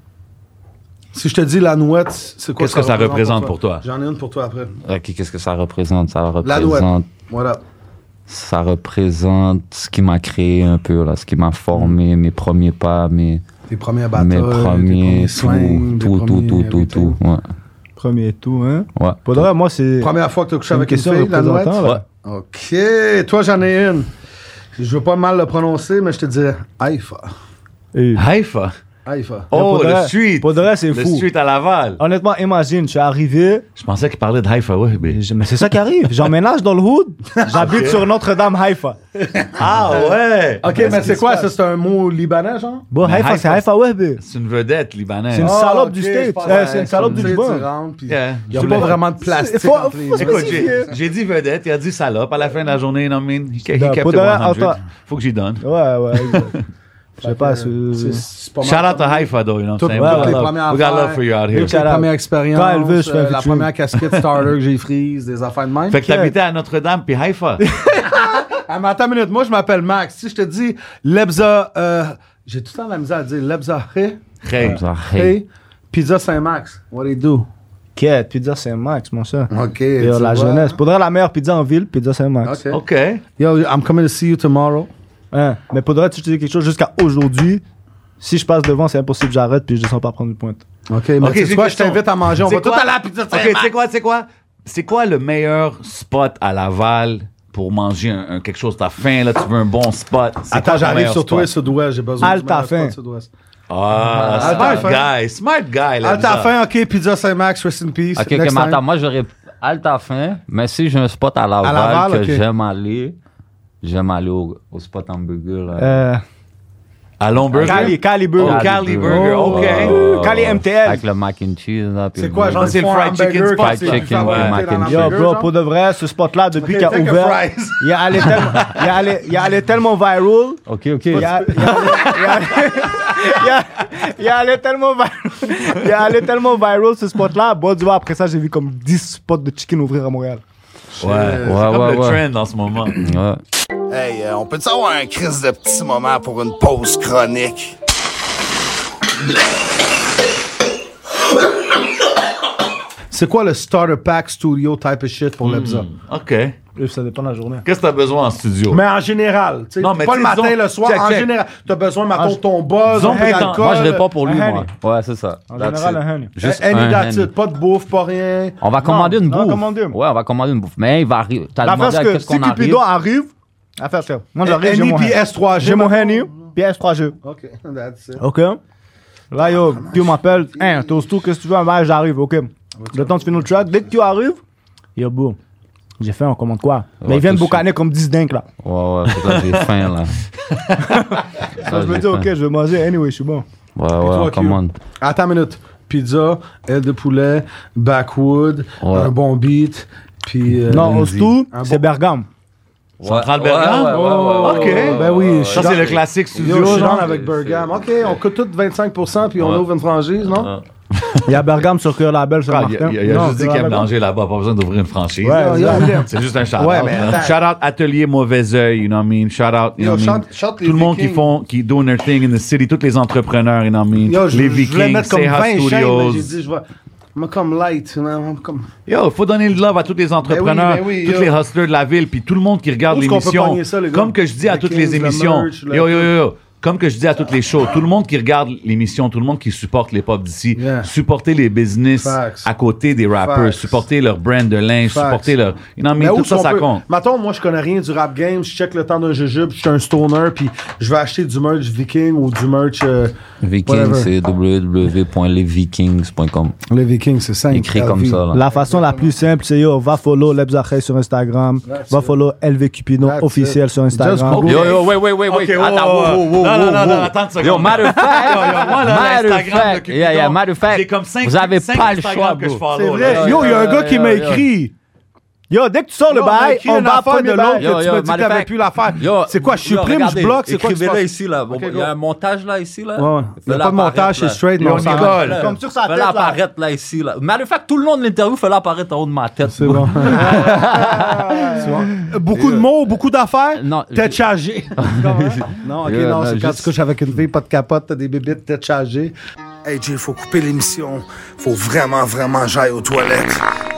Si je te dis la nouette, c'est quoi Qu'est-ce que ça représente pour toi? J'en ai une pour toi après. Ok, qu'est-ce que ça représente? Ça La nouette. représente, Voilà. ça représente ce qui m'a créé un peu, là, ce qui m'a formé, mes premiers pas, mes, Tes premiers batailles, mes tes premiers, tout, slangs, tes tout, tout, premiers tout, tout, everything. tout, ouais. Premier tout, hein. Ouais. Pour de vrai, moi, c'est. Première fois que tu as couché c'est une avec une question fille, la nouette? représentant, là. OK. Toi, j'en ai une. Je veux pas mal le prononcer, mais je te dis Haïfa. Et- Haïfa. Haïfa. Oh, pour de le vrai- street. pour de vrai, c'est Le fou. street à Laval. Honnêtement, imagine, je suis arrivé, Je pensais qu'il parlait de Haïfa, ouais, mais... je- mais c'est ça qui arrive. J'emménage dans le hood, j'habite sur Notre-Dame Haïfa. Ah ouais! OK, mais c'est quoi? Ça, c'est un mot libanais, genre? Bon, Mais Haïfa, Haïfa, c'est Haïfa Wahbe. C'est une vedette libanaise. C'est une Ah, salope ok, du je State. pense, Euh, ouais, c'est une salope du tu sais, Liban. tu rentres, puis Yeah. Il n'y Je a voulais- pas vraiment de plastique Faut- entre les faut- deux. Écoute, j'ai, j'ai dit vedette, il a dit salope. À la fin de la journée, non, mais he, he Non, kept pour it de vrai, one hundred. attends. Faut que j'y donne. Ouais, ouais, exact. Je sais pas, C'est- c'est. c'est pas mal Shout out to ça. Haïfa, though, you know what I'm Toutes saying? ouais, We got les love- premières we got affaires. love for you out here. Toutes Shout les out. premières expériences, Quand elle veut, je fais un euh, la featuring. première casquette starter que j'ai freeze, des affaires de même. Fait que t'habitais à Notre-Dame puis Haïfa. Ah, mais attends une minute, moi je m'appelle Max. Si je te dis Lebza, euh, j'ai tout le temps la misère à dire Lebza Hey, Hey. Comme ça, hey. hey, Pizza Saint-Max. What do you do? Quête, pizza Saint-Max, mon cher. OK. Yo, tu la vois. jeunesse. Pour de vrai, la meilleure pizza en ville, pizza Saint-Max. OK. OK. Yo, I'm coming to see you tomorrow. Hein, mais pour de vrai, si je te dis quelque chose jusqu'à aujourd'hui, si je passe devant, c'est impossible, j'arrête puis je descends pas prendre une pointe. OK, mais Ok, tu j'ai sais une quoi, je question. t'invite à manger. On C'est va tout quoi? aller à la Pizza OK, Saint-Max. c'est quoi, c'est quoi? C'est quoi le meilleur spot à Laval pour manger un, un- quelque chose? T'as faim, là, tu veux un bon spot. C'est quoi Attends, ton j'arrive meilleur sur spot? toi, Sud-Ouest. J'ai besoin Halte du meilleur à faim. spot Sud-Ouest. Ah, Halte à smart faim. guy. Smart guy, là. Ah, t'as faim? OK, Pizza Saint-Max, rest in peace. Ok, ok, Next mais time. attends, moi j'aurais halte à faim, mais si j'ai un spot à Laval, Laval, que ok. j'aime aller, j'aime aller au, au spot hamburger. Là. Euh, À Lomburger? Cali, Cali Oh, Burger. Cali Burger, Oh. OK. Euh, Cali M T L. Avec le mac and cheese. là, puis C'est le quoi, genre, burger. c'est le font fried un hamburger chicken spot, que fried tu chicken, fais puis monter mac dans and le cheese. Yo, hamburger, bro, genre? pour de vrai, ce spot-là, depuis Ok, qu'il a take a ouvert, fries. il est allé tellement, il est allé, il est allé tellement viral. Ok, ok. Il est allé- il est allé- il est allé- il est allé- il est allé tellement viral. Il est allé tellement viral, ce spot-là. Bon, du coup, après ça, j'ai vu comme dix spots de chicken ouvrir à Montréal. Ouais, Ouais, c'est comme ouais, le ouais. trend en ce moment. Ouais. Hey, euh, on peut-tu avoir un crise de petit moment pour une pause chronique? C'est quoi le starter pack studio type of shit pour Lebza? OK. Et Ça dépend de la journée. Qu'est-ce que t'as besoin en studio? Mais en général, tu sais, Non, mais pas tu le sais, matin, disons- le soir, check, en check. général. T'as besoin, mettons, En- ton buzz, disons un que peu t'en- d'alcool. Moi, je réponds pour lui, un moi. Ouais, c'est ça. En That's général, it. un honey. Juste Any un that's honey. it, pas de bouffe, pas rien. On va commander une on va bouffe. commander. Ouais, on va commander une bouffe. Mais il va arriver. T'as L'affaire, demandé c'est à que qu'est-ce si qu'on arrive. Cupidon arrive, affaire, c'est. Moi, j'arrive, j'ai Any mon P Henny. S trois G. J'ai mon Henny, P S trois G. OK, that's it. OK. Là, yo, puis on m'appelle. Hein, t'oses tout, qu'est-ce que tu veux? Ben, j'arrive, OK. Le temps de finir le track, dès que tu arrives, yo, boum. J'ai fait, on commande quoi? Mais Ouais, ils viennent tout de boucaner comme dix dingues, là. Ouais, ouais, c'est ça, j'ai faim, là. Ça, je me j'ai dis, faim. OK, je vais manger. Anyway, je suis bon. Ouais, ouais, toi, on Q? commande. Attends une minute. Pizza, aile de poulet, backwood, Ouais. un bon beat, puis... euh, Non, au Lindsay. tout, Un c'est bon- Bergame. Central Ouais, Bergame? ouais, ouais, ouais, ouais, OK. ouais, ouais, Ben oui, ouais, je ouais. suis Ça, c'est dans- le classique Yo, studio, je suis genre. down avec Bergame. OK, on coûte tout vingt-cinq pour cent, puis on Ouais. ouvre une franchise, non? Ouais. Il y a Bergame sur Cœur Label sur Ah, il, Martin. il- il a Non, juste dit Cœur qu'il aime Label. danger là-bas, pas besoin d'ouvrir une franchise. Ouais, Là, exact. c'est juste un shout-out. Ouais, mais là. attends. Shout-out Atelier Mauvais Oeil, you know what I mean? Shout-out, you Yo, know what I mean? shout- shout les Tout le monde qui Vikings. font, qui doing their thing in the city, tous les entrepreneurs, you know what I mean? Yo, je, les je voulais Vikings, mettre comme Seha vingt chaînes, mais Studios. j'ai dit, je vais... Moi, comme light, man, comme... Yo, faut donner le love à tous les entrepreneurs, ben oui, tous yo. les hustlers de la ville, puis tout le monde qui regarde Où est-ce qu'on peut l'émission. pogner ça, les gars? Comme que je dis à Le toutes Kings, les le émissions. merch, le- Yo, yo, yo, yo. Comme que je dis à toutes les shows, tout le monde qui regarde l'émission, tout le monde qui supporte les pop d'ici, Yeah. supporter les business Facts. à côté des rappers, Facts. supporter leur brand de linge, Facts. supporter leur. You know what I mean? Mais où Tout ça, qu'on ça peut- compte. Mettons, moi, je connais rien du rap game. Je check le temps d'un jujube. Je suis un stoner. Puis je vais acheter du merch Viking ou du merch. euh, Viking, whatever. c'est w w w point les vikings point com. Les Vikings, c'est simple. Écrit comme ça, là. La façon la plus simple, c'est yo, va follow Lebzache sur Instagram, va follow L V Cupino That's officiel it. sur Just Instagram. Google. Yo, yo, wait, wait, wait, wait. Ok, wow, Attends, wow, wow, wow, wow, non, non, non, wow. non, attends une seconde. Yo, matter of fact, Yo, yo, moi, là, matter of l'Instagram de fact, Cupidon, yeah, yeah, matter of fact, j'ai comme cinq- vous avez cinq pas le Instagram choix, que je bro. follow, C'est là. vrai. Yo, il y a un yo, gars qui yo, m'a yo. écrit. Yo, dès que tu sors le Yo, m'a bail, écrit on une va affaire pas de de l'autre l'autre. que Yo, tu yo, m'as dit que matter of t'avais fact. plus l'affaire. Yo, C'est quoi, je yo, supprime, je regardez, bloque, c'est quoi que je écrivez-le fais? ici, là. Bon, Ok, il y go. a un montage, là, ici, là. Ouais, ouais. Il y a Fais-le pas de montage, apparaître, c'est là. straight, Yo, non, ça Nicole. arrête. Comme sur sa Fais-le tête, là. apparaître, là, ici, là. Matter of fact, tout le long de l'interview, fais-le apparaître en haut de ma tête. C'est bon. C'est bon. Beaucoup de mots, beaucoup d'affaires. Non, Tête chargée. Non, ok, Yeah, non, non, c'est quand juste- tu couches avec une fille, pas de capote, t'as des bébites, tête chargée. Hey, Jay, faut couper l'émission. Faut vraiment, vraiment j'aille aux toilettes.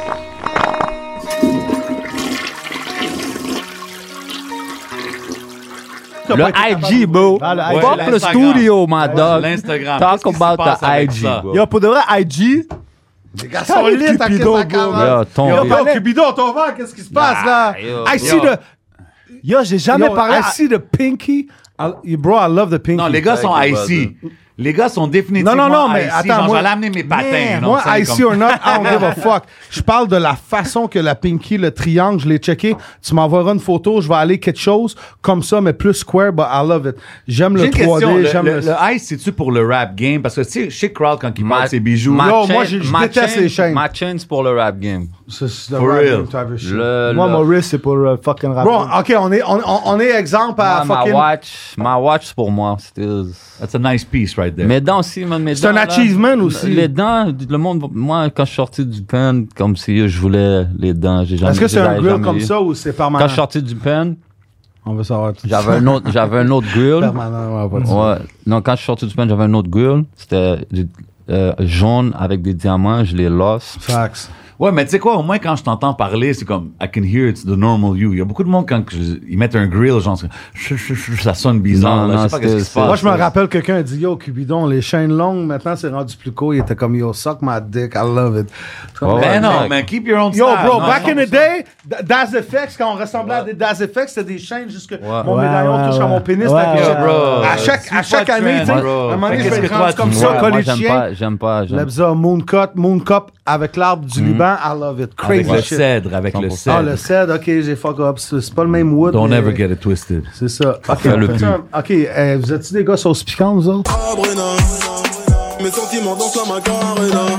Le I G, bro. Ah, le I G. Fuck le l'Instagram. studio, my dog. L'Instagram. Talk Qu'est-ce qui se about passe the avec I G, ça? bro. Yo, pour de vrai, I G, Les gars sont lit à Cupidon, la bro. caméra. Yo, ton Yo, vieux. yo, Cupidon, ton verre, qu'est-ce qui se passe, là? yo, I see yo. the... yo, j'ai jamais Yo, parlé. I see the pinky. I- bro, I love the pinky. Non, les gars sont Ouais, icy. Les gars sont définitivement Non, non, non, mais icy. attends, Genre, moi, j'allais amener mes patins. Man, you know, moi, c'est icy comme- or not, I don't give a fuck. Je parle de la façon que la pinky, le triangle, je l'ai checké. Tu m'enverras une photo, je vais aller quelque chose comme ça, mais plus square, but I love it. J'aime J'ai le une trois question. D, Le, j'aime le, le... le ice, c'est-tu pour le rap game? Parce que, tu sais, chez Crowd, quand il Ma- parle de ses bijoux, ma Yo, chain- moi, je- je ma déteste chain- les chaînes. Ma chain, c'est pour le rap game. C'est- c'est the For right real. game type of shit. Le, Moi, le- Maurice, c'est pour euh, fucking rap. Bro, OK, on est, on, on, on est exemple à ma, ma fucking... watch, ma watch, c'est pour moi. Still. that's a nice piece right there. Mes dents aussi, man. mes C'est un dents, là, achievement aussi. Les dents, le monde, moi, quand je suis sorti du pen, comme si je voulais les dents, j'ai jamais Est-ce que c'est je les un avais grill jamais comme eu. ça ou c'est permanent? Quand je suis sorti du pen, On veut savoir tout j'avais un autre, j'avais un autre grill. Permanent, ouais, pas de Ouais. Non, quand je suis sorti du pen, j'avais un autre grill. C'était du- euh, jaune avec des diamants. Je l'ai lost. Facts. Ouais, mais tu sais quoi, au moins quand je t'entends parler, c'est comme I can hear it's the normal you. Il y a beaucoup de monde quand je- ils mettent un grill, genre ch- ch- ch- ça sonne bizarre. Non, là. non, je sais pas qu'est-ce qui se c'était- passe. Moi, je me rappelle, quelqu'un a dit, yo, Cupidon, les chaînes longues, maintenant, c'est rendu plus court. Il était comme, yo, suck my dick, I love it. Ouais, Ben non, exact. man, keep your own Yo, style. bro, Non, back non, in the ça- day, D- Daz Effects, quand on ressemblait à des Daz Effects, c'était des chaînes jusque mon Ouais, médaillon ouais, touche à ouais. mon pénis. Ouais, c'était ouais, quelque chose. bro. À chaque, Suis à chaque pas année, tu sais, trend, à bro. un moment donné, Fait je qu'est-ce vais que être toi, rendu comme tu ça, vois? collé Moi, de j'aime chien. pas, j'aime pas. j'aime- Lebza, Mooncut, Mooncup avec l'arbre du Liban, I love it. Avec Crazy le shit. cèdre, avec le Ah, cèdre. le cèdre, ok, j'ai fuck up. C'est c'est pas le même wood. Don't mais ever get it twisted. C'est ça. Ok, Fais le on fait pu. ça. Ok, euh, vous êtes-tu des gars sauce piquante, vous autres? Ah, Brenna, mes sentiments dansent la macarena.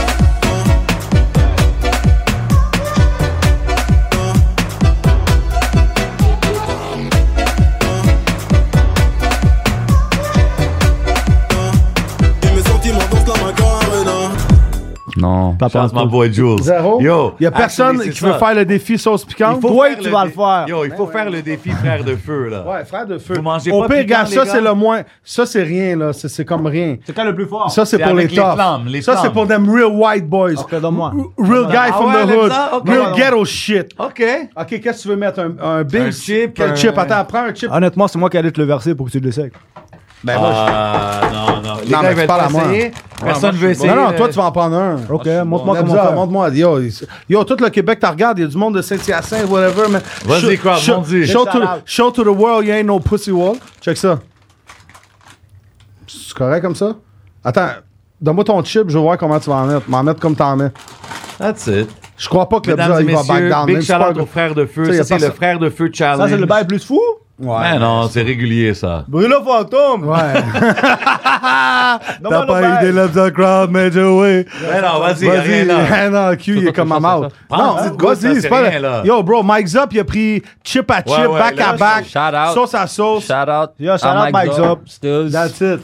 Et mes sentiments dansent la macarena. Non. Pas Chance, partout. my boy Jules. Zéro? Yo. Il y a personne actually, qui c'est veut ça. faire le défi sauce piquante? Il faut Toi, faire tu le vas dé- le faire. Yo, il faut faire le défi frère de feu, là. Ouais, frère de feu. Vous mangez Au pas pire, piquant, gars, les ça, gars? c'est le moins. Ça, c'est rien, là. C'est c'est comme rien. C'est quand le plus fort? Ça, c'est C'est pour les avec les toughs. flammes, les Ça, c'est flammes. pour them real white boys. Ok, donne-moi. Real guy Ah from ouais, the aime hood. ça? Ok. Real Non, ghetto shit. OK. OK, qu'est-ce que tu veux mettre? Un, un big... Un chip, Quel un- chip? Attends, prends un chip. Honnêtement, c'est moi qui allais te le verser pour que tu le sais. Ben, moi, Ah, non, non. Les Non, gars, mais ils veulent parle à pas moi. essayer. Personne veut je- essayer. Non, non, toi, là. tu vas en prendre un. Ok, montre-moi Comme comment ça, faire. montre-moi. Yo, il- yo, tout le Québec, tu regardes, il y a du monde de Saint-Hyacinthe, whatever, mais... Vas-y, Show- Crowd, show- monte-y. Show to, Shout the, out. show to the world, you ain't no pussy wall. Check ça. C'est correct comme ça? Attends, donne-moi ton chip, je vais voir comment tu vas en mettre. M'en mettre comme t'en mets. That's it. Je crois pas que le Mesdames bza, et il va back messieurs, down. big même si c'est pas shout-out un- au frère de feu. Ça, y Ça, a c'est pas le ça. frère de feu challenge. Ça, c'est le bail plus fou? Ouais. Mais non, c'est régulier, ça. Bruno Fantôme! Ouais. Donne-moi T'as le pas bail. idée, love the crowd, major way. Mais non, vas-y, y a rien Vas-y, là. non, Q, il est comme ma mouth. Prends Non, une petite goutte, ça, vas-y, c'est c'est pas rien, là. Yo, bro, Mike's Up, il a pris chip à chip, Ouais, ouais, back là, à back, shout out. sauce à sauce. Shout out. Yo, shout à out Mike's Up. Stills. That's it.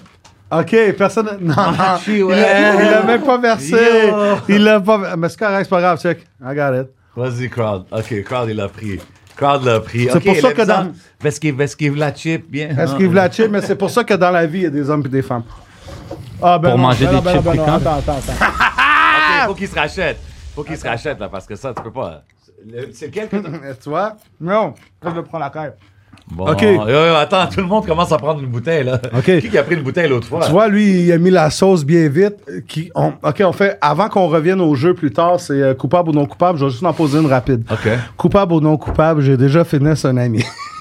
OK, personne... Non, non, Machi, il ouais. l'a- il l'a même pas versé. Yo. Il l'a pas... Mais c'est correct, c'est pas grave, check. I got it. Vas-y, Crowd. OK, Crowd, il l'a pris. Crowd l'a pris. C'est OK, pour ça que Lebza, dans- Est-ce qu'il est-ce qu'il la chip bien? Est-ce Non. qu'il veut la chip? Mais c'est pour ça que dans la vie, il y a des hommes et des femmes. Ah, ben Pour non, manger ben des non, ben non, chips ben non, piquants. Attends, attends, attends. OK, faut qu'il se rachète. Faut qu'il se rachète, là, parce que ça, tu peux pas. Le- C'est lequel que t'as- Tu vois? Non, je vais prendre la caille. Bon, OK. yo, yo, attends, tout le monde commence à prendre une bouteille, là. OK. Qui qui a pris une bouteille l'autre fois? Tu vois, lui, il a mis la sauce bien vite. euh, Qui, on- OK, on fait... Avant qu'on revienne au jeu plus tard, c'est euh, coupable ou non coupable. Je vais juste en poser une rapide. OK. Coupable ou non coupable, j'ai déjà finesse un ami.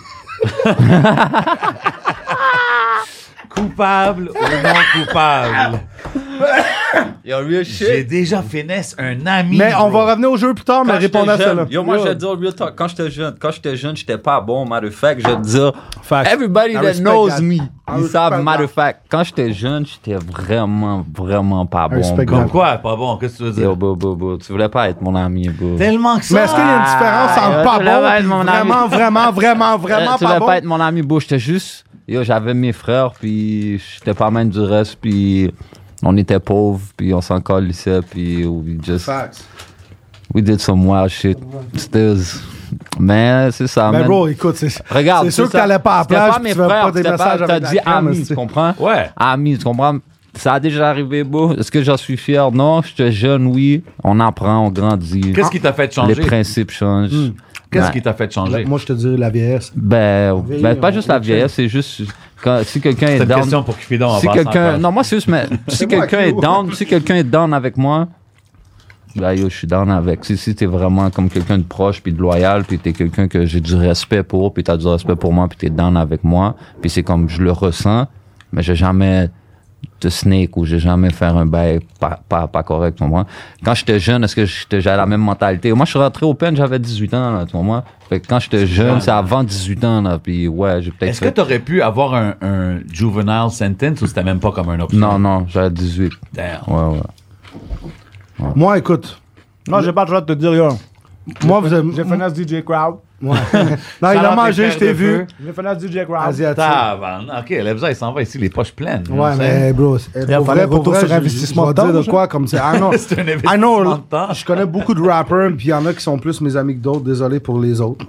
Coupable ou non coupable? Yo, real J'ai shit. déjà finesse un ami. Mais on bro. va revenir au jeu plus tard, mais Quand j'étais répondez à ça, jeune- là. Yo, moi, je vais te dire real talk. Quand j'étais jeune, quand j'étais jeune, j'étais pas bon, matter of fact. Je vais te dire, Facts. everybody I that respect knows that. me, I ils respect savent, matter of that. fact. Quand j'étais jeune, j'étais vraiment, vraiment pas bon. respect bro. Comme quoi, pas bon, qu'est-ce que tu veux dire? Yo, bro, bro, bro, tu voulais pas être mon ami, bro. Tellement que ça. Mais est-ce qu'il y a une différence Ah, entre yo, pas tu voulais bon pas et être mon ami. vraiment, vraiment, vraiment, vraiment Euh, tu pas voulais bon? pas être mon ami, bro. J'étais juste... Yo, j'avais mes frères, puis j'étais pas même du reste, puis on était pauvres, puis on s'en calissait, puis we just... Facts. We did some wild shit. C'était... Mais c'est ça, Mais man. bro, écoute, c'est Regarde, c'est sûr c'est que ça. t'allais pas à la C'était plage, pas puis mes tu fais frères, pas des c'était messages pas- t'as avec dit la cam, amis, esti. tu comprends? Ouais. Amis, tu comprends? Ça a déjà arrivé, bro. Est-ce que j'en suis fier? Non, j'étais jeune, oui. On apprend, on grandit. Qu'est-ce qui t'a fait Les changer? principes changent. Qu'est-ce Ouais. qui t'a fait changer? Moi, je te dirais la vieillesse. Ben, Vieillir, ben, pas on- juste la on vieillesse, c'est juste quand, si quelqu'un C'est est une down. question pour Cupidon. en Si passant, quelqu'un, quoi. non, moi c'est juste, mais si C'est moi, quelqu'un est Q. down, si quelqu'un est down avec moi, ben yo, je suis down avec. Si, si t'es vraiment comme quelqu'un de proche puis de loyal, puis t'es quelqu'un que j'ai du respect pour, puis t'as du respect pour moi, puis t'es down avec moi, puis c'est comme je le ressens, mais j'ai jamais te snake ou j'ai jamais fait un bail pas, pas, pas correct, tu comprends? Quand j'étais jeune, est-ce que j'étais- j'avais la même mentalité? Moi, je suis rentré au pen, j'avais dix-huit ans, là, tu comprends? Fait que quand j'étais jeune, c'est avant dix-huit ans, là, puis ouais, j'ai peut-être Est-ce que fait... t'aurais pu avoir un, un juvenile sentence ou c'était même pas comme un option? Non, non, j'avais dix-huit. Damn. Ouais, ouais. Moi, écoute, Non, j'ai pas le droit de te dire, yo. moi, vous avez... J'ai finesse D J Crowd. Ouais. Non, il a mangé, je t'ai vu. J'ai finesse D J Crowd. Asiatique. Tabarnak. OK, Lebza, il s'en va ici, les poches pleines. Ouais, Tu sais. mais bro, c'est- Il pour fallait vrai, pour retour vrai, sur je- investissement je vais de temps, dire de genre. quoi comme c'est. Ah non, C'est un I investissement know, de temps. je connais beaucoup de rappers, puis il y en a qui sont plus mes amis que d'autres. Désolé pour les autres.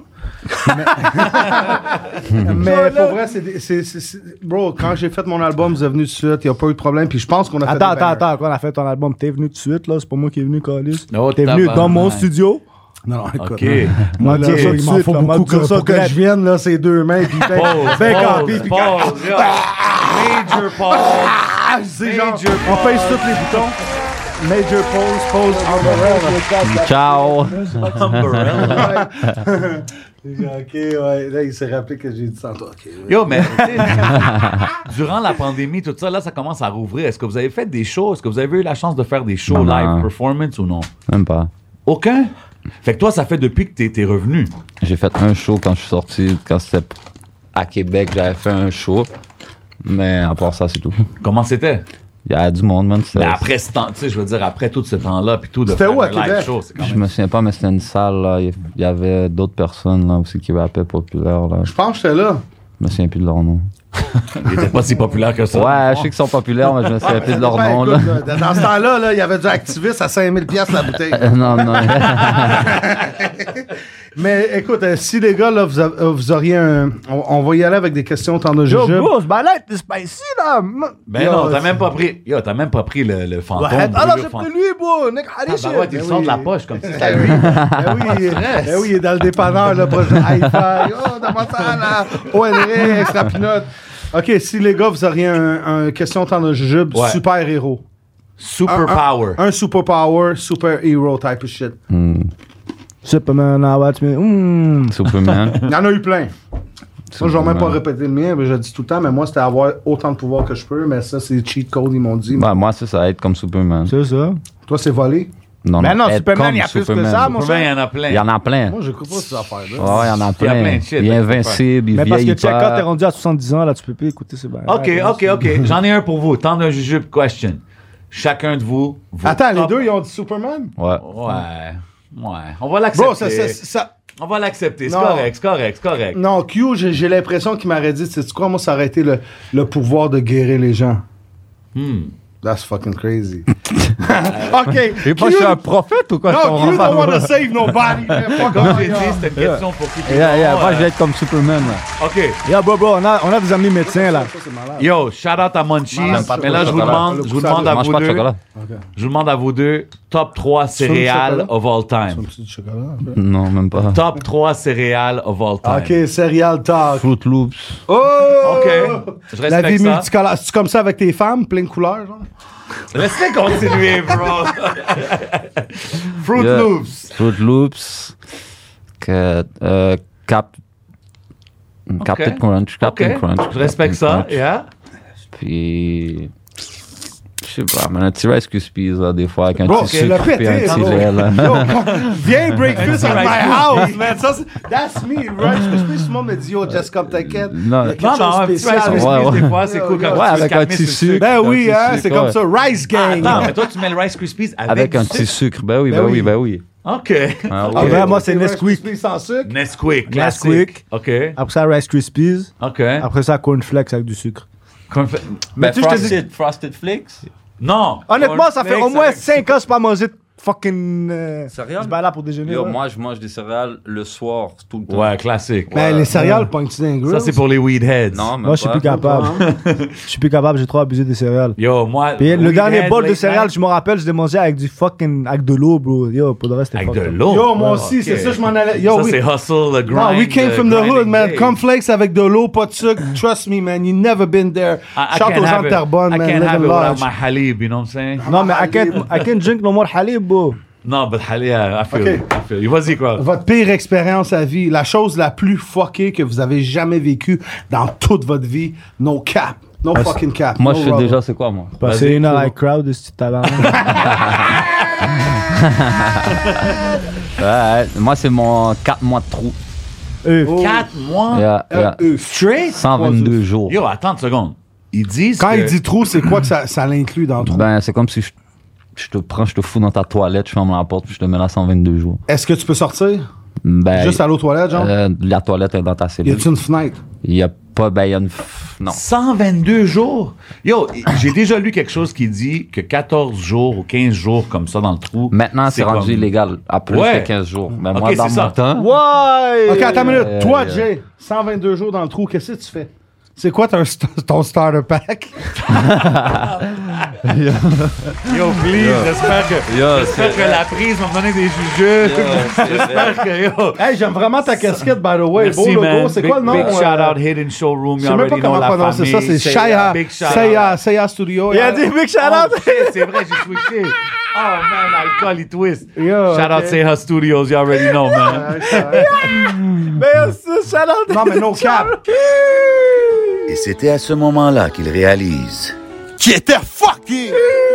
mais, mais pour vrai, c'est, des- c'est, c'est- c'est- bro, quand j'ai fait mon album, vous êtes venu tout de suite, il n'y a pas eu de problème, puis je pense qu'on a fait Attends, des attends, bangers. attends. Quand on a fait ton album, t'es venu tout de suite, là. C'est pas moi qui est venu, Calis. Oh, T'es venu tabarnak. dans mon studio. Non, non, écoute. OK. Moi, là, Dire ça il tout de m'en suite, faut là, beaucoup moi, dire que, ça pour que direct. je vienne, là, ces deux mains, puis ben, Pause, ben pause, campé, puis pause, yo. Major pause. ah, c'est genre, Major on pèse tous les boutons. Major pose, pose, umbrella. Ciao! Umbrella. Ok, ouais, là, il s'est rappelé que j'ai dit ça tantôt. Ok, ouais. Yo, mais tu sais, durant la pandémie, tout ça, là, ça commence à rouvrir. Est-ce que vous avez fait des shows? Est-ce que vous avez eu la chance de faire des shows Non. live performance ou non? Même pas. Aucun? Fait que toi, ça fait depuis que t'es, t'es revenu. J'ai fait un show quand je suis sorti, quand c'était à Québec, j'avais fait un show. Mais à part ça, c'est tout. Comment c'était? Il y a du monde, man. c'était- Mais après ce temps, tu sais, je veux dire, après tout ce temps-là, puis tout, de C'était faire où, à un live Québec? show, c'est quand Je même... me souviens pas, mais c'était une salle, là. Il y avait d'autres personnes, là, aussi, qui rappaient populaires, là. Je pense que j'étais là. Je me souviens plus de leur nom. Il était pas si populaire que ça. Ouais, je sais qu'ils sont populaires, mais je me souviens plus de leur Ben, nom, écoute, là. là, dans ce temps-là, là, il y avait du activiste à cinq mille piastres la bouteille. Euh, non, non. Mais écoute, euh, si les gars, là, vous, a- euh, vous auriez un. On, on va y aller avec des questions tant de Yo, jujube. bro, ce balai, t'es spicy, là. Ben Yo, non, t'as c'est- même pas pris... Yo, t'as même pas pris le, le fantôme. Ouais, Ah non, le j'ai fantôme. pris lui, bro. Nick Ah Harris. bah ouais, tu le Ben sors de la oui. poche comme si c'était Ben lui. oui, ben oui, ben oui, il est dans le dépanneur, là, proche de Hi-Fi. Oh, dans ma salle, là. O N R, extra peanut. OK, si les gars, vous auriez un, un question temps de jujube, Ouais. super héros. Super Un- un- power. Un super power, super hero type of shit. Hmm, Superman, now watch me. Mm. Superman. Il y en a eu plein. Moi, je vais même pas Superman. répéter le mien, mais je le dis tout le temps, mais moi, c'était avoir autant de pouvoir que je peux, mais ça, c'est cheat code, ils m'ont dit. Ben, moi, c'est ça, être comme Superman. C'est ça. Toi, c'est volé. Non, Ben non, être Superman, comme il y a plus que Superman. ça, mon Superman, il y en a plein. Il y en a plein. Moi, je crois pas ces affaires-là. Ouais, il y en a plein. plein de shit, Il est là, qu'il faut invincible, il Mais parce que vieillit check, quand t'es pas. rendu à soixante-dix ans, là, tu peux plus écouter ces balais. OK, OK, OK. J'en ai un pour vous. Temps d'un jujube question. Chacun de vous... vos Attends, les top- deux, ils ont dit Superman? Ouais. Ouais. Ouais. On va l'accepter. Bro, ça, ça, ça- On va l'accepter. C'est Non. correct, c'est correct, c'est correct. Non, Q, j'ai j'ai l'impression qu'il m'aurait dit, tu sais quoi, moi, ça aurait été le, le pouvoir de guérir les gens. Hmm. That's fucking crazy. OK. Et pas, je suis un prophète ou quoi? je No, comprends you pas. don't want to save nobody. man. Fuck Comme off, j'ai dit, yeah. c'était une question pour qui tu Yeah, yeah, veux. moi, je vais être comme Superman. Là. OK. Yo, bro, bro, on a, on a des amis médecins, là. Yo, shout out à Munchies. Malade. Mais là, je vous Chocolat. demande, je vous demande à Je mange vous pas de deux. chocolat. Je vous demande à vous deux, top trois céréales chocolat? of all time. Un petit chocolat, un peu. Non, même pas. Top trois céréales of all time. OK, Serial Talk. Fruit Loops. Oh! OK. Je La vie respecte ça. multicolore. C'est-tu comme ça avec tes femmes, plein de couleurs, genre? Laissez continuer, bro. Fruit Yeah. Loops. Fruit Loops. Que, euh, Cap... Captain Crunch. Captain OK. Crunch. Je respecte Captain ça, Crunch. yeah. Puis... Je sais pas, mais un petit Rice Krispies, là, des fois, avec un Bro, petit c'est le sucre puis un pété, petit bro. lait, là. Yo, viens breakfast at Rice my Krispies. house, man. Ça, c'est- that's me, right? Je pense que tout le monde me dit, yo, just come t'inquiète. Non. Il y a quelque Non, chose non, de un petit spécial. Rice Krispies, Ouais, ouais. des fois, c'est cool quand Ouais, tu veux avec se un calmer petit sur le sucre. Ben Un oui, petit hein, sucre, c'est comme ouais. ça. Rice Gang. Attends, mais toi, tu mets le Rice Krispies avec, Avec un du petit sucre. sucre. Ben oui, Ben ben oui. oui, ben oui. OK. Ah, Ah, ouais. ben, moi, c'est Rice Nesquik. Krispies sans sucre. Nesquik, classique. Nesquik. OK. Après ça, Rice Krispies. OK. Après ça, Cornflakes avec du sucre. Conf- Ben, tu sais, je te dis- Frosted, Frosted Flakes. Non. Honnêtement, ça fait au Cornflakes moins avec- cinq ans que je pas mangé de fucking. Euh, Céréales? du là pour déjeuner. Yo, ouais. moi, je mange des céréales le soir, tout le temps. Ouais, classique. Mais les céréales, pognent-tu dans les grills? Ça, c'est pour les weedheads. Non, même Moi, je suis pas. plus capable. Je suis plus capable, j'ai trop abusé des céréales. Yo, moi. Puis le weedhead, dernier bol de late céréales, night, je me rappelle, je l'ai mangé avec du fucking. Avec de l'eau, bro. Yo, pour le reste, c'était Avec de fucked up. l'eau. Yo, moi Ouais, aussi, ok. c'est ça, je m'en allais. Yo, Ça, oui. c'est hustle, le grind. No, we came the from the hood, grinding man. day. Cornflakes avec de l'eau, pas de sucre. Trust me, man. You never been there. I, I Shout can't aux gens have de it. Terrebonne, I man. can't Live have in it without large. my halib, you know what I'm saying? Non, mais I can't, I can't drink no more halib, bro. Non, but halib, I feel, Ok. I feel. you. Vas-y, quoi. Votre pire expérience à vie, la chose la plus fuckée que vous avez jamais vécue dans toute votre vie, no cap. No fucking cap. Moi, no je sais rubber. déjà c'est quoi, moi. Passer une heure avec crowd de ce talent. Ouais, moi, c'est mon quatre mois de trou. Euh, Quatre mois. Yeah, Euh, yeah. euh, Straight? cent vingt-deux jours. Yo, attends une seconde. Ils disent Quand que... il dit trou, c'est quoi que ça, ça l'inclut dans trou? Ben, c'est comme si je, je te prends, je te fous dans ta toilette, je ferme la porte, puis je te mets là cent vingt-deux jours. Est-ce que tu peux sortir? Ben, Juste à l'eau toilette, genre? euh, la toilette est dans ta Y cellule. a-tu une fenêtre? Il y a pas, ben, il y a une. f- Non. cent vingt-deux jours. Yo, j'ai déjà lu quelque chose qui dit que quatorze jours ou quinze jours comme ça dans le trou. Maintenant, c'est rendu comme- illégal à plus Ouais. que quinze jours. Mais Ok, moi, dans c'est mon ça. temps. ouais! Ok, attends une minute. Euh, Toi, euh, Jay, cent vingt-deux jours dans le trou, qu'est-ce que tu fais? C'est quoi ton, st- ton starter pack? Yo, please, j'espère que, Yo, j'espère c'est que la prise va me donner des jujubes. J'espère que, yo... Hey, j'aime vraiment ta casquette, by the way. Beau Merci, logo. man. C'est Big- quoi le nom? Big euh, shout out, Hidden Showroom. Je You sais même pas already know comment la prononcer ça. famille. C'est Seiya, Shaya. Big shout out. Seiya, Seiya Studio. Il a dit big shout Oh, out! shit, c'est vrai, j'ai switché. Oh, man, alcool, il twist. Yo, Shout out ok. Seiya Studios, you already know, man. Mais c'est shout out! Non, mais no cap. Et c'était à ce moment-là qu'il réalise. Qui était fucké!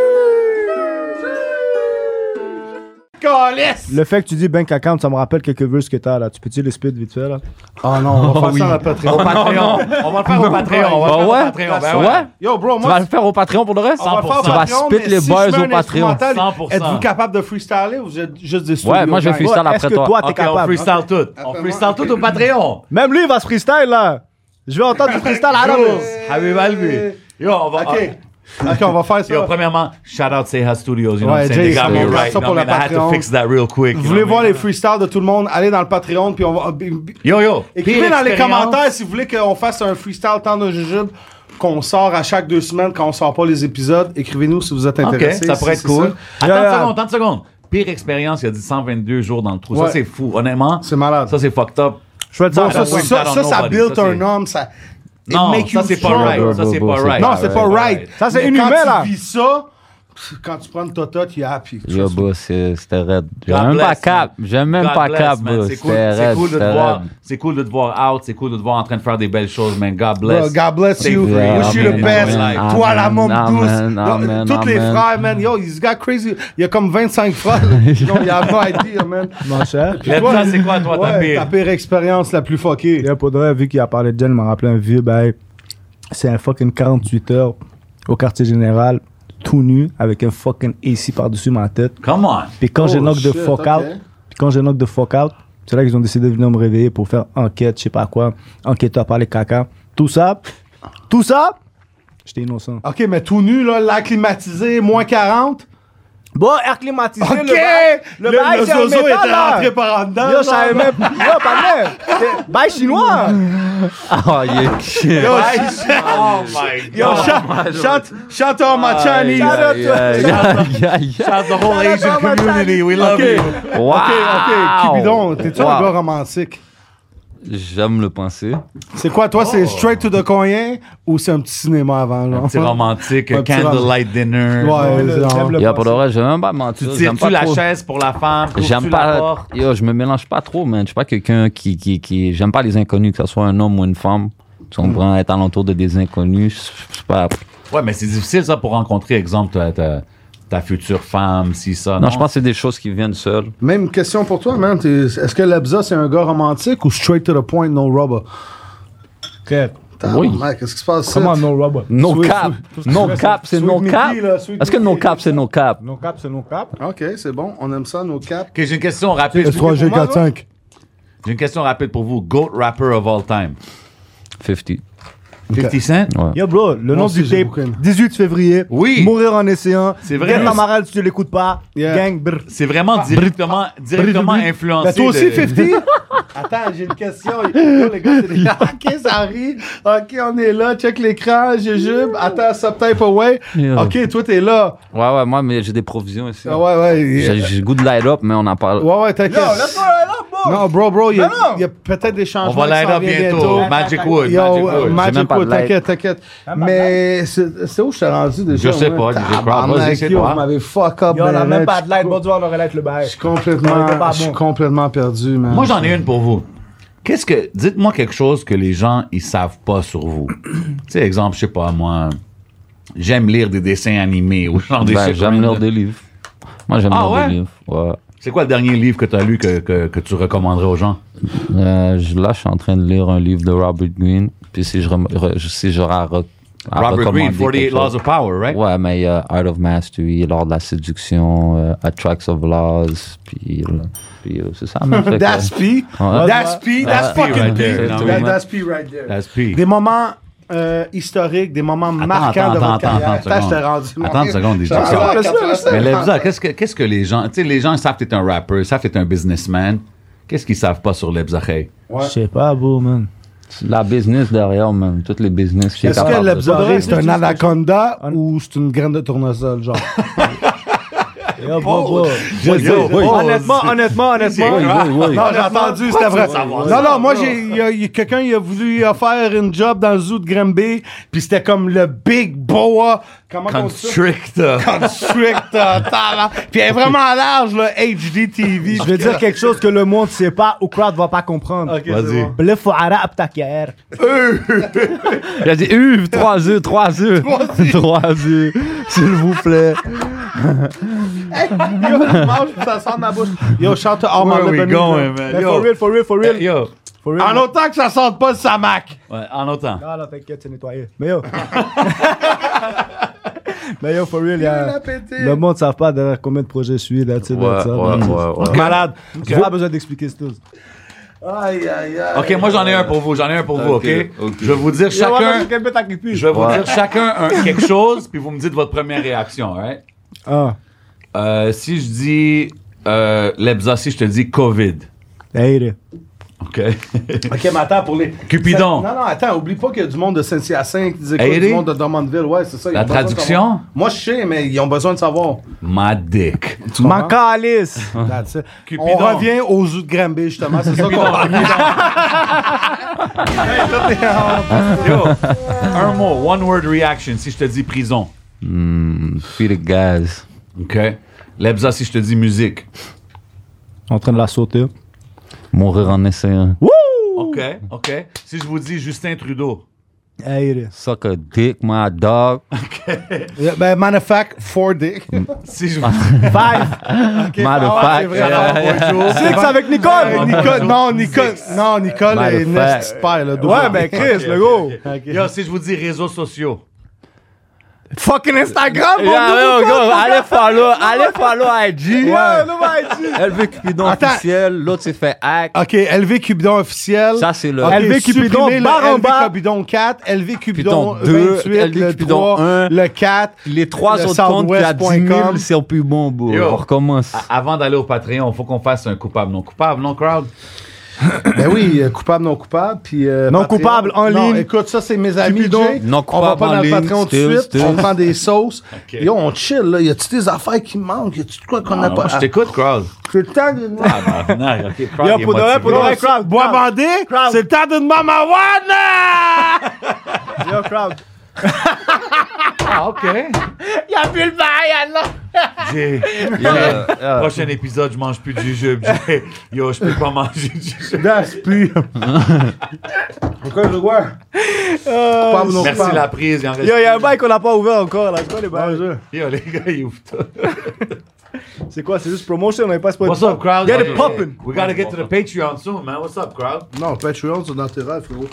Calisse! Le fait que tu dis bank account, ça me rappelle quelques verses que t'as là. Tu peux-tu les spit vite fait là? Oh non, on va faire ça à la Patreon. Au Patreon. On va le faire au Patreon. On va le Ah faire au ouais? Patreon. Ben Ouais? ouais. Yo, bro, Tu vas moi, le faire au Patreon pour le reste? on va le faire au Tu vas Patreon, spit mais les si bars je mets au un Patreon. instrumental, cent pour cent. êtes-vous capable de freestyler ou vous êtes juste des studios? Ouais, moi, je gang? freestyle Ouais, après est-ce que toi. toi, t'es Ok, on capable? freestyle tout. On freestyle tout au Patreon. Même lui, il va se freestyle là! Je vais entendre du freestyle à la base. Habib Albi. Yo, on va... OK. OK, on va faire ça. Yo, premièrement, shout out Seiya Studios. You know Ouais, what I'm saying? They Jay, got on me garde right. ça No, pour I le mean, I had to Patreon. fix that real quick. Vous you voulez know voir what I les mean? freestyles de tout le monde, allez dans le Patreon, puis on va... Yo, yo. Écrivez pire dans les expérience. commentaires si vous voulez qu'on fasse un freestyle temps de jujube qu'on sort à chaque deux semaines quand on sort pas les épisodes. Écrivez-nous si vous êtes OK, intéressés. ça pourrait si être c'est cool. ça. Attends Yeah, une yeah. seconde, attends une seconde. Pire expérience, il a dit cent vingt-deux jours dans le trou. Ouais. Ça, c'est fou. Honnêtement, C'est malade. ça, c'est fucked up. Je vais te Bon, dire ça, ça, ça, ça, ça, ça, ça nobody. build Ça, un c'est- homme, ça... it Non, make ça, you c'est pas strong. right. Ça, c'est pas right. Non, c'est pas right. Ça, c'est Mais inhumain, quand là. tu vis ça, quand tu prends une totote, you happy. Yo, bro, c'est- c'était raide. J'aime God même pas bless, cap. J'aime même God pas bless, cap, man. bro. C'est cool, C'était c'est raide. cool de te c'était voir. raide. C'est cool de te voir out. C'est cool de te voir en train de faire des belles choses, man. God Bro, bless. God bless Stay you. free. Wish you the Amen, best. amen, Toi, la môme amen, douce. amen, Yo, amen, Tous les amen. frères, man. Yo, he's got crazy. Il y a comme vingt-cinq frères. Non, il y a no idea, man. Mon cher. Let's Toi, go, c'est quoi, toi, ta Ouais, pire? ta pire expérience la plus fuckée. Yo, pour de vrai, vu qu'il a parlé de Jen, il m'a rappelé un vieux bail. C'est un fucking quarante-huit heures au quartier général, tout nu, avec un fucking A C par-dessus ma tête. Come on. Puis quand j'ai Oh, knock de shit, fuck ok. out, puis quand j'ai knock de fuck out, c'est là qu'ils ont décidé de venir me réveiller pour faire enquête, je sais pas quoi, enquêteur par les caca. Tout ça, tout ça, J'étais innocent. OK, mais tout nu, là, l'air climatisé, moins quarante. Bon, air climatisé, OK! le bail, le Le, bail, le c'est un zozo métal, était là. rentré par en dedans. Yo, je savais là. même. Yo, pas même. C'est bail chinois. Ah, il est chill. Yo, Oh my yo, chante, chante, chante en ma Chinese. Shout out Aïe, to- aïe, aïe, aïe. Shout the whole Shout out Asian to my community. We love OK, you. Wow. OK, OK. Cupidon, t'es-tu un Wow. gars romantique? J'aime le penser. C'est quoi, toi, c'est straight to the coin ou c'est un petit cinéma avant, genre? C'est romantique, Un petit candlelight dinner. Ouais, le- genre. le- Il y a pas de vrai, j'aime même pas Tu mentir. J'aime tires-tu pas la trop. chaise pour la femme? J'aime t'ouvres-tu la pas. porte? Yo, je me mélange pas trop, man. Je suis pas quelqu'un qui, qui, qui. J'aime pas les inconnus, que ce soit un homme ou une femme. Tu comprends, être alentour de des inconnus, je suis pas. Ouais, mais c'est difficile ça pour rencontrer, exemple, ta, ta, ta future femme, si ça. Non, je pense que c'est des choses qui viennent seules. Même question pour toi, man. T'es- Est-ce que Lebza, c'est un gars romantique ou straight to the point, no rubber? Quête. Oui. Tabarnak, Qu'est-ce qui se passe? Comment ici? no rubber? No Sweet- cap. sweet- No sweet- cap, c'est sweet no Mickey, cap. là, sweet Est-ce que no Mickey. cap, c'est no cap? No cap, c'est no cap. OK, c'est bon. On aime ça, nos caps. Ok, j'ai une question rapide. S trois G quatre cinq. J'ai une question rapide pour vous. GOAT rapper of all time. cinquante. fifty Cent? Ouais. Yo, bro, le Moi nom aussi, du j'ai tape, beaucoup aimé. dix-huit février. Oui. Mourir en essayant. C'est vrai. Get ta marade si tu l'écoutes pas. Yeah. Gang, brr. C'est vraiment directement, directement brr. influencé. Mais toi aussi, de- cinquante? Attends, j'ai une question. Yo, les gars, c'est des... OK, ça rit. OK, on est là. Check l'écran. Jujube. Attends, subtype away. Yeah. OK, toi, t'es là. Ouais, ouais, moi, mais j'ai des provisions ici. Ah ouais, ouais. J'ai j'ai le goût de light up, mais on en parle. Ouais, ouais, t'inquiète. Yo, let's go right up, bro. Non, bro, bro, il y a, Non, non. il y a peut-être des On changements. va light qui s'en up viennent bientôt. Magic Wood. Yo, Magic euh, Wood. J'ai Magic même pas de Wood, light. t'inquiète, t'inquiète. Mais c'est c'est où je t'ai rendu déjà? Je sais moi? pas, D J Crowd. Tabarnak, Vas-y, c'est yo, toi. Vous m'avez fuck up. Yo, on a ben, même net. pas de light. Je Bon, on aurait light le bail. suis complètement, On était pas je suis bon. complètement perdu, man. Moi, j'en ai une pour vous. Qu'est-ce que. Dites-moi quelque chose que les gens, ils savent pas sur vous. tu sais, exemple, je sais pas, moi. J'aime lire des dessins animés ou genre des Ben, shit j'aime random. lire des livres. Moi, j'aime Ah lire ouais? des livres. Ouais. C'est quoi le dernier livre que tu as lu que, que, que tu recommanderais aux gens? Euh, je- là, je suis en train de lire un livre de Robert Greene. Puis si je, rem- re- je- si j'aurais à, re- à Robert recommander Greene, forty-eight quelque Laws chose. of Power, right? Ouais, mais il y a Art of Mastery, L'art de la séduction, euh, Attracts of Laws, puis, euh, puis euh, c'est ça. man. Fait que- That's P. Ouais. That's P. That's That's P fucking right P. there. Non, That- mais- That's P right there. That's P. Des moments euh, historiques, des moments marquants attends, de votre attends, carrière. attends, Attends, je t'ai attends, rendu. mon Attends une gars. seconde, D J. Je suis rendu à quatre-vingt-cinq. Mais Lebza, qu'est-ce que, qu'est-ce que les gens. Tu sais, les gens savent que t'es un rapper, ils savent que t'es un businessman. Qu'est-ce qu'ils savent pas sur Lebza Hey? Je sais pas, bro, man. C'est la business derrière, man. Toutes les business. qui est Est-ce que capable de- l'Ebzaré, c'est un Juste- anaconda ou c'est une graine de tournesol, genre? Yo, bro, bro. Je sais, Yo, je sais. honnêtement, honnêtement, honnêtement. Non, j'ai entendu, c'était vrai. Non, non, moi, j'ai, il y a- il y a quelqu'un, il a voulu faire une job dans le zoo de Granby, puis c'était comme le big boa. Comment on dit ça? Constrictor. Constrictor, talent. Puis elle est vraiment large, là, H D T V. Je vais dire quelque chose que le monde sait pas ou crowd va pas comprendre. Ok, c'est Vas-y. bon. Blef ou arabe ta carrière. Il a dit, Uv, trois œufs, trois œufs. Trois œufs, s'il vous plaît. Yo, je mange, puis ça sort de ma bouche. Yo, chante All My Where we Lebanese, going, là. man? Mais Yo. for real, for real, for real. Eh, Yo. For real. En autant que ça sente pas de sa Mac. Ouais, en autant. Non, non, t'inquiète, c'est nettoyé. Mais yo. Mais yo, for real, y Il a... a pété. le monde ne savent pas derrière combien de projets je suis, là, tu sais, Ouais, là, ça. ouais, là. ouais, ouais. Malade. J'ai pas besoin d'expliquer ce tout. Aïe, aïe, aïe. Ok, moi j'en ai un pour vous, j'en ai un pour vous, ok? Ok, ok. Je vais vous dire chacun. Je vais vous Ouais. dire chacun un- quelque chose, puis vous me dites votre première réaction, right? Ah, Euh, si je dis euh, Lebza, si je te dis COVID, hey, ok? Ok, mais attends, pour les. Cupidon. Non, non, attends, oublie pas qu'il y a du monde de Saint-Hyacinthe qui écoute Hey, du Eddie? monde de Drummondville. Ouais, c'est ça. ils La ont besoin de traduction? savoir. Moi, je sais, mais ils ont besoin de savoir. Ma dick. Tu comprends? ma calice. That's it. Cupidon. On revient aux zoo de Granby, justement. C'est ça qu'on va Yo, un mot, one word reaction, si je te dis prison, Hmm, feel the gaz. ok? Lebza, si je te dis musique, En train de la sauter. Mourir en essayant. ok? Ok? Si je vous dis Justin Trudeau, Hey, Suck a dick, my dog. Yeah, ben, matter of fact, four dick. si je vous dis five. Matter of ah, fact. c'est vrai, yeah, alors, yeah. bonjour. Six avec Euh, Nicole. Nicole, non, Nicole, non, Nicole Matter est of une fact. petite paire, là. double. Ouais, ben Chris, le go. Ok. Yo, si je vous dis réseaux sociaux, Fucking Instagram, mon Yeah, dude, yo, quoi? yo, allez follow, allez follow I G. Ouais, no I G. L V Cupidon Attends. officiel, l'autre c'est fait hack. OK, L V Cupidon officiel. Ça c'est le OK, L V Cupidon, supprimez le barre en L V bas. Cupidon quatre, L V Cupidon Cupidon deux, vingt-huit, L V le Cupidon trois, un. le quatre. Les trois le autres comptes qui a dix southwest point com. mille, c'est au plus bon, beau. Yo. On recommence. A- Avant d'aller au Patreon, il faut qu'on fasse un coupable, non coupable, non crowd? Ben oui, euh, coupable, non coupable. Puis, euh, Non Patreon. coupable, en Non, ligne. écoute, ça, c'est mes amis. Cupidon. Jay. Non On va coupable pas en dans le ligne, Patreon tout de still, suite. still. On prend des sauces. Ok. Yo, on chill, là. Y a-tu des affaires qui manquent? Y a-tu de quoi qu'on n'a Ah, pas? moi, je t'écoute, crowd. C'est le temps de... Ah, bah, non, ok, crowd, Yo, il est pour de vrai, pour de motivé. vrai, crowd. Bois crowd. bandé, Crowd. c'est le temps d'une mamawana! Yo, crowd. Ah, OK. Y'a plus le bail, là! Jay, Yeah, yeah. prochain épisode, je mange plus de jujube. Jay. Yo, je peux pas manger de jujube. That's plus. Encore le voir. Coupable ou non Merci coupable? la prise, il en reste Yo, y'a un plus. bail qu'on n'a pas ouvert encore, là. C'est quoi les bails? Yo, les gars, ils ouvrent tout. C'est quoi? C'est juste promotion, on n'avait pas What's up, crowd? Get it Okay. poppin'. We gotta get to the Patreon soon, man. What's up, crowd? Non, Patreon, c'est dans tes rêves, frérot.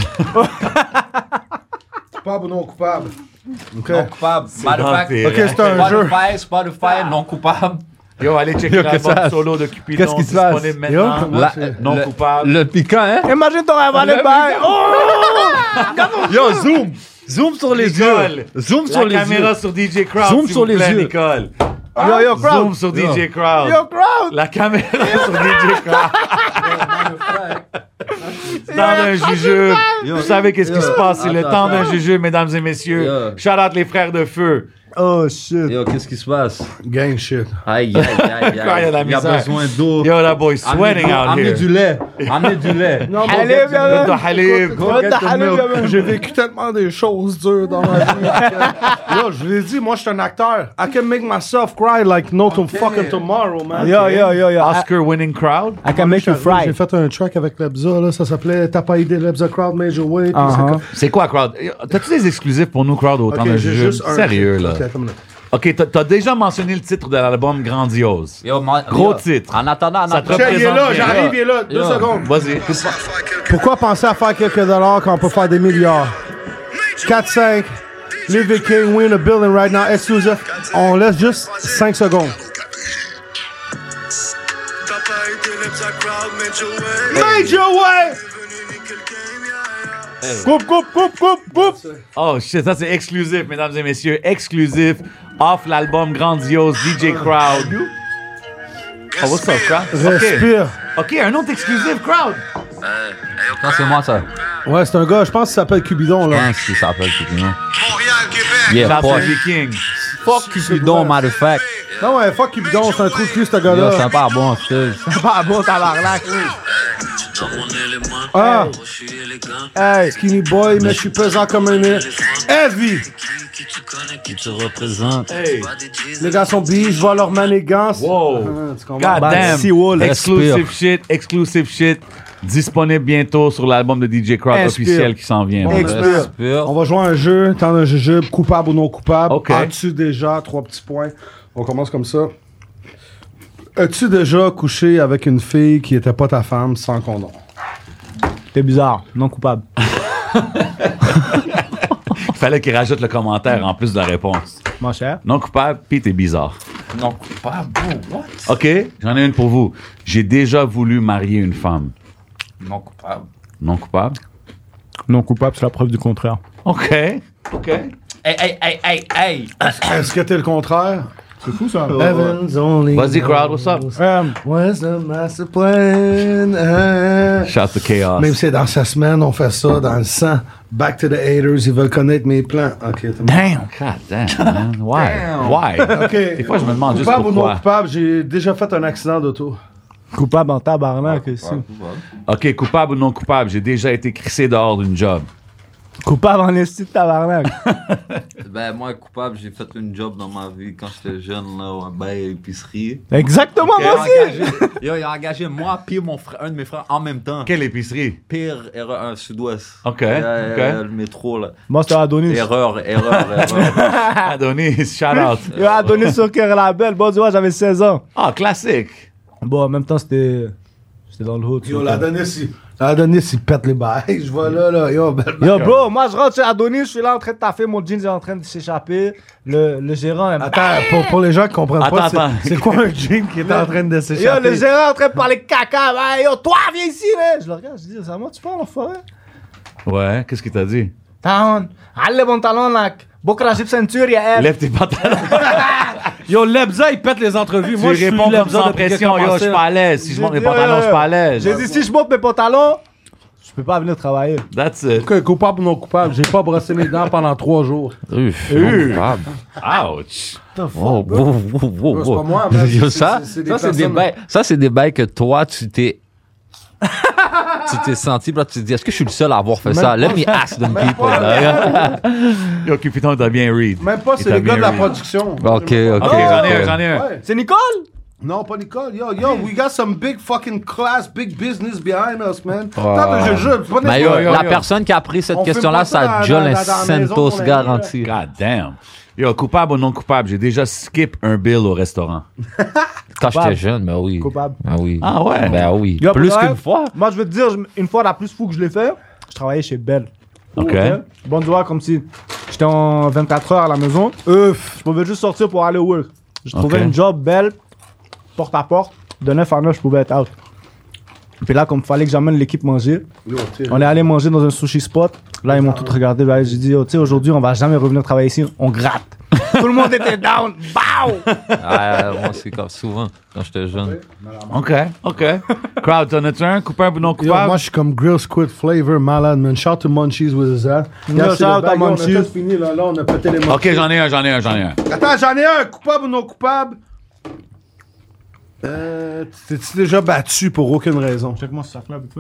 Coupable ou non coupable? OK. Non coupable. Matter of dans fact, tes OK, c'est un jeu. Spotify, Spotify, non coupable. Yo, allez checker Yo, l'album qu'est-ce que solo de Cupidon. Qu'est-ce qui se passe? Disponible Yo, maintenant. comment La- c'est? Non le- coupable. Le piquant, hein? Imagine ton rêve le bail. Oh! Yo, zoom! Zoom sur les Nicole, yeux! Zoom la sur les caméra yeux! sur D J Crowd, Zoom s'il sur vous les plaît, yeux. Nicole. Yo, yo, crowd. Zoom sur D J Crowd. Yo, crowd. La caméra sur D J Crowd. Temps d'un jujube. Vous savez qu'est-ce qui Yo. se passe? C'est le Attends, temps d'un attends. jujube, mesdames et messieurs. Yo. Shout out les frères de feu. Oh, shit. Yo, qu'est-ce qui se passe? Gang shit. Aïe, aïe, aïe, Quand il y a de la aïe. Il y a misère. besoin d'eau. Yo, that boy sweating out Amenez here. du lait. Amenez du lait. Non, Halib, get- y'a Get the halib. Go What get the the halib, milk. y'a- J'ai vécu tellement des choses dures dans ma vie. Yo, je vous l'ai dit, moi, je suis un acteur. I can make myself cry like no to fucking tomorrow, man. Yo, yo, yo, yo. I, Oscar winning crowd. I can make you J'ai fry. fait un track avec Lebza, là, ça s'appelait T'as pas idée, Lebza Crowd Major Way. puis c'est Uh-huh. comme- C'est quoi, crowd? T'as-tu des exclusifs pour nous, crowd, au temps Ok, d'un j'ai jujube? juste un. Sérieux, là. Ok, comme là. Ok, t'as- t'as déjà mentionné le titre de l'album Grandiose. Yo, man- Gros yo, titre. En attendant, en Ça te attendant. Tiens, il est là, représente bien. j'arrive, il est là. Deux Yo. secondes. Vas-y. Pourquoi penser à faire quelques dollars quand on peut faire des milliards? quatre cinq. Living King, we in the building right now. Exclusive. On laisse juste cinq secondes. Major Way! Coupe, coupe, coupe, coupe, coupe. Oh shit, ça c'est exclusif, mesdames et messieurs. Exclusif. Off l'album Grandiose, D J Crowd. Oh, what's up, crowd? Ok. Respire. Ok, un autre exclusif, crowd. Ça, c'est moi, ça. Ouais, c'est un gars, je pense qu'il s'appelle Cupidon, Je là. pense qu'il s'appelle Cupidon. Yeah, Shout out fuck. to the King. Fuck Cupidon, matter of fact. Non, ouais, fuck Cupidon, c'est un trou de cul, ce Yo, gars-là. c'est pas bon, c'est Pas bon, tabarnak. Ah, Hey. Skinny Boy, mais je suis pesant comme un heavy. qui te représente. Hey. Les gars sont billes, je vois leur manigance. Wow. Ah, tu comprends? God Bad damn. Seawall. Exclusive Respire. shit, exclusive shit. Disponible bientôt sur l'album de D J Crowd Inspire. officiel qui s'en vient. Bon, Expire. Respire. On va jouer à un jeu, temps d'un jujube, coupable ou non coupable. Ok. As-tu déjà, trois petits points. On commence comme ça. As-tu déjà couché avec une fille qui était pas ta femme sans condom? T'es bizarre. Non coupable. Il fallait qu'il rajoute le commentaire en plus de la réponse. Mon cher. Non coupable, pis t'es bizarre. Non coupable, bro, what? OK, j'en ai une pour vous. J'ai déjà voulu marier une femme. Non coupable. Non coupable? Non coupable, c'est la preuve du contraire. OK, OK. Hey, hey, hey, hey, hey! Est-ce que t'es le contraire? C'est fou, ça. Heaven's only Vas-y, crowd, what's up? Um, Where's the master plan? Ah. Shout to Chaos. Même si dans sa semaine, on fait ça dans le sang. Back to the haters, ils veulent connaître mes plans. OK, t'as Damn, God damn, man. Why? Why? OK. Des fois, je me demande juste Coupable ou non pourquoi. coupable, j'ai déjà fait un accident d'auto. coupable en tabarnak. aussi. OK, coupable ou non coupable, j'ai déjà été crissé dehors d'une job. Coupable en esti de tabarnak. Ben, moi, coupable, j'ai fait une job dans ma vie quand j'étais jeune, là, au bail à épicerie. Exactement, Ils ont moi aussi. engagé, yo, ils ont engagé moi puis mon frère, un de mes frères en même temps. Quelle épicerie? Pire erreur, un sud-ouest. OK, Euh, OK. euh, le métro, là. Moi, c'était Adonis. Erreur, erreur, erreur. Adonis, shout out. Yo, Adonis sur Cœur la Belle. Bon, tu vois, j'avais seize ans. Ah, classique. Bon, en même temps, c'était. C'était dans le hood. Yo, ça. la donné si. Adonis, il pète les bails. Je vois là, là. Yo, belle Yo, bro, moi, je rentre chez Adonis, je suis là en train de taffer, mon jeans est en train de s'échapper. Le, le gérant... elle me- Attends, pour, pour les gens qui comprennent Attends, pas, c'est- attends. c'est quoi un jean qui est en train de Yo, s'échapper? le gérant est en train de parler caca. Hey, yo, toi, viens ici, là. Je le regarde, je dis, c'est à moi, tu parles, enfoiré? Ouais, qu'est-ce qu'il t'a dit? Taon, allez, bon talon, là. Bokra, j'ai ceinture, y'a elle. Lève tes pantalons. Yo, Lebza, il pète les entrevues. Moi, Tu je suis réponds comme Lebza sans depuis qu'il a pression. Yo, je commencé. suis pas à l'aise. Si je monte mes J'ai dit, pantalons, je suis pas à l'aise. J'ai dit, si je monte mes pantalons, je peux pas venir travailler. That's it. Que coupable ou non coupable, j'ai pas brossé mes dents pendant trois jours. Uf, non coupable. Ouch. Oh, wow, wow, wow, C'est wow. pas moi, man. Yo, C'est- ça, c'est- c'est des ça, c'est des personnes- bails, ça, c'est des bails que toi, tu t'es. tu t'es senti, puis là, tu te dis, est-ce que je suis le seul à avoir fait ça? Let me ask them people. là. Yo, Cupidon, t'as bien read. Même pas, Il c'est t'a les gars de la bien read. production. Ok, ok. Ok, j'en ai un, ok. j'en ai un. Ouais. C'est Nicole? Non, pas Nicole. Yo, yo, we got some big fucking class, big business behind us, man. Ouais. Attends, je jure, c'est pas Mais yo, n'importe- yo, la yo. personne qui a pris cette On fait question-là, pas ça ça dans- a John dans- un dans la maison, Santos mon ami, garanti. God damn. Yo, coupable ou non coupable, j'ai déjà skip un bill au restaurant. Quand j'étais jeune, mais oui. Coupable. Ben oui. Ah ouais? Ben oui. Yo, Plus pour vrai, qu'une fois. Moi, je veux te dire, je- une fois la plus fou que je l'ai fait, je travaillais chez Bell. OK. Bonne joie, comme si j'étais en vingt-quatre heures à la maison. Ouf. Je pouvais juste sortir pour aller au work. Je trouvais Ok. une job belle, porte à porte. De neuf à neuf, je pouvais être out. Puis là, comme il fallait que j'amène l'équipe manger, Yo, tiens. on est allé manger dans un sushi spot. Là, ils m'ont tous regardé. Là, j'ai dit, oh, tu sais, aujourd'hui, on va jamais revenir travailler ici. On gratte. Tout le monde était down. Bow! Ah, moi, c'est comme souvent, quand j'étais jeune. OK, OK. Crowd, t'en as-tu un? Coupable ou non Yo, coupable? moi, je suis comme Grill Squid Flavor, malade, man. Shout to Munchies with his ass. Yo, Regarde, c'est shout le out bag, à on a Munchies. tout fini, là. Là, on a pété les Munchies. OK, j'en ai un, j'en ai un, j'en ai un. Attends, j'en ai un. Coupable ou non coupable? Euh, t'es-tu déjà battu pour aucune raison? Check-moi ce sac-là avec toi.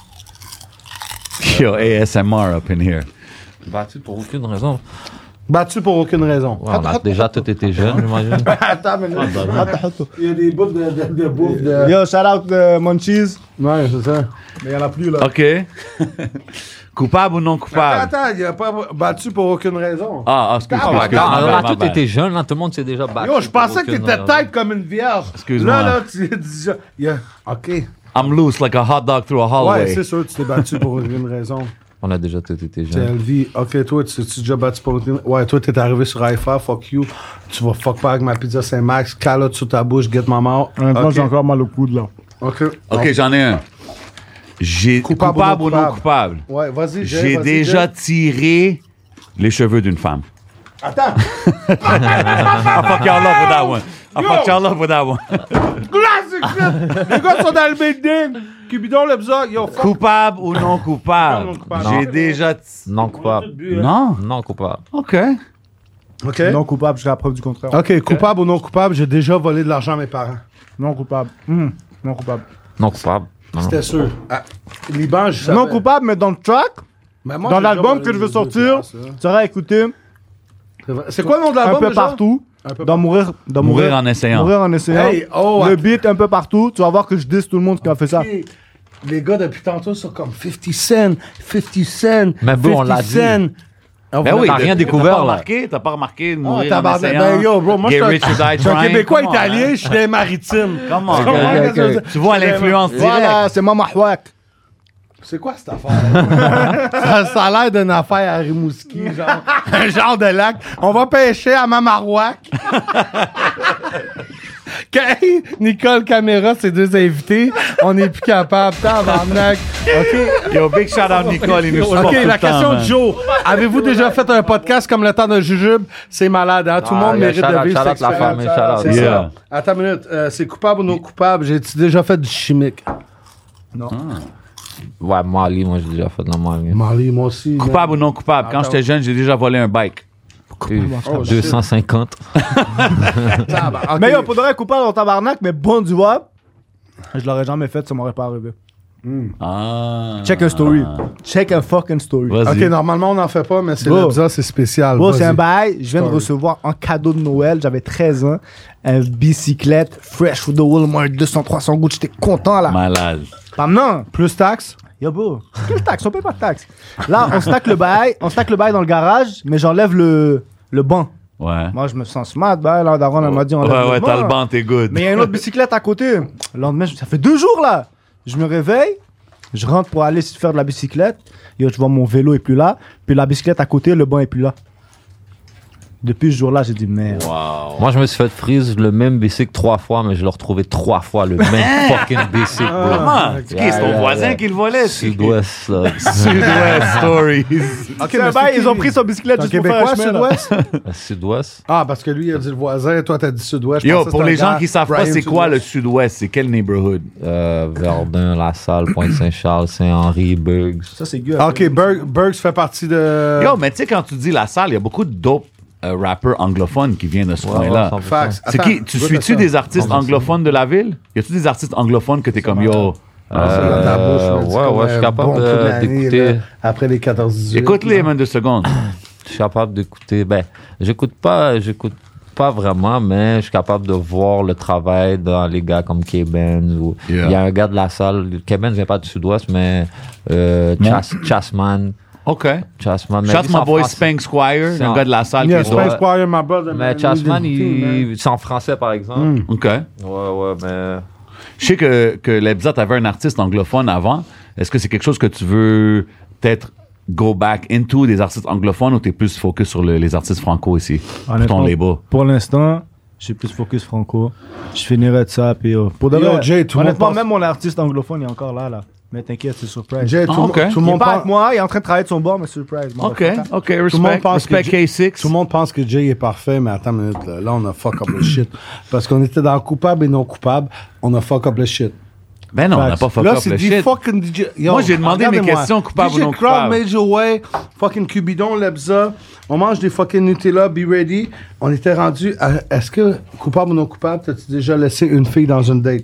Yo, A S M R up in here. Battu pour aucune raison. Battu pour aucune raison. Ouais, on a déjà tout été jeune, j'imagine. Attends, mais là, il y a des bouts de, de, de bouffe de... Yo, shout out de Munchies. Ouais, c'est ça. Mais il y en a plus, là. OK. Coupable ou non coupable? Attends, attends, il a pas battu pour aucune raison. Ah, ah, excuse-moi. Ah, bah, excuse-moi, Quand on ma a bad, tout ma été bad. jeune, là, tout le monde s'est déjà battu. Yo, je pour pensais que aucune t'étais raison. tête comme une vierge. Excuse-moi. Là, là, tu dis... Yeah. OK. I'm loose like a hot dog through a Ouais, hallway. c'est sûr, tu t'es battu pour aucune raison. On a déjà tout été C'est jeune. L V. OK, toi, tu t'es déjà battu pour aucune... Ouais, toi, t'es arrivé sur iFa, fuck you. Tu vas fuck pas avec ma pizza Saint-Max, calotte sur ta bouche, get ma mort. Maintenant, OK. j'ai encore mal au coude, là. OK. OK, j'en ai un. J'ai Coupable coupable, ou ou non non coupable? Ouais, vas-y, Jay, J'ai vas-y, déjà Jay. tiré les cheveux d'une femme. Attends. I fuck y'all up with that one. I fuck y'all up with that one. Classic shit. Les gars sont dans le building. Cupidon, le bza, yo, fuck. Coupable ou non coupable? Non coupable. J'ai Non. déjà... t- Non coupable. Non? Non coupable. OK. OK. Non coupable, j'ai la preuve du contraire. OK, coupable ou non coupable, j'ai déjà volé de l'argent à mes parents. Non coupable. Hum, Non coupable. Non coupable. Non. C'était sûr. Ah, Liban, je savais. Non coupable, mais dans le track, Mais moi, dans j'ai l'album déjà que je volé veux sortir, deux piastres, hein. tu auras écouté C'est vrai. C'est quoi le nom de un l'album peu déjà? partout. Un peu Dans mourir, dans Mourir en essayant. Mourir en essayant. Hey, oh, le att- beat un peu partout. Tu vas voir que je dis tout le monde qui a fait ça. OK. Les gars, depuis tantôt, sont comme fifty cents, fifty cents, Mais bon, on l'a fifty dit. cents. Ah, Ben vous oui, t'as l'avez- rien t'as découvert, pas là. remarqué? T'as pas remarqué de Oh, mourir en tabarnak. essayant? Ben yo, bro, moi, je Get suis rich or die un- je suis un trying. Québécois Come on, italien, man. je suis des maritimes. Comment? Tu comprends Ok, ce que je veux dire? Tu vois l'influence directe. Voilà, c'est Mama Houak. C'est quoi cette affaire? ça, ça a l'air d'une affaire à Rimouski, genre. Un genre de lac. On va pêcher à Mamarouac. Quand Nicole Caméra, ses deux invités, on n'est plus capable. Tabarnak. OK. Yo, big shout out Nicole, il nous supporte OK, tout la le temps, question man. de Joe. Avez-vous déjà fait un podcast comme Le Temps d'un jujube? C'est malade, hein? Tout le Ah, monde yeah, mérite shout de out, vivre shout cette out la expérience. famille, shout out. C'est Yeah. ça. Attends une minute. Euh, c'est coupable ou non coupable? J'ai-tu déjà fait du chimique? Ouais, Mali, moi j'ai déjà fait de la Mali. Marley, moi aussi. Coupable ou non coupable? Quand j'étais jeune, j'ai déjà volé un bike. Oh, deux cent cinquante. Okay. Mais yo, faudrait coupable en tabarnak, mais bon du web. Je l'aurais jamais fait, ça m'aurait pas arrivé. Ah. Check un story. Check un fucking story. Vas-y. OK, normalement, on n'en fait pas, mais c'est Bro. le bizarre, c'est spécial. Bro, Vas-y. c'est un bail. Je viens de Story. recevoir en cadeau de Noël. J'avais treize ans. Un bicyclette fresh with the Walmart deux cents trois cents gouttes. J'étais content là. Malade. Maintenant, Plus taxe? yo bro, quelle taxe? On paye pas de taxe. Là, on stack le bail. On stack le bail dans le garage, mais j'enlève le, le banc. Ouais. Moi, je me sens smart. Bah, là, Daron, elle m'a dit enlève Ouais, le ouais, banc. t'as le banc, t'es good. Mais il y a une autre bicyclette à côté. Le lendemain, je- ça fait deux jours là. Je me réveille. Je rentre pour aller faire de la bicyclette. Yo, tu vois, mon vélo est plus là. Puis la bicyclette à côté, le banc est plus là. Depuis ce jour-là, j'ai dit merde. Wow. Moi, je me suis fait freeze le même bicycle trois fois, mais je l'ai retrouvé trois fois, le même fucking bicycle, bro. Comment? C'est qui? C'est ton voisin qui le volait? Sud-Ouest, là. Sud-Ouest Stories. Ok, C'est un bail, ils ont pris son bicyclette juste pour faire un Québécois, chemin, là. Sud-Ouest? Sud-Ouest. Ah, parce que lui, il a dit le voisin, toi, t'as dit Sud-Ouest. Je Yo, pensais que pour c'était les un gens gars, qui savent pas, Brian c'est quoi le Sud-Ouest. Sud-Ouest? C'est quel neighborhood? Euh, Verdun, La Salle, Pointe-Saint-Charles, Saint-Henri, Burgs. Ça, c'est good. Ok, Berg, Bergs fait partie de. Yo, mais tu sais, quand tu dis la salle, il y a beaucoup de dope euh, rappeurs anglophones qui viennent de ce Ouais, coin-là. ouais, cent pour cent. Facts. C'est Attends, qui? Tu goûte à suis-tu ça. des artistes cent pour cent. anglophones de la ville? Y a-tu des artistes anglophones que t'es comme yo? Ah, c'est dans ta bouche, Euh, là, c'est ouais, comme ouais, je suis un capable bon de- coup d'année, d'écouter. là, après les quatorze dix-huit. Écoute-les, man, deux secondes. Je suis capable d'écouter. Ben, j'écoute pas, j'écoute pas vraiment, mais je suis capable de voir le travail dans les gars comme K-Benz. Ou Yeah. il y a un gars de la salle. K-Benz vient pas du Sud-Ouest, mais euh, Non. Chas, Chasman. OK. Chasman. mais Chasse lui, c'est my en boy français. Spank Squire, C'est un en- gars de la salle Yeah, qui est Spence là. Squire, my brother. Mais man. Chasman, He did the thing, man. il, c'est en français, par exemple. Mm. OK. Ouais, ouais, mais. Je sais que, que Lebza, t'avais un artiste anglophone avant. Est-ce que c'est quelque chose que tu veux peut-être go back into des artistes anglophones ou t'es plus focus sur le- les artistes franco ici? Pour ton Honnêtement, label. Pour l'instant, je suis plus focus franco. Je finirai de ça. Puis, yo, pour de Yo, vrai, Jay, tout le monde honnêtement, pense- même mon artiste anglophone, il est encore là. là. Mais t'inquiète, c'est surprise. Jay, tout, Ah, le ok. monde- tout le Il est monde pas pense- avec moi, il est en train de travailler de son bord, mais surprise. OK, motherfucker. OK, Tout le monde respect. pense que Respect Jay- K six. Tout le monde pense que Jay est parfait, mais attends une minute. Là, Là, on a fuck up le shit. Parce qu'on était dans coupable et non coupable. On a fuck up le shit. Ben non, on n'a Facts. pas fuck Là, up c'est le du shit. fucking D J. Yo, Moi, j'ai demandé mes regardez-moi. questions, coupable D J ou non Crowd, coupable. Major Way, fucking Cubidon, Lebza. On mange des fucking Nutella, be ready. On était rendu à. Est-ce que, coupable ou non coupable, t'as-tu déjà laissé une fille dans une date?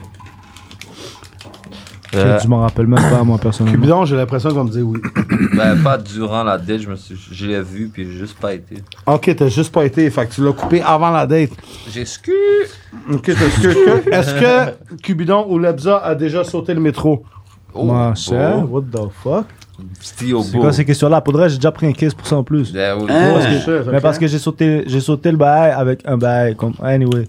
Euh, Je m'en rappelle même pas, moi, personnellement. Cubidon, j'ai l'impression qu'on me dit oui. Ben, pas durant la date, je me suis, je l'ai vu, puis j'ai juste pas été. Ok, t'as juste pas été. Fait que tu l'as coupé avant la date. J'ai scu. Ok, t'as ce que. Est-ce que Cubidon ou Lebza a déjà sauté le métro? Oh, Moi, cher, beau. what the fuck? Petit au C'est beau. quoi ces questions-là? Pour de vrai, j'ai déjà pris un quinze pour cent en plus. Ben oui. Hein? Parce que- Shit, Mais ok. parce que j'ai sauté, j'ai sauté le bail avec un bail. Comme, anyway.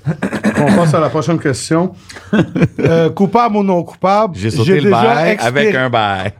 On passe à la prochaine question. Euh, coupable ou non coupable? J'ai sauté le déjà bail expéri- avec un bail.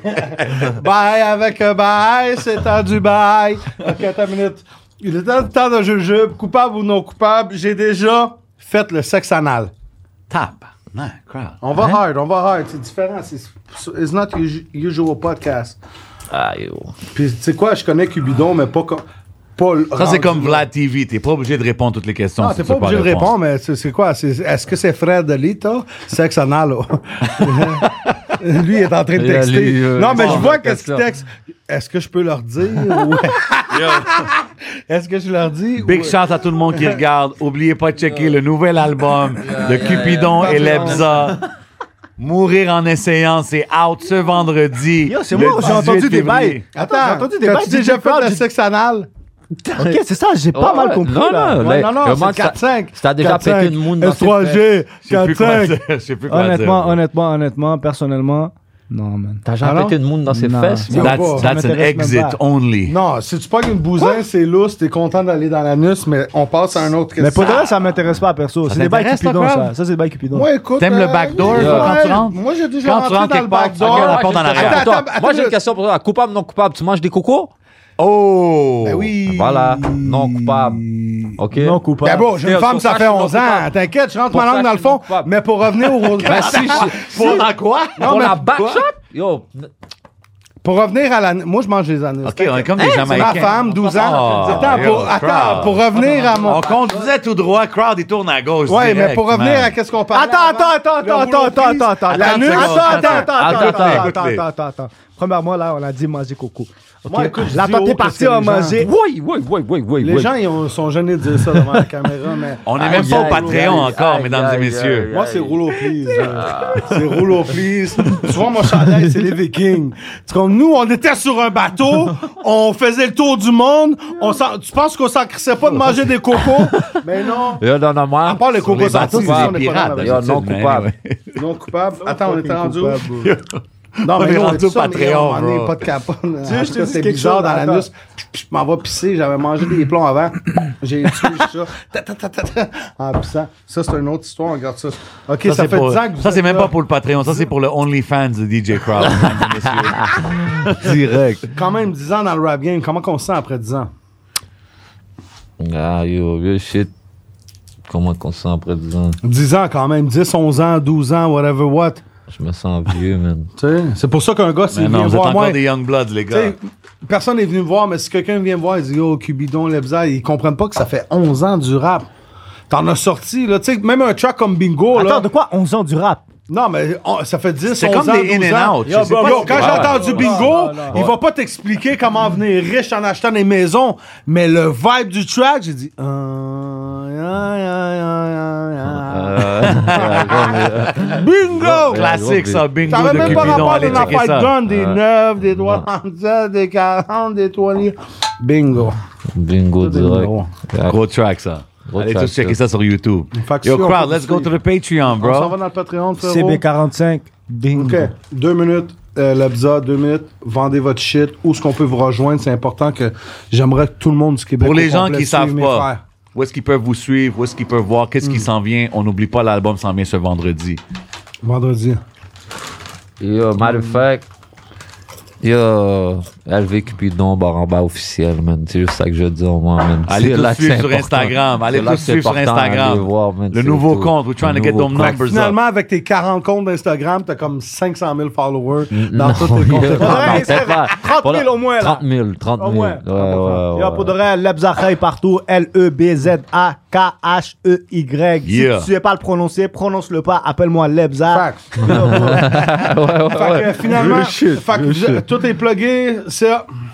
Bail avec un bail, c'est temps du bail. Ok, attends une minute. Il est temps le temps de jujube. Coupable ou non coupable? J'ai déjà fait le sexe anal. Tabarnak, crowd. On va Hein? hard, on va hard. C'est différent. C'est it's not us- usual podcast. Ah, yo. Puis tu sais quoi, je connais Cubidon, mais pas comme. Pas le Ça, c'est rendu comme là. Vlad T V. T'es pas obligé de répondre toutes les questions. Non, si t'es tu pas veux obligé de répondre, mais c'est c'est quoi? C'est- Est-ce que c'est Fred Lita? Sexe anal, là. Lui, il est en train de Il a texter. lu, euh, non, mais bon, je vois la qu'est-ce qu'il question. texte. Est-ce que je peux leur dire? Ouais. Est-ce que je leur dis? Big ou- shout à tout le monde qui regarde. Oubliez pas de checker le nouvel album de Cupidon et Lebza. Mourir en essayant, c'est out ce vendredi. Yo, c'est le moi, j'ai entendu dix-huit des bails. février. Attends, J'ai entendu des t'as-tu bails, déjà D J fait Crowd, le j'ai- sexe anal? Ok, c'est ça, j'ai pas Ouais, mal ouais. compris. Non, là. non, Ouais, là, non, non, le c'est monde, quatre cinq. Si t'as déjà quatre cinq. pété une moune dans S trois ses G, Je sais plus quatre quoi cinq. dire. Je sais plus quoi Honnêtement, dire. honnêtement, honnêtement, personnellement, non, man. T'as jamais Ah non? pété une moune dans ses Non. fesses? Non. bro? That's, pas. that's Ça an m'intéresse même exit pas. only. Non, si tu pognes une bousin, c'est lousse, t'es content d'aller dans l'anus, mais on passe à un autre question. Mais pour de vrai, ça m'intéresse pas, perso. Ça C'est des bails t'intéresse, Cupidon, toi, ça. Crowd? Ça, c'est des bails Cupidon. Moi, écoute. T'aimes le euh, backdoor, ouais, toi, quand tu rentres? Moi, j'ai déjà Quand tu rentré rentres dans le quelque part, backdoor. tu regardes la Moi, porte j'ai en une- arrière. attends, Attends, attends, attends, moi, j'ai une attends. question pour toi. Coupable, non coupable, tu manges des cocos? Oh! Ben oui. Voilà, non coupable. OK? Non coupable. Ben bon, j'ai une Pour femme, ça, ça je fait suis non onze ans. coupable. T'inquiète, je rentre Pour ma ça, langue je dans le suis non fond. coupable. Mais pour revenir au... Ben si, je- Pour dans quoi? pour mais la quoi? backshot? Yo, Pour revenir à la... Moi, je mange des anus. Ok, on est comme des C'est Jamaïcains. ma femme, douze ans. Oh, attends, yo, pour, attends, crowd. pour revenir à mon... On conduisait tout droit, crowd, il tourne à gauche. Ouais, direct, mais pour revenir man. à qu'est-ce qu'on parlait Attends, attends, avant, attends, le attends, rouleau attends, prise, attends, attends, l'anus. attends, attends, attends, attends, Attends, attends, attends. attends, attends, attends, attends. Premièrement, là, on a dit manger coco. Ok? Moi, écoute, je Là, dis toi, haut t'es parce parti que à les gens- manger. oui, oui, oui, oui, oui. Les oui. gens, ils ont- sont gênés de dire ça devant la caméra, mais... On n'est Aïe, même pas au aïe, Patreon aïe, encore, aïe, mesdames aïe, et messieurs. aïe, Moi, c'est rouleau please. euh, C'est rouleau please. Tu vois, mon chandail, c'est les Vikings. C'est comme nous, on était sur un bateau, on faisait le tour du monde. On s'en- tu penses qu'on s'en crissait pas de manger des cocos? Mais non. Yo, non, non, moi. À part les cocos Les bateaux, sortis, c'est on des n'est pas pirates. dans la- Yo, non Mais coupable. anyway. Non coupable. Attends, on était rendu où? Non, On mais est non, rendu tout au ça, mais Patreon, à un moment donné, bro. pas de capote. Tu sais, je te dis C'était quelque bizarre chose, dans attends. l'anus. Je m'en vais pisser. J'avais mangé des plombs avant. J'ai tué ça. Ta, ta, ta, ta, ta, en pissant. Ça, c'est une autre histoire. On regarde ça. OK, ça, Ça, c'est fait pour- dix ans que vous ça, c'est êtes même là. pas pour le Patreon. Ça, c'est pour le OnlyFans de D J Crowd. mesdames et messieurs. Direct. Quand même dix ans dans le rap game. Comment qu'on se sent après dix ans? Ah, yo, real shit. Comment qu'on se sent après dix ans? dix ans quand même. dix, onze ans, douze ans, whatever what. Je me sens vieux, man. Tu sais, c'est pour ça qu'un gars, s'il Mais vient non, vous êtes voir encore moi... des Young Bloods, les Tu gars. sais, personne n'est venu me voir, mais si quelqu'un vient me voir, il dit « Yo, Cupidon, Lebza », ils comprennent pas que ça fait onze ans du rap. T'en as sorti, là, tu sais, même un track comme Bingo, là... Attends, de quoi onze ans du rap? Non, mais on- ça fait dix, C'est onze comme ans, des douze in and ans. out. Yo, Je sais bro, pas yo, si- quand Ouais, j'ai ouais, entendu ouais, Bingo, non, non, il va pas t'expliquer comment venir riche en achetant des maisons, mais le vibe du track, j'ai dit... Euh, ya, ya, ya, ya, ya. Bingo! Classique, ça. Bingo Ça avait de même pas Cupidon. rapport Allez d'une checker affaire de ça. gun, des neuf, des soixante-dix, des quarante, des vingt. Bingo. Bingo des direct. numéros. Yeah. Gros track, ça. Gros Allez track, tous checker ça. ça sur YouTube. Fait que Yo, si on Crowd, peut let's go to suivre. the Patreon, On s'en va bro. dans le Patreon, frérot. C B quarante-cinq. Bingo. OK. Deux minutes, euh, Lebza, deux minutes. Vendez votre shit. Où est-ce qu'on peut vous rejoindre? C'est important que j'aimerais que tout le monde du Québec... Pour les au gens complet qui suive savent mes pas, frères. où est-ce qu'ils peuvent vous suivre, où est-ce qu'ils peuvent voir, qu'est-ce qui s'en vient, on n'oublie pas, l'album s'en vient ce vendredi. Vendredi. Yo, matter of fact, yo, L V Cupidon, barre en bas officiel, man. C'est juste ça que je dis au moins, man. Allez C'est tous là que suivre c'est sur important. Instagram. Allez C'est là tous que c'est suivre sur important, Instagram. allez voir, man, Le c'est nouveau tout. compte. We're trying Le to get nouveau them compte. Fait que numbers up. finalement, avec tes quarante comptes d'Instagram, t'as comme cinq cent mille followers Non, dans tous tes comptes. yo, non, peut-être pas. trente mille au moins, là. trente mille, trente Au mille. moins. Ouais, ouais, Yo, ouais. pour de vrai, Lebzahay partout. L E B Z A K H E Y. Yeah. Si tu sais pas le prononcer, prononce-le pas. Appelle-moi Lebza. Facts. Ouais, ouais, Fait ouais. que finalement, Real shit, fait que real je- shit. tout est plugué. C'est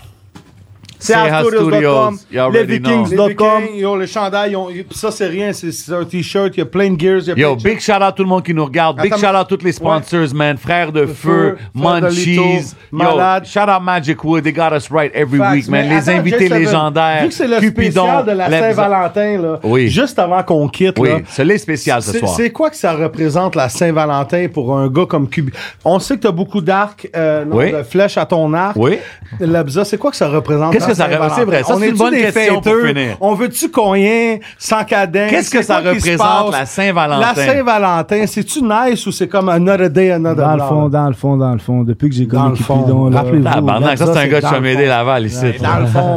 C H Studios, you already know. les Vikings, yo, les chandails, ils ont- pis ça c'est rien, c'est c'est un t-shirt, il y a plein de gears, il y a Yo, plein de big shout out tout le monde qui nous regarde. Big Attends, shout out tous les sponsors, man. Frères de Feu, Feu, Frères de Munchies. Lito, Yo, Malade. shout out Magic Wood. They got us right every Facts, week, man. mais Les attends, invités J sept, légendaires. Vu que c'est le Cupidon, spécial de la Lebza- Saint-Valentin, là, Oui. juste avant qu'on quitte, Oui, là, c'est les spéciales ce c'est- soir. c'est quoi que ça représente la Saint-Valentin pour un gars comme Cupidon? On sait que t'as beaucoup d'arcs, euh, non, Oui. de flèches à ton arc. Oui. Lebza, c'est quoi que ça représente? Qu'est-ce la que ça représente? Saint-Valentin? C'est vrai, ça, On c'est une est-tu bonne des question pour fêteux? finir. On veut-tu combien, sans cadence? Qu'est-ce que C'est ça quoi qui se représente, passe? la Saint-Valentin? La Saint-Valentin, c'est-tu nice ou c'est comme another day, another Dans le dollar? fond, dans le fond, dans le fond. Depuis que j'ai Dans connu le fond. Cupidon, là. Rappelez-vous. Tabarnak, ça, c'est un gars de dans le Chamédé fond. Laval ici. Dans le fond.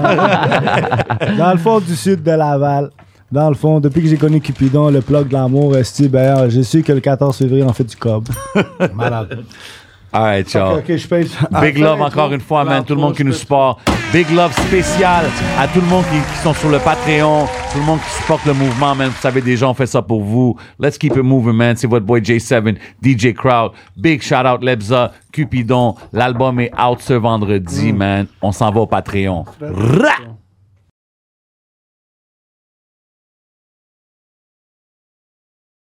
Dans le fond du sud de Laval. Dans le fond, depuis que j'ai connu Cupidon, le plug de l'amour, esti, ben, je sais que le quatorze février, on fait du cob. Malade. All right, ciao. Ok, ok, je paye. Big love encore une fois, man. Tout le monde qui nous supporte. Big love spécial à tout le monde qui, qui sont sur le Patreon. Tout le monde qui supporte le mouvement, man. Vous savez, déjà, on fait ça pour vous. Let's keep it moving, man. C'est votre boy J sept, D J Crowd. Big shout out Lebza, Cupidon. L'album est out ce vendredi, man. On s'en va au Patreon. Rah!